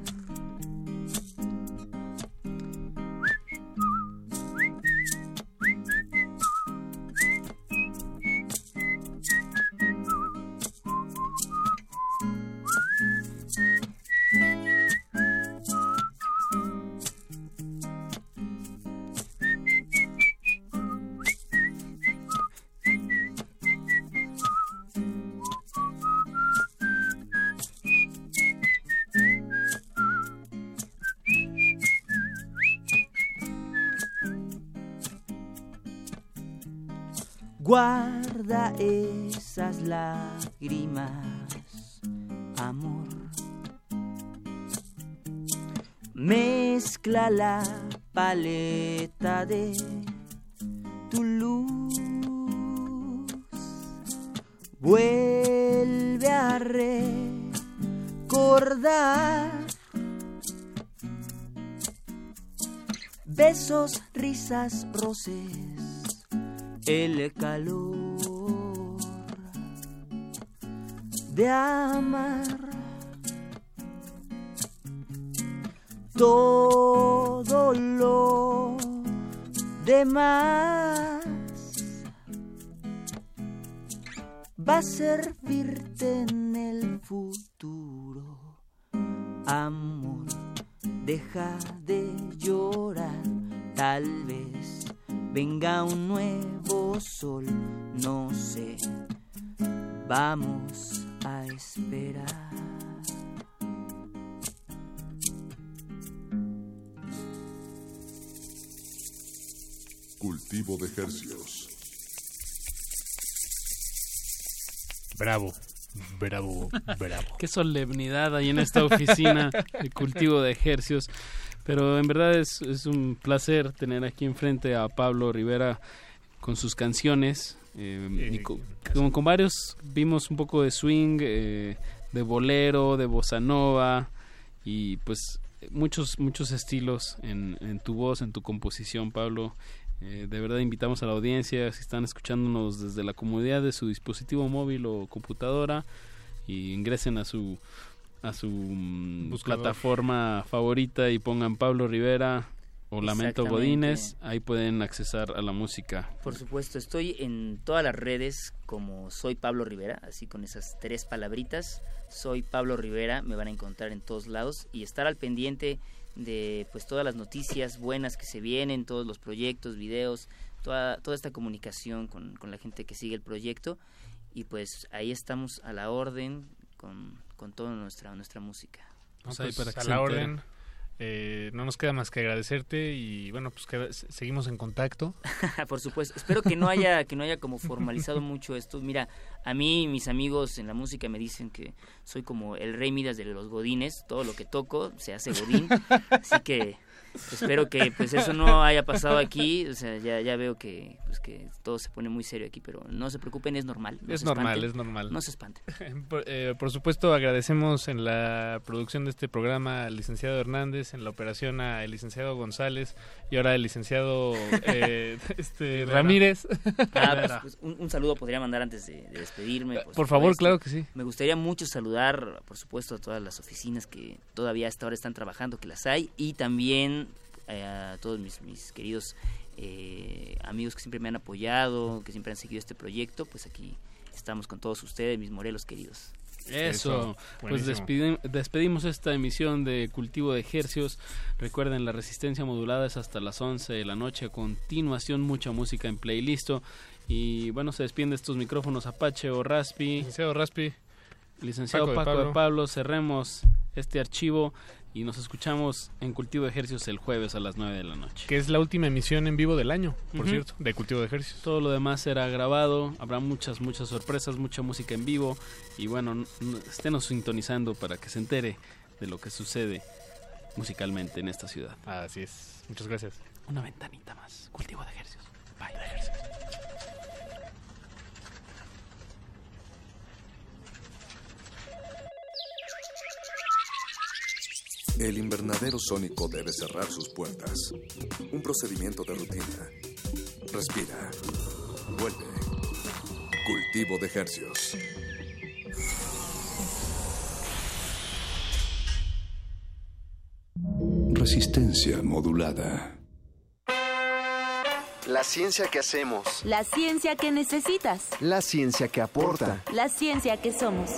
Guarda esas lágrimas, amor. Mezcla la paleta de tu luz. Vuelve a recordar besos, risas, roces, el calor de amar. Todo lo demás va a servirte en el futuro. Amor, deja de llorar, tal vez venga un nuevo sol, no sé, vamos a esperar. Cultivo de hercios. Bravo, bravo, bravo. Qué solemnidad hay en esta oficina de cultivo de hercios. Pero en verdad es, es un placer tener aquí enfrente a Pablo Rivera con sus canciones. Eh, y con, con, con varios vimos un poco de swing, eh, de bolero, de bossa nova y pues muchos muchos estilos en, en tu voz, en tu composición, Pablo. Eh, de verdad invitamos a la audiencia, si están escuchándonos desde la comodidad de su dispositivo móvil o computadora, y ingresen a su a su um, plataforma favorita y pongan Pablo Rivera o Lamento Godínez, ahí pueden accesar a la música. Por supuesto, estoy en todas las redes como Soy Pablo Rivera, así con esas tres palabritas, Soy Pablo Rivera, me van a encontrar en todos lados y estar al pendiente de pues todas las noticias buenas que se vienen, todos los proyectos, videos, toda toda esta comunicación con, con la gente que sigue el proyecto, y pues ahí estamos a la orden con, con toda nuestra nuestra música. No, pues, pues, a la orden. Eh, no nos queda más que agradecerte y bueno, pues queda, seguimos en contacto. Por supuesto, espero que no haya que no haya como formalizado mucho esto. Mira, a mí mis amigos en la música me dicen que soy como el rey Midas de los godines, todo lo que toco se hace godín, así que espero que pues eso no haya pasado aquí. O sea, ya ya veo que pues que todo se pone muy serio aquí, pero no se preocupen, es normal. No es normal, espanten, es normal. No se espanten. por, eh, por supuesto, agradecemos en la producción de este programa al licenciado Hernández, en la operación al licenciado González y ahora al licenciado eh, este Ramírez. Ah, pues, pues, un, un saludo podría mandar antes de, de despedirme. Por, por favor, claro que sí. Me gustaría mucho saludar, por supuesto, a todas las oficinas que todavía hasta ahora están trabajando, que las hay, y también a todos mis, mis queridos eh, amigos que siempre me han apoyado, que siempre han seguido este proyecto. Pues aquí estamos con todos ustedes, mis Morelos queridos. Eso, pues despedi- despedimos esta emisión de Cultivo de Hercios. Recuerden, la resistencia modulada es hasta las once de la noche. A continuación, mucha música en playlist. Y bueno, se despiden de estos micrófonos Apache o Raspi. Licenciado Raspi. Licenciado Paco, Paco de, Pablo. de Pablo. Cerremos este archivo y nos escuchamos en Cultivo de Hercios el jueves a las nueve de la noche. Que es la última emisión en vivo del año, por uh-huh. cierto, de Cultivo de Hercios. Todo lo demás será grabado, habrá muchas, muchas sorpresas, mucha música en vivo, y bueno, n- n- esténos sintonizando para que se entere de lo que sucede musicalmente en esta ciudad. Así es, muchas gracias. Una ventanita más, Cultivo de Hercios. Bye. De Hercios. El invernadero sónico debe cerrar sus puertas. Un procedimiento de rutina. Respira. Vuelve. Cultivo de hercios. Resistencia modulada. La ciencia que hacemos. La ciencia que necesitas. La ciencia que aporta. La ciencia que somos.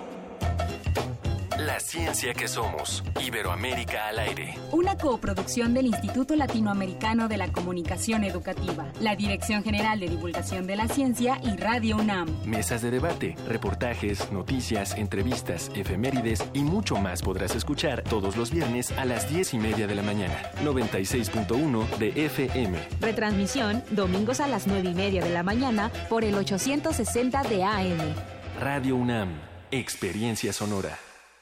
La ciencia que somos. Iberoamérica al aire. Una coproducción del Instituto Latinoamericano de la Comunicación Educativa, la Dirección General de Divulgación de la Ciencia y Radio UNAM. Mesas de debate, reportajes, noticias, entrevistas, efemérides y mucho más podrás escuchar todos los viernes a las diez y media de la mañana. noventa y seis punto uno de F M. Retransmisión domingos a las nueve y media de la mañana por el ochocientos sesenta de A M. Radio UNAM. Experiencia sonora.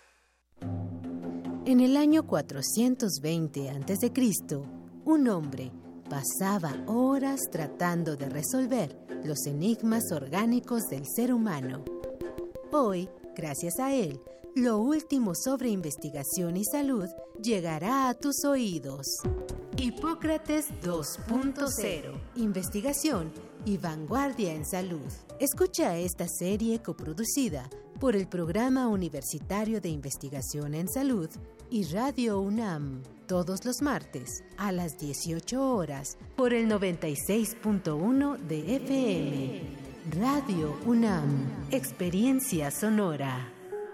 En el año cuatrocientos veinte antes de Cristo, un hombre pasaba horas tratando de resolver los enigmas orgánicos del ser humano. Hoy, gracias a él, Lo último sobre investigación y salud llegará a tus oídos. Hipócrates dos punto cero. Investigación y vanguardia en salud. Escucha esta serie coproducida por el Programa Universitario de Investigación en Salud y Radio UNAM, todos los martes a las dieciocho horas por el noventa y seis punto uno de F M. Radio UNAM, experiencia sonora.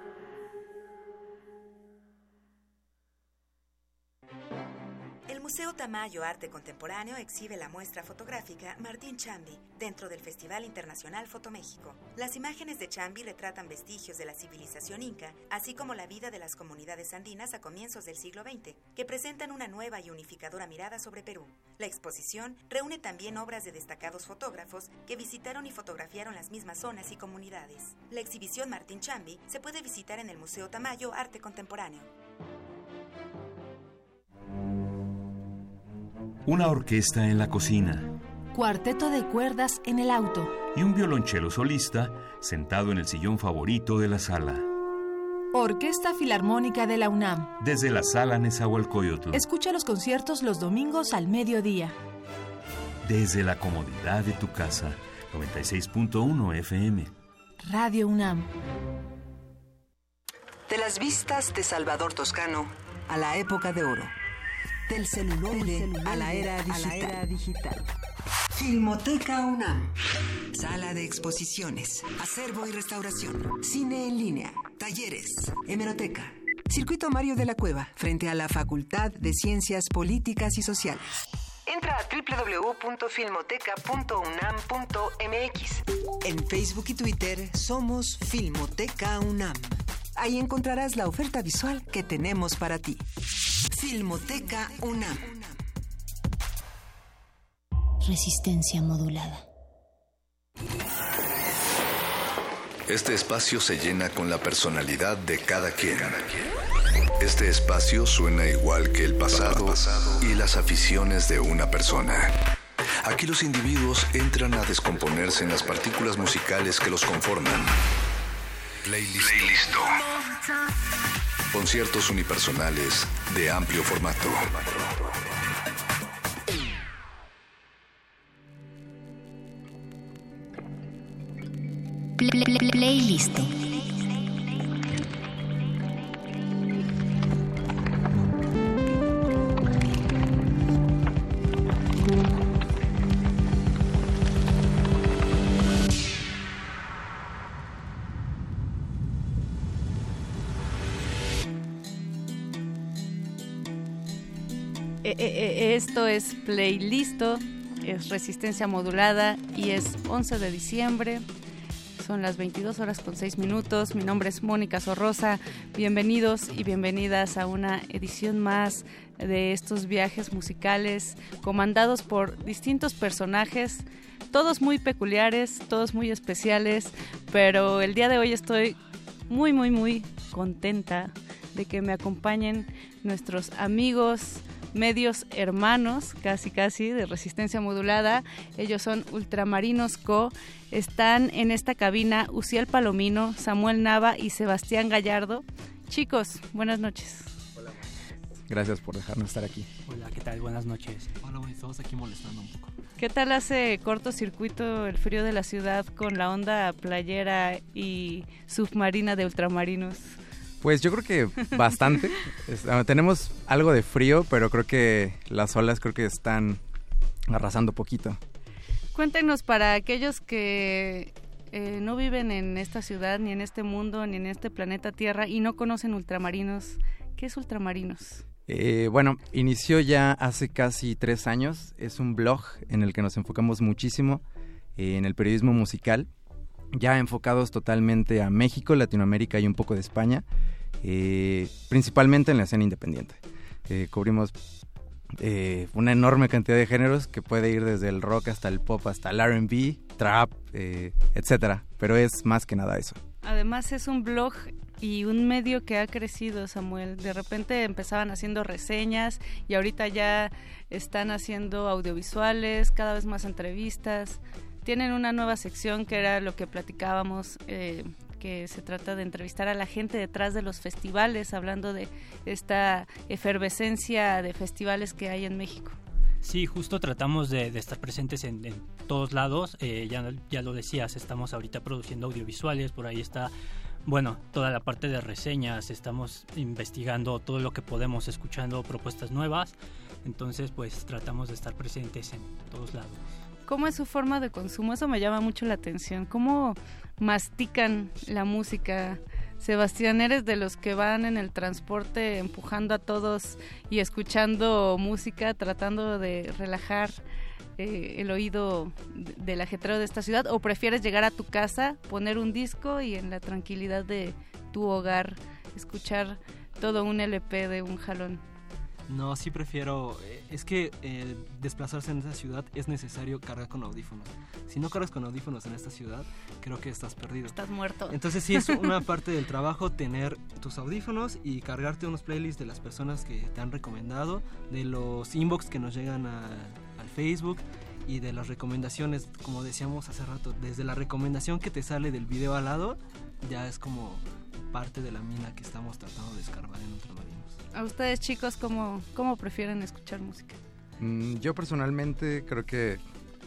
El Museo Tamayo Arte Contemporáneo exhibe la muestra fotográfica Martín Chambi dentro del Festival Internacional Fotoméxico. Las imágenes de Chambi retratan vestigios de la civilización inca, así como la vida de las comunidades andinas a comienzos del siglo veinte, que presentan una nueva y unificadora mirada sobre Perú. La exposición reúne también obras de destacados fotógrafos que visitaron y fotografiaron las mismas zonas y comunidades. La exhibición Martín Chambi se puede visitar en el Museo Tamayo Arte Contemporáneo. Una orquesta en la cocina. Cuarteto de cuerdas en el auto. Y un violonchelo solista sentado en el sillón favorito de la sala. Orquesta Filarmónica de la UNAM. Desde la sala Nezahualcóyotl. Escucha los conciertos los domingos al mediodía. Desde la comodidad de tu casa. noventa y seis punto uno F M. Radio UNAM. De las vistas de Salvador Toscano a la época de oro. Del celuloide, a, la era digital. a la era digital. Filmoteca UNAM. Sala de exposiciones, acervo y restauración, cine en línea, talleres, hemeroteca. Circuito Mario de la Cueva, frente a la Facultad de Ciencias Políticas y Sociales. Entra a doble u doble u doble u punto filmoteca punto unam punto m x. En Facebook y Twitter somos Filmoteca UNAM. Ahí encontrarás la oferta visual que tenemos para ti. Filmoteca UNAM. Resistencia modulada. Este espacio se llena con la personalidad de cada quien. Este espacio suena igual que el pasado y las aficiones de una persona. Aquí los individuos entran a descomponerse en las partículas musicales que los conforman. Playlist. Playlisto. Conciertos unipersonales de amplio formato. Playlist. Esto es Playlisto, es Resistencia Modulada y es once de diciembre. Son las veintidós horas con seis minutos. Mi nombre es Mónica Sorrosa. Bienvenidos y bienvenidas a una edición más de estos viajes musicales comandados por distintos personajes, todos muy peculiares, todos muy especiales, pero el día de hoy estoy muy, muy, muy contenta de que me acompañen nuestros amigos, medios hermanos, casi casi, de Resistencia Modulada. Ellos son Ultramarinos Co. Están en esta cabina Uciel Palomino, Samuel Nava y Sebastián Gallardo. Chicos, buenas noches. Hola. Gracias por dejarnos estar aquí. Hola, ¿qué tal? Buenas noches. Hola, estamos aquí molestando un poco. ¿Qué tal hace cortocircuito el frío de la ciudad con la onda playera y submarina de Ultramarinos? Pues yo creo que bastante. es, uh, tenemos algo de frío, pero creo que las olas creo que están arrasando poquito. Cuéntenos, para aquellos que eh, no viven en esta ciudad, ni en este mundo, ni en este planeta Tierra y no conocen Ultramarinos, ¿qué es Ultramarinos? Eh, bueno, inició ya hace casi tres años. Es un blog en el que nos enfocamos muchísimo eh, en el periodismo musical, ya enfocados totalmente a México, Latinoamérica y un poco de España, eh, principalmente en la escena independiente. Eh, cubrimos eh, una enorme cantidad de géneros que puede ir desde el rock hasta el pop, hasta el R and B, trap, eh, etcétera, pero es más que nada eso. Además es un blog y un medio que ha crecido, Samuel. De repente empezaban haciendo reseñas y ahorita ya están haciendo audiovisuales, cada vez más entrevistas. Tienen una nueva sección que era lo que platicábamos, eh, que se trata de entrevistar a la gente detrás de los festivales, hablando de esta efervescencia de festivales que hay en México. Sí, justo tratamos de, de estar presentes en, en todos lados. Eh, ya, ya lo decías, estamos ahorita produciendo audiovisuales, por ahí está, bueno, toda la parte de reseñas, estamos investigando todo lo que podemos, escuchando propuestas nuevas. Entonces, pues tratamos de estar presentes en todos lados. ¿Cómo es su forma de consumo? Eso me llama mucho la atención. ¿Cómo mastican la música? Sebastián, ¿eres de los que van en el transporte empujando a todos y escuchando música, tratando de relajar eh, el oído del ajetreo de esta ciudad? ¿O prefieres llegar a tu casa, poner un disco y en la tranquilidad de tu hogar escuchar todo un L P de un jalón? No, sí prefiero, es que eh, desplazarse en esta ciudad es necesario cargar con audífonos. Si no cargas con audífonos en esta ciudad, creo que estás perdido. Estás muerto. Entonces sí es una parte del trabajo tener tus audífonos y cargarte unos playlists de las personas que te han recomendado, de los inbox que nos llegan a, al Facebook y de las recomendaciones, como decíamos hace rato, desde la recomendación que te sale del video al lado, ya es como parte de la mina que estamos tratando de escarbar en Ultramarinos. ¿A ustedes, chicos, cómo, cómo prefieren escuchar música? Mm, yo personalmente creo que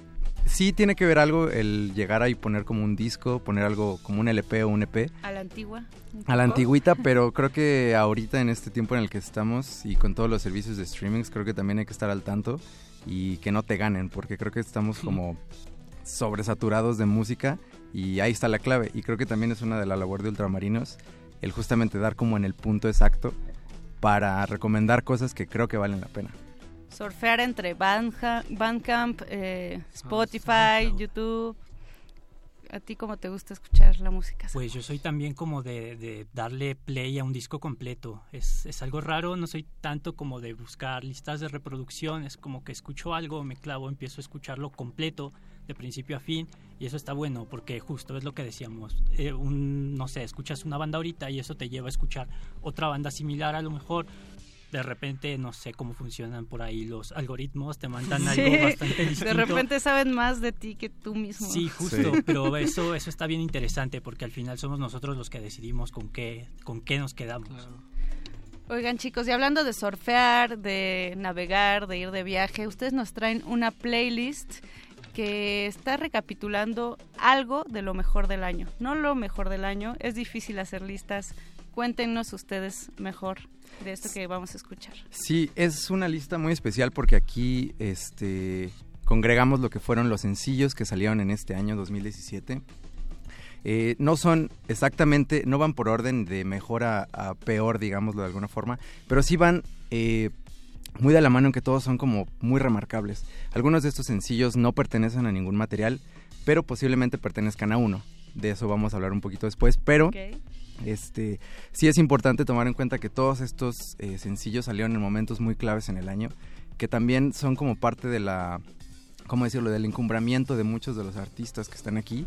sí tiene que ver algo el llegar ahí y poner como un disco, poner algo como un L P o un E P. A la antigua. A la antigüita, pero creo que ahorita en este tiempo en el que estamos y con todos los servicios de streamings, creo que también hay que estar al tanto y que no te ganen, porque creo que estamos como sobresaturados de música y ahí está la clave. Y creo que también es una de la labor de Ultramarinos, el justamente dar como en el punto exacto para recomendar cosas que creo que valen la pena. Surfear entre Bandcamp, eh, Spotify, oh, YouTube. ¿A ti cómo te gusta escuchar la música? Pues yo soy también como de, de darle play a un disco completo. Es, es algo raro, no soy tanto como de buscar listas de reproducción, es como que escucho algo, me clavo, empiezo a escucharlo completo, de principio a fin, y eso está bueno, porque justo es lo que decíamos, eh, un, no sé, escuchas una banda ahorita y eso te lleva a escuchar otra banda similar a lo mejor. De repente no sé cómo funcionan por ahí los algoritmos, te mandan sí, algo bastante distinto. De repente saben más de ti que tú mismo. Sí, justo, sí. Pero eso eso está bien interesante porque al final somos nosotros los que decidimos con qué con qué nos quedamos. Claro. Oigan, chicos, y hablando de surfear, de navegar, de ir de viaje, ustedes nos traen una playlist que está recapitulando algo de lo mejor del año. No lo mejor del año, es difícil hacer listas. Cuéntenos ustedes mejor de esto que vamos a escuchar. Sí, es una lista muy especial porque aquí este, congregamos lo que fueron los sencillos que salieron en este año dos mil diecisiete. Eh, no son exactamente, no van por orden de mejor a, a peor, digámoslo de alguna forma, pero sí van eh, muy de la mano en que todos son como muy remarcables. Algunos de estos sencillos no pertenecen a ningún material, pero posiblemente pertenezcan a uno. De eso vamos a hablar un poquito después, pero okay. este sí es importante tomar en cuenta que todos estos eh, sencillos salieron en momentos muy claves en el año, que también son como parte de la, ¿cómo decirlo?, del encumbramiento de muchos de los artistas que están aquí.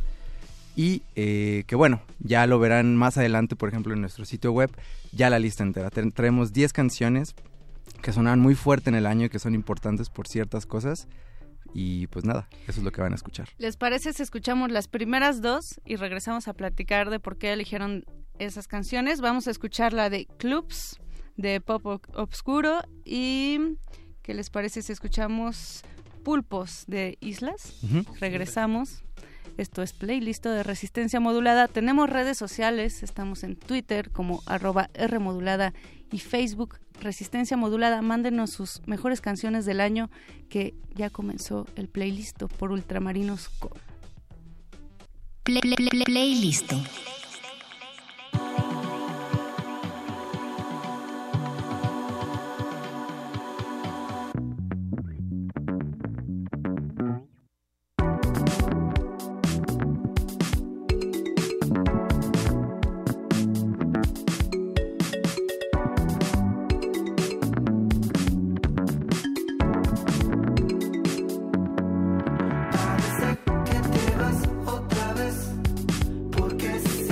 Y eh, que bueno, ya lo verán más adelante, por ejemplo, en nuestro sitio web, ya la lista entera. Ten- traemos diez canciones que sonaban muy fuerte en el año y que son importantes por ciertas cosas. Y pues nada, eso es lo que van a escuchar. ¿Les parece si escuchamos las primeras dos y regresamos a platicar de por qué eligieron esas canciones? Vamos a escuchar la de Clubs, de Pop Obscuro, y ¿qué les parece si escuchamos Pulpos, de Islas? Uh-huh. Regresamos. Esto es Playlist de Resistencia Modulada. Tenemos redes sociales, estamos en Twitter como arroba Rmodulada y Facebook Resistencia Modulada. Mándenos sus mejores canciones del año, que ya comenzó el Playlist por Ultramarinos. Play, play, play, playlist. Parece que te vas otra vez, porque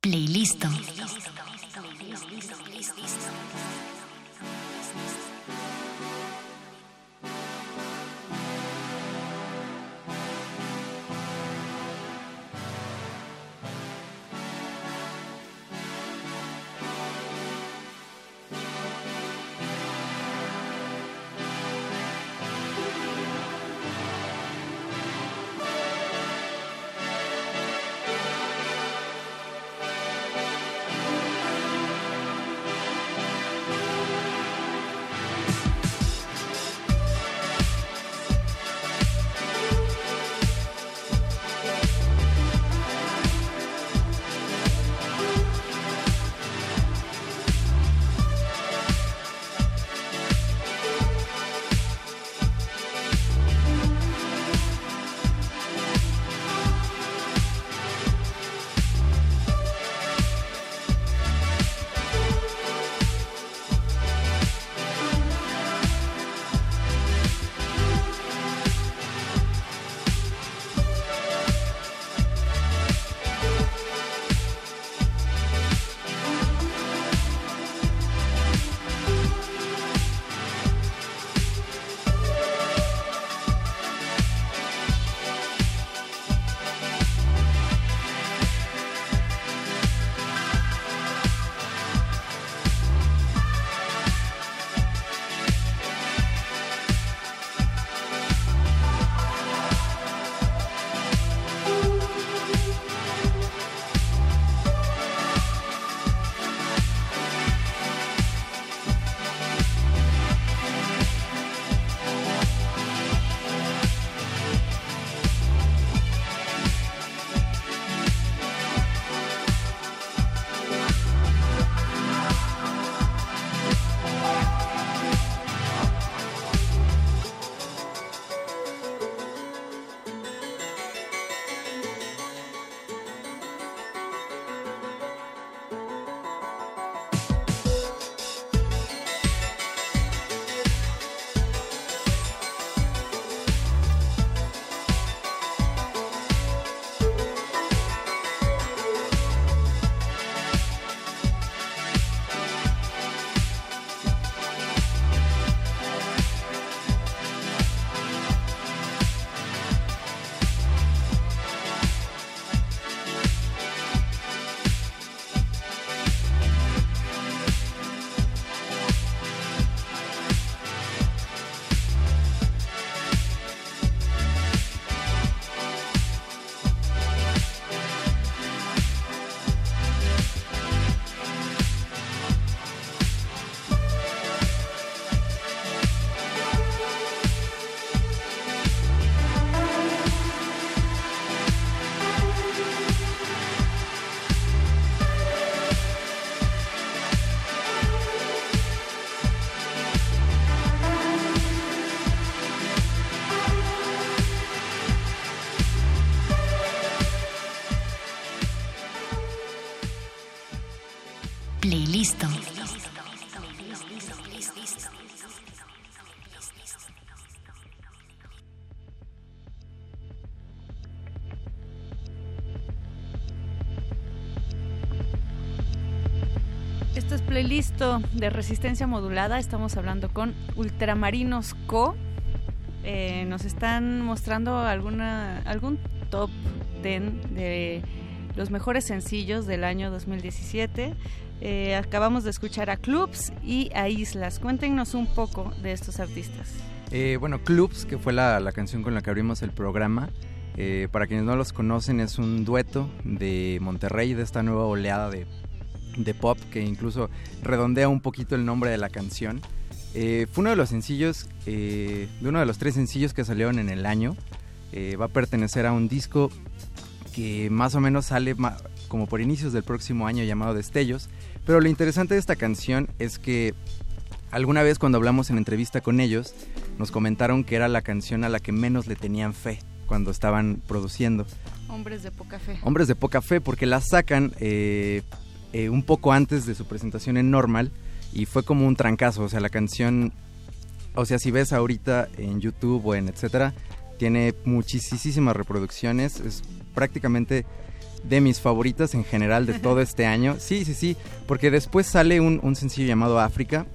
Playlist. Playlist. Esto es Playlist de Resistencia Modulada. Estamos hablando con Ultramarinos Co. Eh, nos están mostrando alguna algún top diez de los mejores sencillos del año dos mil diecisiete. Eh, acabamos de escuchar a Clubs y a Islas. Cuéntenos un poco de estos artistas. Eh, bueno, Clubs, que fue la, la canción con la que abrimos el programa, eh, para quienes no los conocen, es un dueto de Monterrey, de esta nueva oleada de, de pop que incluso redondea un poquito el nombre de la canción. Eh, fue uno de los sencillos, eh, de uno de los tres sencillos que salieron en el año. Eh, va a pertenecer a un disco que más o menos sale ma- como por inicios del próximo año, llamado Destellos. Pero lo interesante de esta canción es que alguna vez cuando hablamos en entrevista con ellos, nos comentaron que era la canción a la que menos le tenían fe cuando estaban produciendo. Hombres de poca fe. Hombres de poca fe, porque la sacan eh, eh, un poco antes de su presentación en Normal, y fue como un trancazo. O sea, la canción, o sea, si ves ahorita en YouTube o en etcétera, tiene muchísimas reproducciones, es prácticamente de mis favoritas en general de todo este año. Sí, sí, sí, porque después sale un, un sencillo llamado África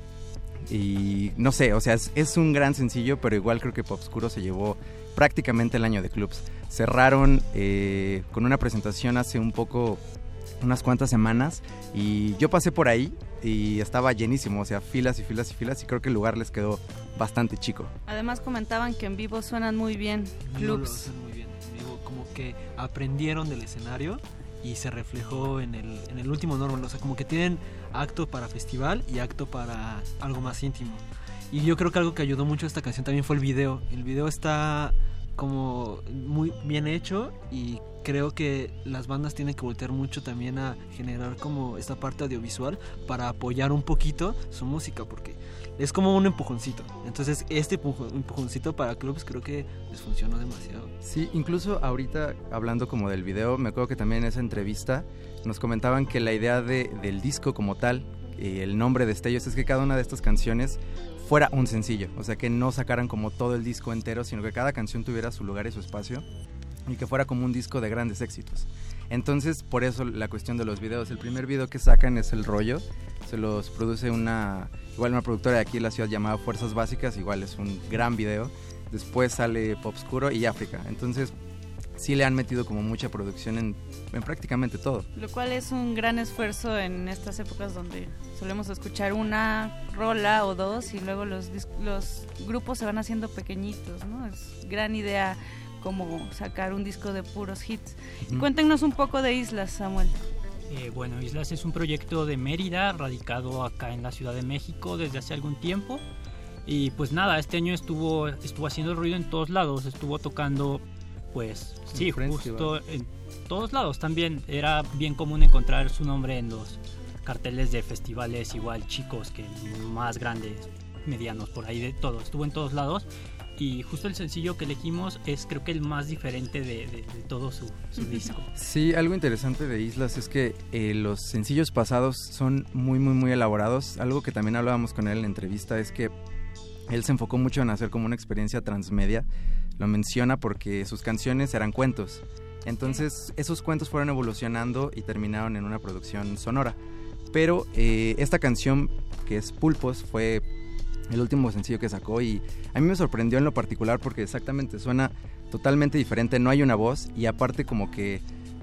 y no sé, o sea, es, es un gran sencillo, pero igual creo que Popscuro se llevó prácticamente el año de clubs. Cerraron eh, con una presentación hace un poco, unas cuantas semanas, y yo pasé por ahí y estaba llenísimo, o sea, filas y filas y filas, y creo que el lugar les quedó bastante chico. Además comentaban que en vivo suenan muy bien clubs. No, muy bien. Digo, como que aprendieron del escenario y se reflejó en el, en el último Normal, o sea, como que tienen acto para festival y acto para algo más íntimo. Y yo creo que algo que ayudó mucho a esta canción también fue el video. El video está como muy bien hecho y creo que las bandas tienen que voltear mucho también a generar como esta parte audiovisual para apoyar un poquito su música, porque es como un empujoncito. Entonces este empujoncito para clubs creo que les funcionó demasiado. Sí, incluso ahorita hablando como del video, me acuerdo que también en esa entrevista nos comentaban que la idea de, del disco como tal, eh, el nombre de Destellos, es que cada una de estas canciones fuera un sencillo, o sea, que no sacaran como todo el disco entero, sino que cada canción tuviera su lugar y su espacio y que fuera como un disco de grandes éxitos. Entonces, por eso la cuestión de los videos. El primer video que sacan es El Rollo, se los produce una, igual una productora de aquí en la ciudad llamada Fuerzas Básicas, igual es un gran video. Después sale Popscuro y África. Entonces, sí le han metido como mucha producción en, en prácticamente todo. Lo cual es un gran esfuerzo en estas épocas donde solemos escuchar una rola o dos y luego los, los grupos se van haciendo pequeñitos, ¿no? Es gran idea como sacar un disco de puros hits. Uh-huh. Y cuéntenos un poco de Islas, Samuel. Eh, bueno, Islas es un proyecto de Mérida, radicado acá en la Ciudad de México desde hace algún tiempo. Y pues nada, este año estuvo, estuvo haciendo ruido en todos lados, estuvo tocando, pues sí, justo en todos lados también. Era bien común encontrar su nombre en los carteles de festivales, igual chicos que más grandes, medianos, por ahí de todo. Estuvo en todos lados. Y justo el sencillo que elegimos es creo que el más diferente de, de, de todo su, su disco. Sí, algo interesante de Islas es que eh, los sencillos pasados son muy muy muy elaborados. Algo que también hablábamos con él en la entrevista es que él se enfocó mucho en hacer como una experiencia transmedia. Lo menciona porque sus canciones eran cuentos. Entonces esos cuentos fueron evolucionando y terminaron en una producción sonora. Pero eh, esta canción, que es Pulpos, fue el último sencillo que sacó y a mí me sorprendió en lo particular porque exactamente suena totalmente diferente, no hay una voz y aparte como que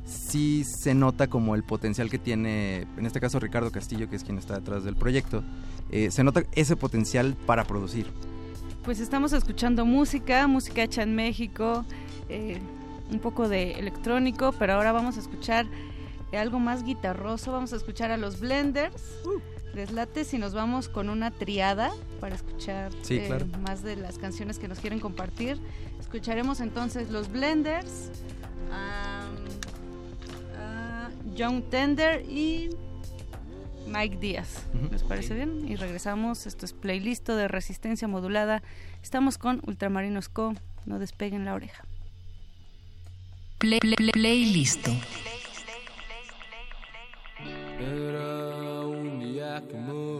sí se nota como el potencial que tiene, en este caso Ricardo Castillo, que es quien está detrás del proyecto, eh, se nota ese potencial para producir. Pues estamos escuchando música, música hecha en México, eh, un poco de electrónico, pero ahora vamos a escuchar algo más guitarroso, vamos a escuchar a los Blenders. Uh. ¿Les late si nos vamos con una triada para escuchar sí, eh, claro. más de las canciones que nos quieren compartir? Escucharemos entonces los Blenders, um, uh, Young Tender y Mike Díaz. Uh-huh. ¿Les parece okay. bien? Y regresamos. Esto es playlist de Resistencia Modulada. Estamos con Ultramarinos Co. No despeguen la oreja. Play, play, playlist. Era un día común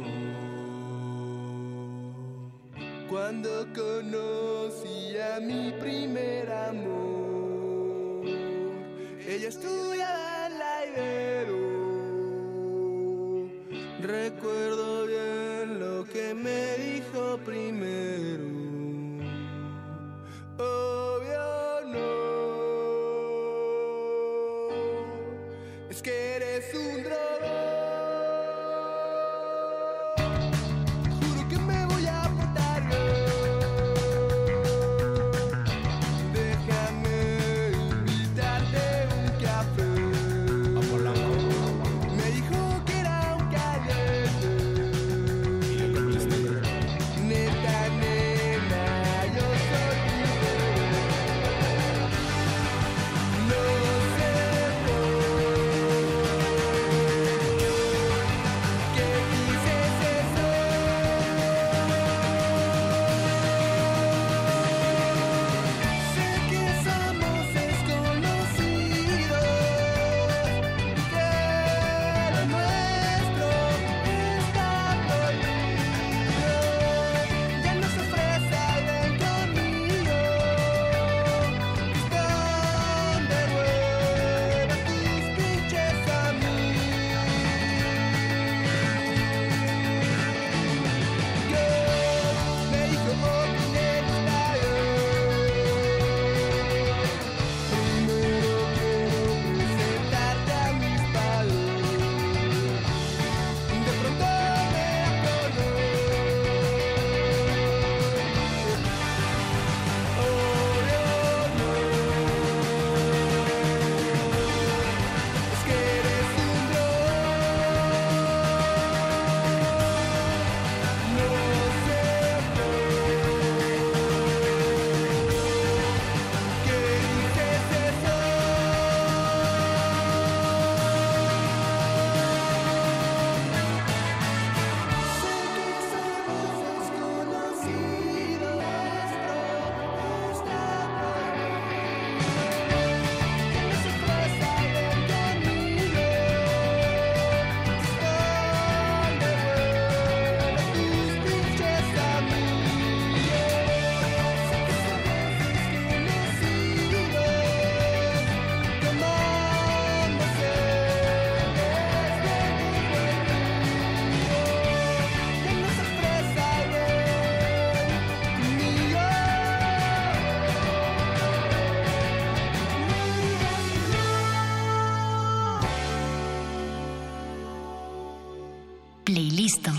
cuando conocí a mi primer amor. Ella estudiaba en la Ibero. Recuerdo bien lo que me dijo primero. Obvio no. Es que eres un drogón. Juro que me voy a portar bien. Déjame invitarte un café. Me dijo que era un caliente. Neta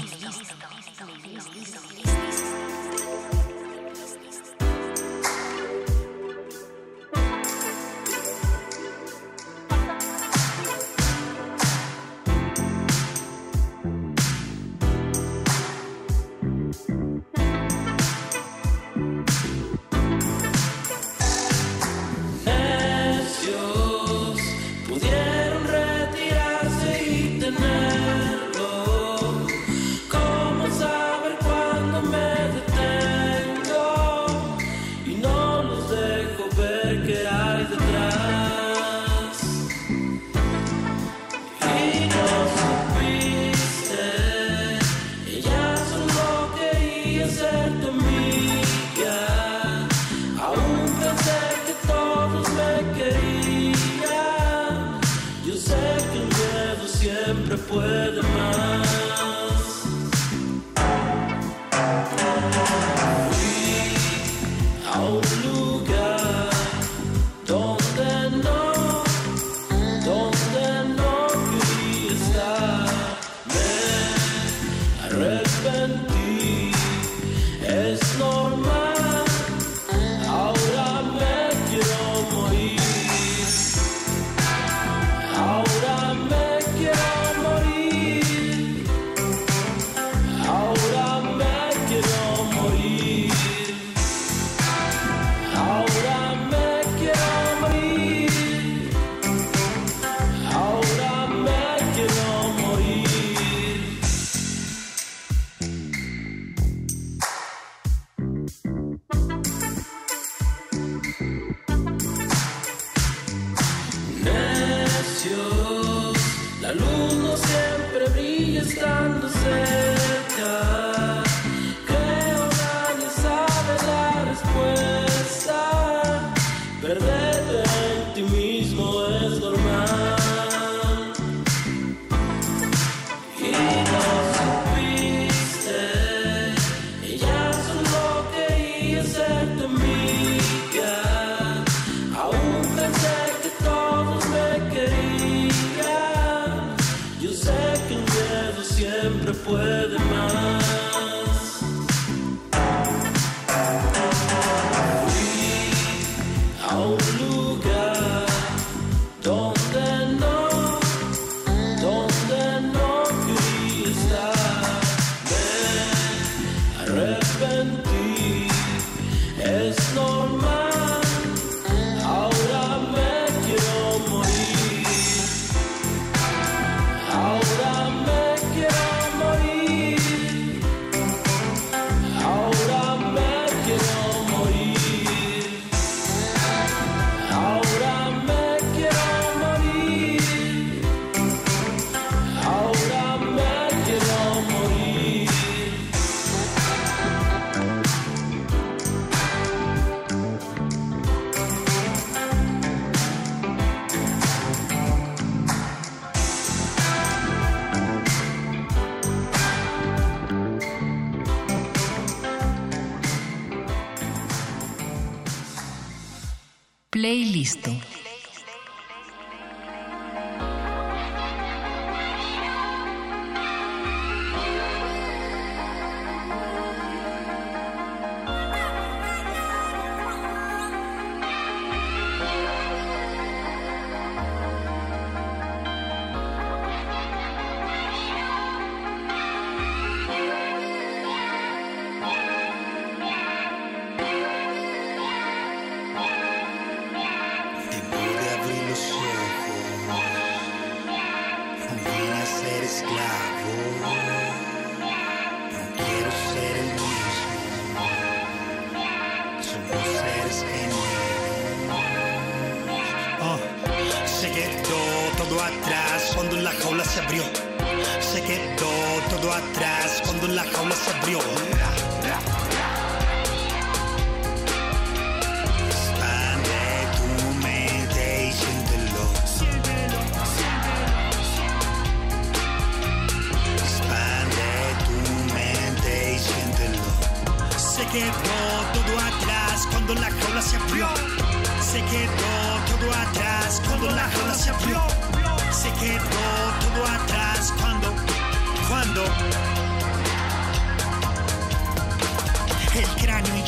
Playlist.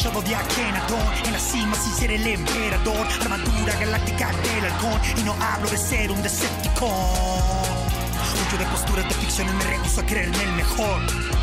Esclavo de Akhenaton, en la cima sin ser el emperador. Armadura galáctica del halcón, y no hablo de ser un Decepticon. Huyo de posturas de ficción y me rehuso a creerme el mejor.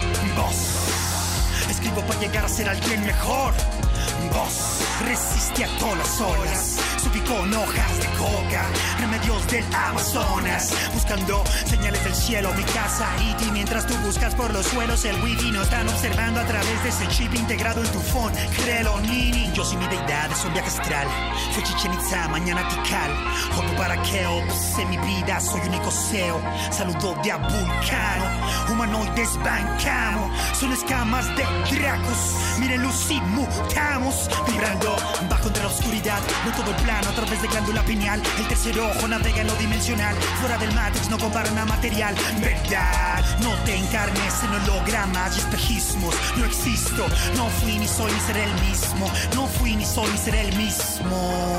Vos, escribo para llegar a ser alguien mejor. Vos, resiste a todas las olas. Subí con hojas de coca, remedios del Amazonas, buscando señales del cielo, mi casa y ti. Mientras tú buscas por los suelos el wifi, nos están observando a través de ese chip integrado en tu phone. Créelo, nini, yo soy mi deidad, es un viaje astral. Fue Chichen Itza, mañana Tikal. Jopo para Keops, en mi vida soy un ecoseo. Saludo de a vulcano, humanoides bancamos. Son escamas de dracos, miren luz y mutamos. Vibrando bajo entre la oscuridad, no todo el plano a través de glándula pineal. El tercer ojo navega en lo dimensional. Fuera del Matrix no comparan a material. Verdad, no te encarnes en hologramas y espejismos. No existo, no fui ni soy ni seré el mismo. No fui ni soy ni seré el mismo.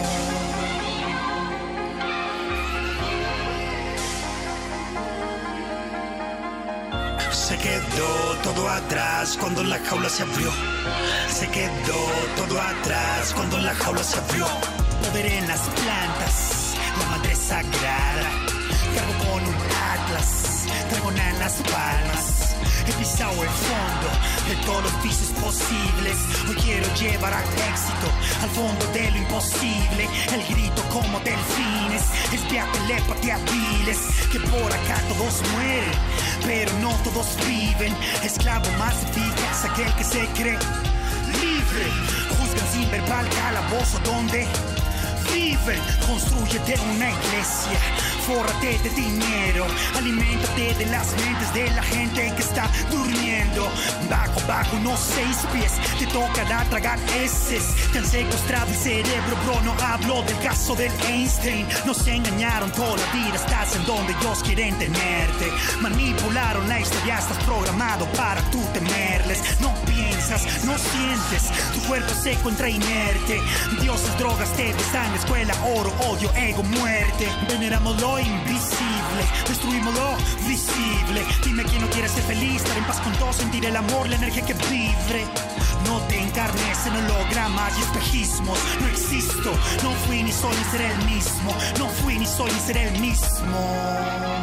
Se quedó todo atrás cuando la jaula se abrió. Se quedó todo atrás cuando la jaula se abrió. Poder en las plantas, la madre sagrada. Cargo con un atlas, dragona en las palmas. He pisado el fondo de todos los vicios posibles. Hoy quiero llevar al éxito al fondo de lo imposible. El grito como delfines es vía telepatía viles. Que por acá todos mueren, pero no todos viven. Esclavo más eficaz aquel que se cree libre. Juzgan sin verbal calabozo donde viven. Construyete una iglesia, fórrate de dinero, aliméntate de las mentes de la gente que está durmiendo. Bajo, bajo unos seis pies, te tocará tragar heces. Te han secuestrado el cerebro, bro, no hablo del caso del Einstein. Nos engañaron toda la vida, estás en donde ellos quieren tenerte. Manipularon la historia, estás programado para tú temerles. No piensas, no sientes, tu cuerpo se encuentra inerte. Dioses, drogas, té de sangre, escuela, oro, odio, ego, muerte. Veneramos lo invisible, destruimos lo visible. Dime quién no quiere ser feliz, estar en paz con todo, sentir el amor, la energía que vibre. No te encarnes en hologramas y espejismos. No existo, no fui ni soy ni seré el mismo. No fui ni soy ni seré el mismo.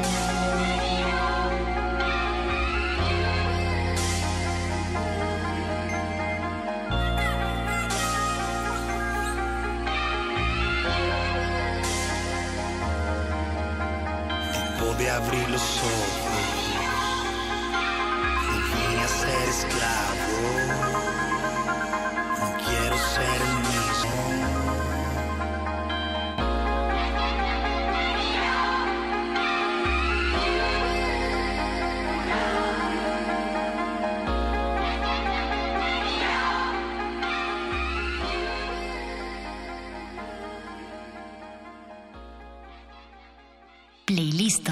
De abrir los ojos, no vine a ser esclavo, no quiero ser el mismo. Playlist.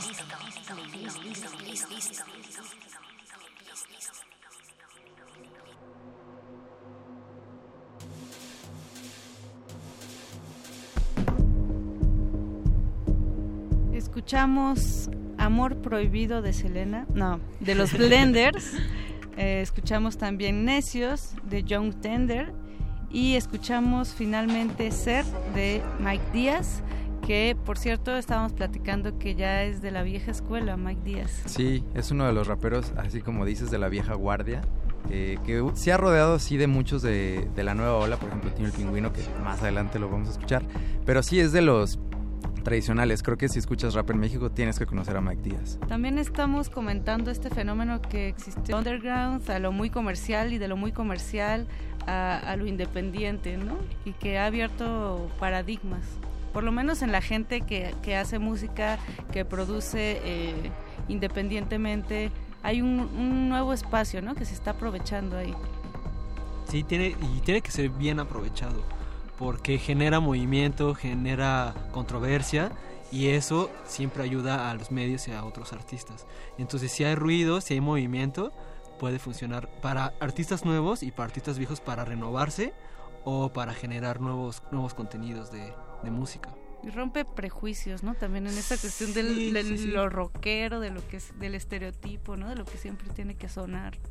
Escuchamos Amor Prohibido de Selena, no, de los Blenders. eh, escuchamos también Necios de Young Tender y escuchamos finalmente Ser de Mike Díaz, que por cierto estábamos platicando que ya es de la vieja escuela, Mike Díaz. Sí, es uno de los raperos, así como dices, de la vieja guardia, eh, que se ha rodeado sí de muchos de, de la nueva ola. Por ejemplo, tiene el Pingüino, que más adelante lo vamos a escuchar, pero sí es de los tradicionales. Creo que si escuchas rap en México tienes que conocer a Mike Díaz. También estamos comentando este fenómeno que existe underground, a lo muy comercial, y de lo muy comercial a, a lo independiente, ¿no? Y que ha abierto paradigmas, por lo menos en la gente que, que hace música, que produce eh, independientemente. Hay un, un nuevo espacio, ¿no?, que se está aprovechando ahí. Sí, tiene, y tiene que ser bien aprovechado, porque genera movimiento, genera controversia, y eso siempre ayuda a los medios y a otros artistas. Entonces, si hay ruido, si hay movimiento, puede funcionar para artistas nuevos y para artistas viejos, para renovarse o para generar nuevos nuevos contenidos de, de música. Y rompe prejuicios, ¿no? También en esta cuestión del, sí, del sí, sí. lo rockero, de lo que es, del estereotipo, ¿no? De lo que siempre tiene que sonar.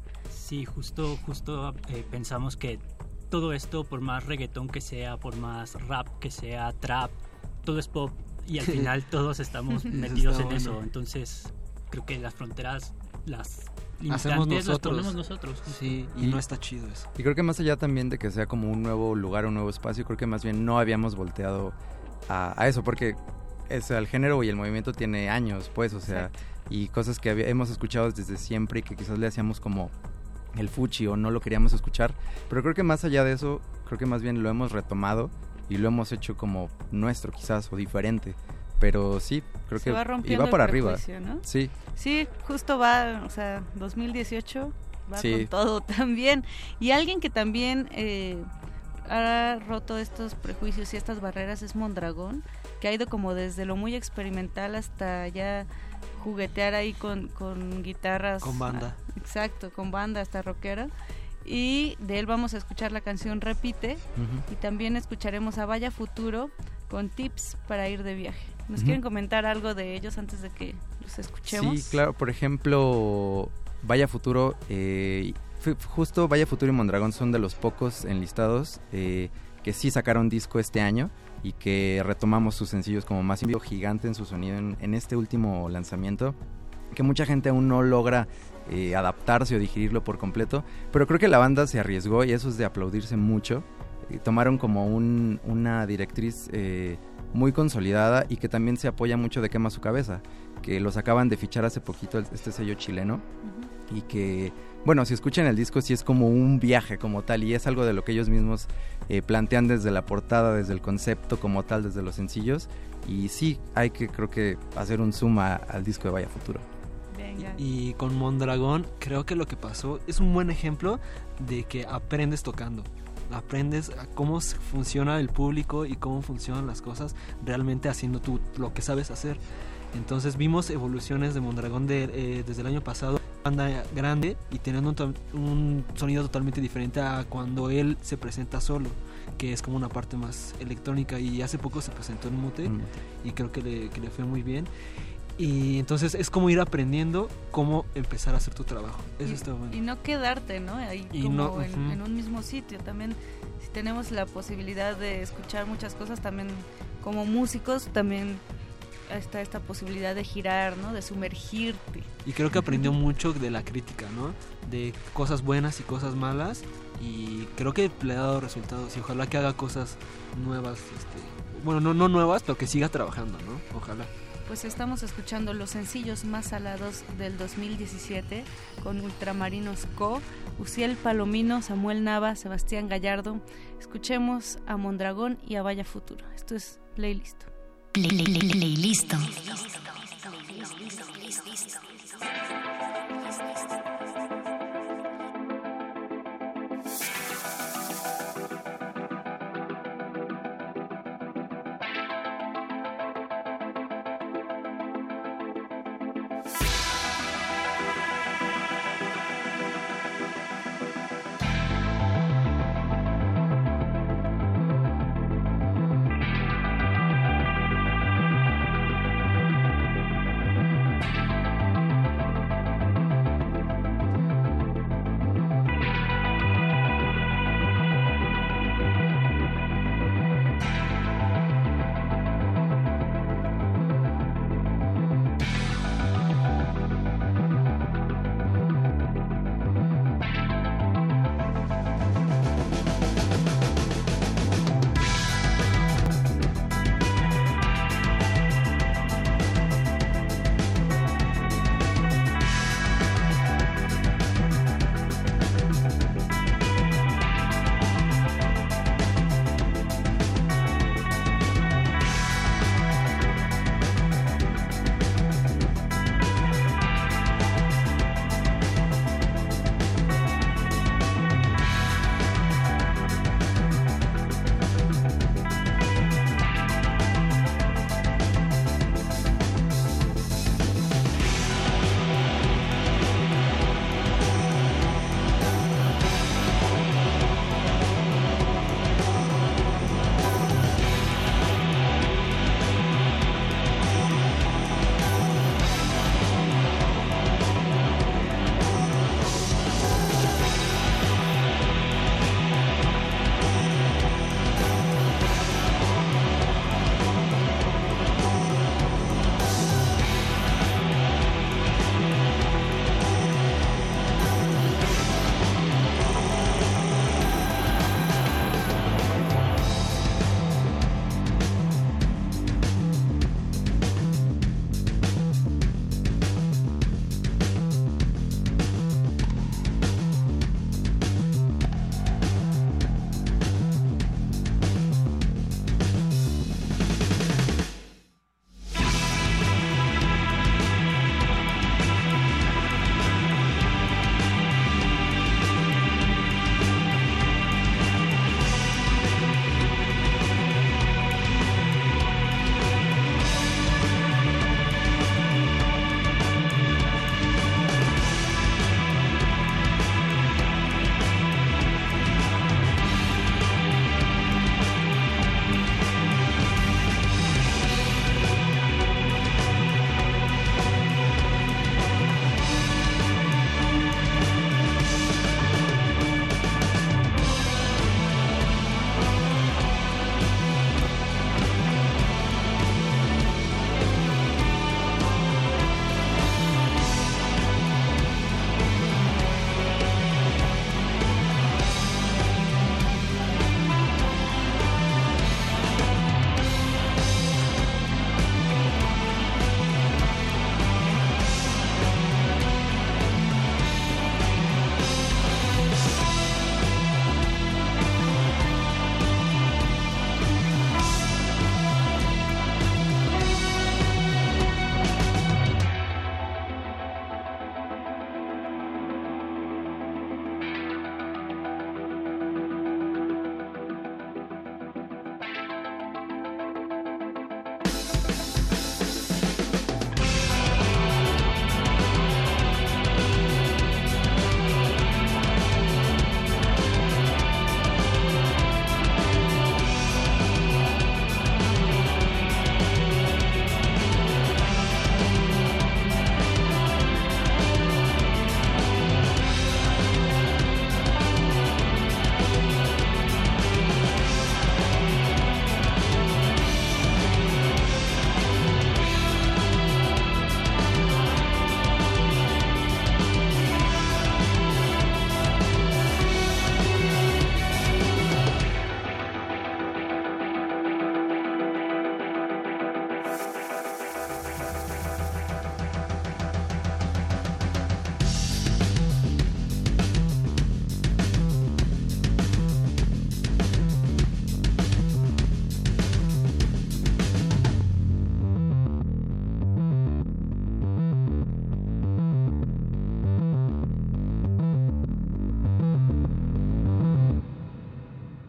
Sí, justo, justo eh, pensamos que todo esto, por más reggaetón que sea, por más rap que sea, trap, todo es pop y al final todos estamos metidos en eso. Entonces creo que las fronteras, las hacemos limitantes las nosotros. ponemos nosotros. justo. Sí, y, y no está chido eso. Y creo que más allá también de que sea como un nuevo lugar, un nuevo espacio, creo que más bien no habíamos volteado a, a eso, porque es, el género y el movimiento tiene años, pues, o sea, exacto. Y cosas que había, hemos escuchado desde siempre y que quizás le hacíamos como el fuchi o no lo queríamos escuchar, pero creo que más allá de eso, creo que más bien lo hemos retomado y lo hemos hecho como nuestro quizás o diferente, pero sí, creo Se que va y va para arriba, ¿no? Sí. Sí, justo va, o sea, dos mil dieciocho va sí. con todo también, y alguien que también eh, ha roto estos prejuicios y estas barreras es Mondragón, que ha ido como desde lo muy experimental hasta ya juguetear ahí con, con guitarras. Con banda. Ah, exacto, con banda hasta rockera. Y de él vamos a escuchar la canción Repite, uh-huh. y también escucharemos a Vaya Futuro con tips para ir de viaje. ¿Nos uh-huh. quieren comentar algo de ellos antes de que los escuchemos? Sí, claro, por ejemplo, Vaya Futuro, eh, justo Vaya Futuro y Mondragón son de los pocos enlistados eh, que sí sacaron disco este año y que retomamos sus sencillos como más gigante en su sonido en, en este último lanzamiento, que mucha gente aún no logra eh, adaptarse o digerirlo por completo, pero creo que la banda se arriesgó y eso es de aplaudirse mucho. Eh, tomaron como un, una directriz eh, muy consolidada y que también se apoya mucho de Quema Su Cabeza, que los acaban de fichar hace poquito este sello chileno, uh-huh. y que, bueno, si escuchan el disco sí es como un viaje como tal y es algo de lo que ellos mismos eh, plantean desde la portada, desde el concepto como tal, desde los sencillos, y sí hay que creo que hacer un zoom a, al disco de Vaya Futuro. Venga. Y, y con Mondragón creo que lo que pasó es un buen ejemplo de que aprendes tocando. Aprendes a cómo funciona el público y cómo funcionan las cosas realmente haciendo tú lo que sabes hacer. Entonces vimos evoluciones de Mondragón de, eh, desde el año pasado, banda grande y teniendo un, to- un sonido totalmente diferente a cuando él se presenta solo, que es como una parte más electrónica, y hace poco se presentó en Mute mm. y creo que le, que le fue muy bien. Y entonces es como ir aprendiendo cómo empezar a hacer tu trabajo. Eso y, está bueno. Y no quedarte, ¿no? Ahí y como no, en, uh-huh. en un mismo sitio. También si tenemos la posibilidad de escuchar muchas cosas, también como músicos, también está esta posibilidad de girar, ¿no? De sumergirte. Y creo que aprendió mucho de la crítica, ¿no? De cosas buenas y cosas malas. Y creo que le ha dado resultados. Y ojalá que haga cosas nuevas. Este, bueno, no, no nuevas, pero que siga trabajando, ¿no? Ojalá. Pues estamos escuchando los sencillos más salados del dos mil diecisiete con Ultramarinos Co, Uciel Palomino, Samuel Nava, Sebastián Gallardo. Escuchemos a Mondragón y a Vaya Futuro. Esto es Playlist. Play, play, play, playlist.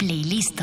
Playlist.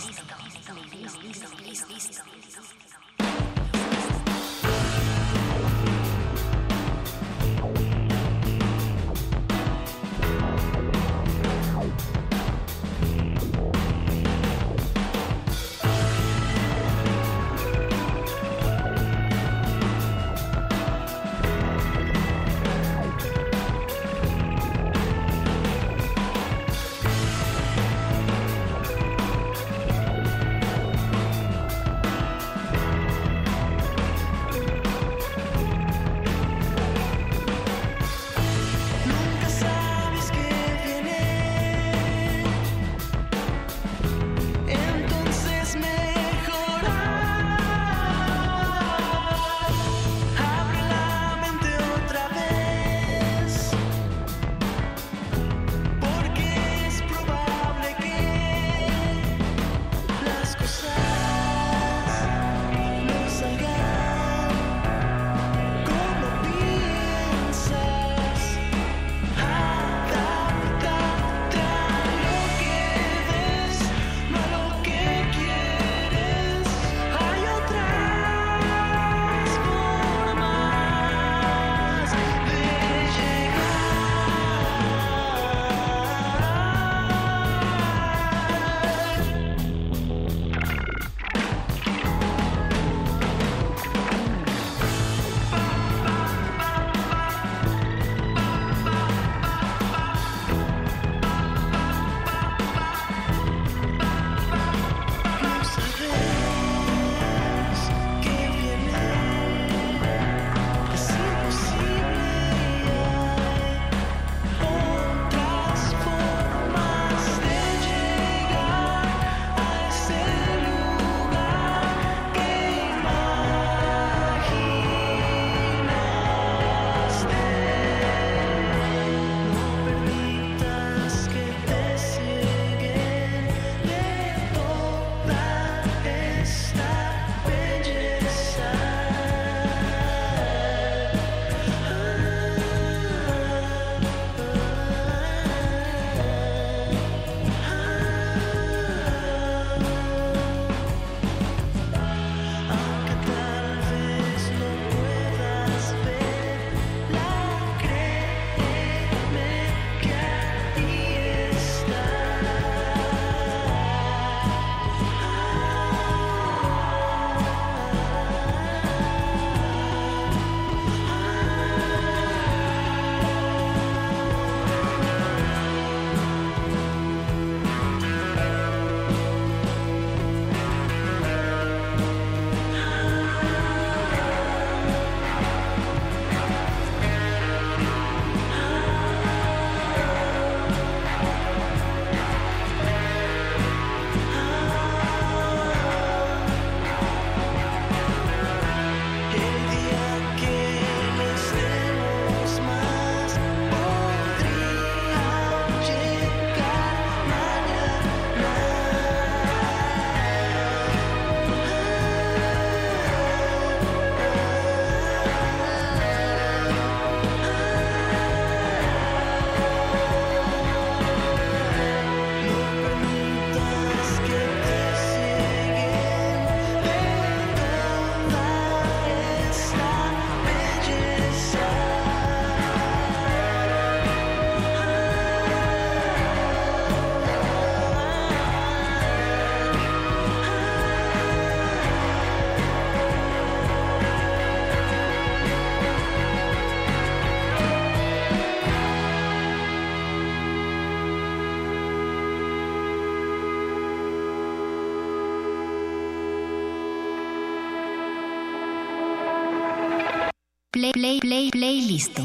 Play, play, play, playlist.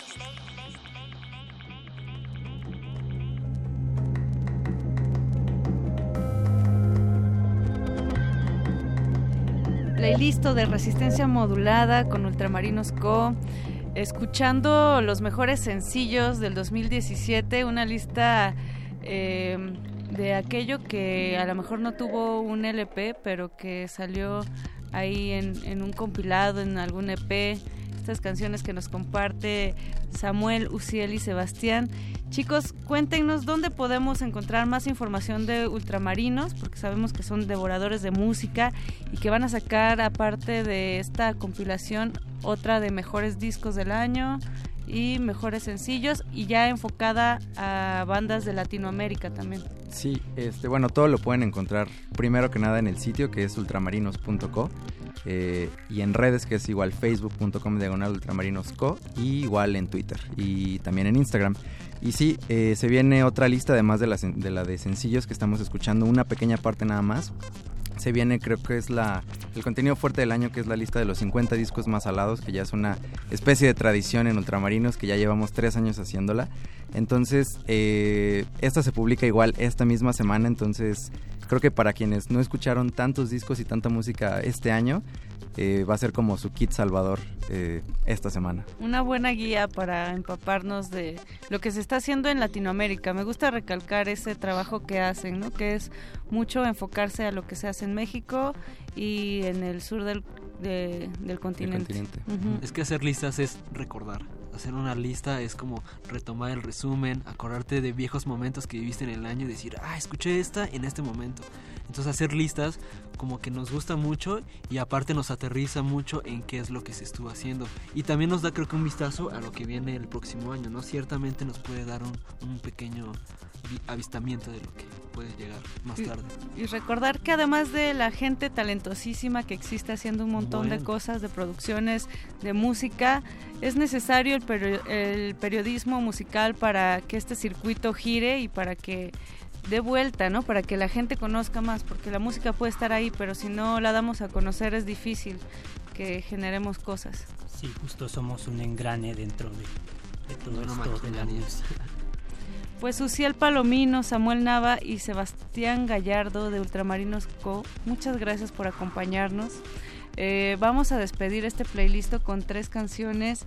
Playlist de Resistencia Modulada con Ultramarinos Co. Escuchando los mejores sencillos del dos mil diecisiete, una lista eh, de aquello que a lo mejor no tuvo un L P, pero que salió ahí en, en un compilado, en algún E P. Estas canciones que nos comparte Samuel, Uciel y Sebastián. Chicos, cuéntenos dónde podemos encontrar más información de Ultramarinos, porque sabemos que son devoradores de música y que van a sacar, aparte de esta compilación, otra de mejores discos del año y mejores sencillos, y ya enfocada a bandas de Latinoamérica también. Sí, este, bueno, todo lo pueden encontrar primero que nada en el sitio, que es ultramarinos punto co, eh, y en redes, que es igual facebook punto com diagonal ultramarinosco, y igual en Twitter y también en Instagram. Y sí, eh, se viene otra lista, además de la, de la de sencillos que estamos escuchando, una pequeña parte nada más. Se viene, creo que es la el contenido fuerte del año, que es la lista de los cincuenta discos más salados, que ya es una especie de tradición en Ultramarinos, que ya llevamos tres años haciéndola. Entonces, eh, esta se publica igual esta misma semana, entonces creo que para quienes no escucharon tantos discos y tanta música este año, eh, va a ser como su kit salvador eh, esta semana. Una buena guía para empaparnos de lo que se está haciendo en Latinoamérica. Me gusta recalcar ese trabajo que hacen, ¿no? Que es mucho enfocarse a lo que se hace en México y en el sur del, de, del continente. El continente. Uh-huh. Es que hacer listas es recordar. Hacer una lista es como retomar el resumen, acordarte de viejos momentos que viviste en el año y decir, ah, escuché esta en este momento. Entonces hacer listas como que nos gusta mucho y aparte nos aterriza mucho en qué es lo que se estuvo haciendo. Y también nos da, creo que, un vistazo a lo que viene el próximo año, ¿no? Ciertamente nos puede dar un, un pequeño avistamiento de lo que puede llegar más tarde. Y, y recordar que además de la gente talentosísima que existe haciendo un montón bueno. de cosas, de producciones, de música, es necesario el, peri- el periodismo musical para que este circuito gire y para que dé vuelta, ¿no? Para que la gente conozca más, porque la música puede estar ahí, pero si no la damos a conocer es difícil que generemos cosas. Sí, justo somos un engrane dentro de, de todo no esto de la música. Pues Uciel Palomino, Samuel Nava y Sebastián Gallardo de Ultramarinos Co, muchas gracias por acompañarnos. Eh, vamos a despedir este playlist con tres canciones.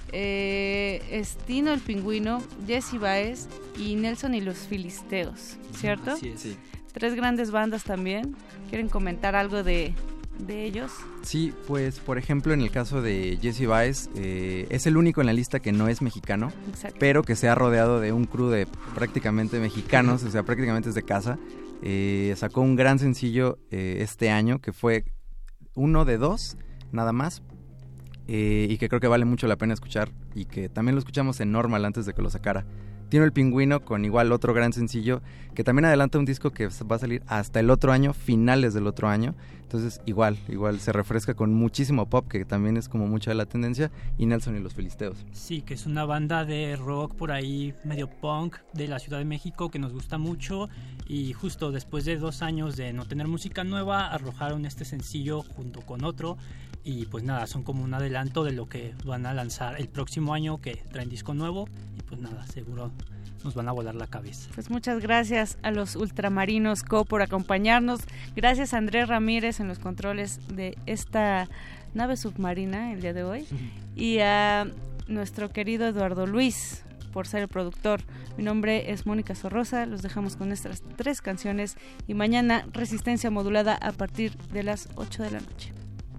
Eh, Estino el Pingüino, Jessy Baez y Nelson y los Filisteos, ¿cierto? Así es, sí. Tres grandes bandas también. ¿Quieren comentar algo de, de ellos? Sí, pues por ejemplo en el caso de Jessy Baez, eh, es el único en la lista que no es mexicano. Exacto. Pero que se ha rodeado de un crew de prácticamente mexicanos, o sea, prácticamente es de casa. Eh, sacó un gran sencillo eh, este año, que fue uno de dos, nada más. Eh, y que creo que vale mucho la pena escuchar, y que también lo escuchamos en Normal antes de que lo sacara. Tiene el Pingüino, con igual otro gran sencillo, que también adelanta un disco que va a salir hasta el otro año, finales del otro año. Entonces igual, igual se refresca con muchísimo pop, que también es como mucha de la tendencia, y Nelson y los Filisteos. Sí, que es una banda de rock por ahí, medio punk, de la Ciudad de México, que nos gusta mucho, y justo después de dos años de no tener música nueva, arrojaron este sencillo junto con otro, y pues nada, son como un adelanto de lo que van a lanzar el próximo año, que traen disco nuevo, y pues nada, seguro nos van a volar la cabeza. Pues muchas gracias a los Ultramarinos Co por acompañarnos. Gracias a Andrés Ramírez en los controles de esta nave submarina el día de hoy. Y a nuestro querido Eduardo Luis por ser el productor. Mi nombre es Mónica Sorrosa. Los dejamos con nuestras tres canciones y mañana Resistencia Modulada a partir de las ocho de la noche.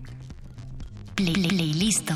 Play, play, play, listo.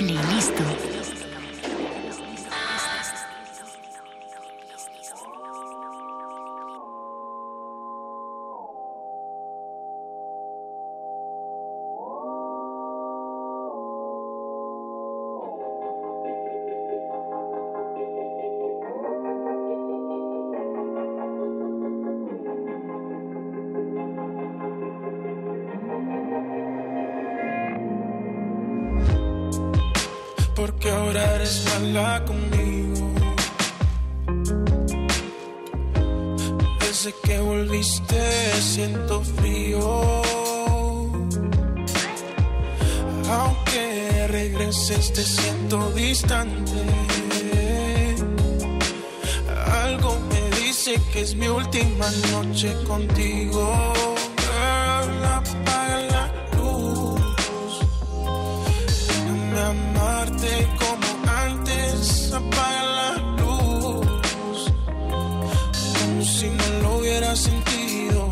Playlist. Porque ahora eres mala conmigo. Desde que volviste siento frío. Aunque regreses te siento distante. Algo me dice que es mi última noche contigo. Girl, apaga la luz. Déjame amarte como antes. Apaga la luz. Como si no lo hubiera sentido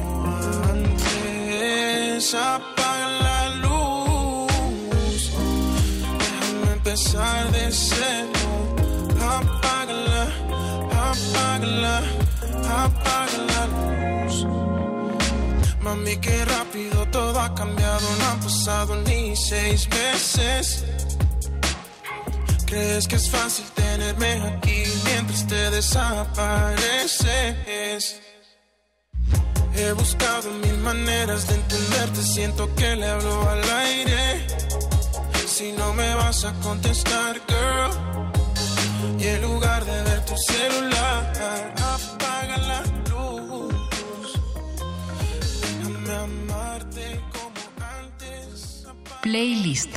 antes. Apaga la luz. Déjame empezar de cero. Apágala, apágala, apaga la luz. Mami, qué rápido todo ha cambiado. No han pasado ni seis meses. ¿Crees que es fácil tenerme aquí mientras te desapareces? He buscado mil maneras de entenderte. Siento que le hablo al aire. Si no me vas a contestar, girl, y en lugar de ver tu celular, apaga la luz. Déjame amarte como antes. Playlist.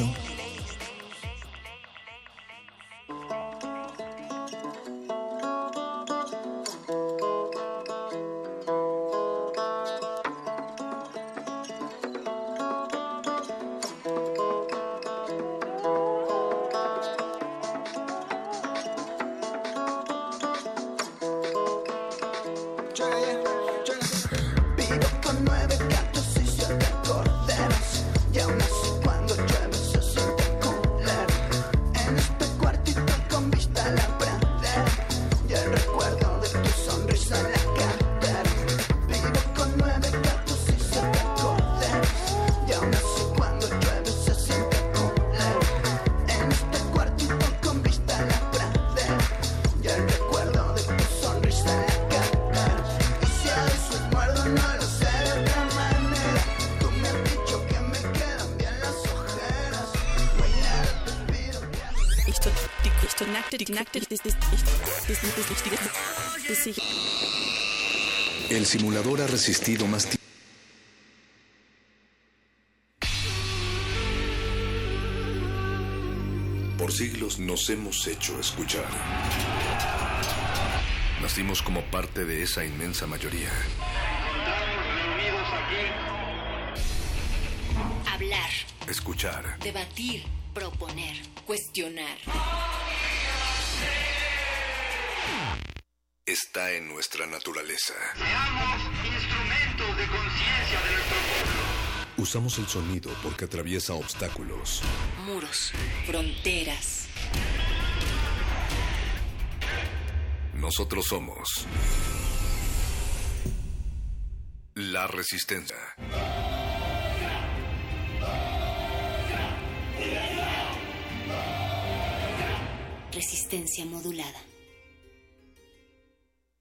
Vivo con nueve gatos y siete corderos. Y aún así cuando llueve se siente culero. En este cuartito con vista a la pradera. Y el recuerdo de tu sonrisa en la cartera. Vivo con nueve gatos y siete corderos. Y aún así cuando llueve se siente culero. En este cuartito con vista a la pradera. Y el recuerdo de tu sonrisa en la cartera. Y si a eso muerdo no lo sé de otra manera. Tú me has dicho que me quedan bien las ojeras. Mañana te pido que Esto, esto, nakte, nakte, El simulador ha resistido más tiempo. Por siglos nos hemos hecho escuchar. Nacimos como parte de esa inmensa mayoría. Hablar, Escuchar. debatir, proponer, cuestionar. Está en nuestra naturaleza. Seamos instrumentos de conciencia de nuestro pueblo. Usamos el sonido porque atraviesa obstáculos. Muros, fronteras. Nosotros somos la Resistencia. Resistencia modulada.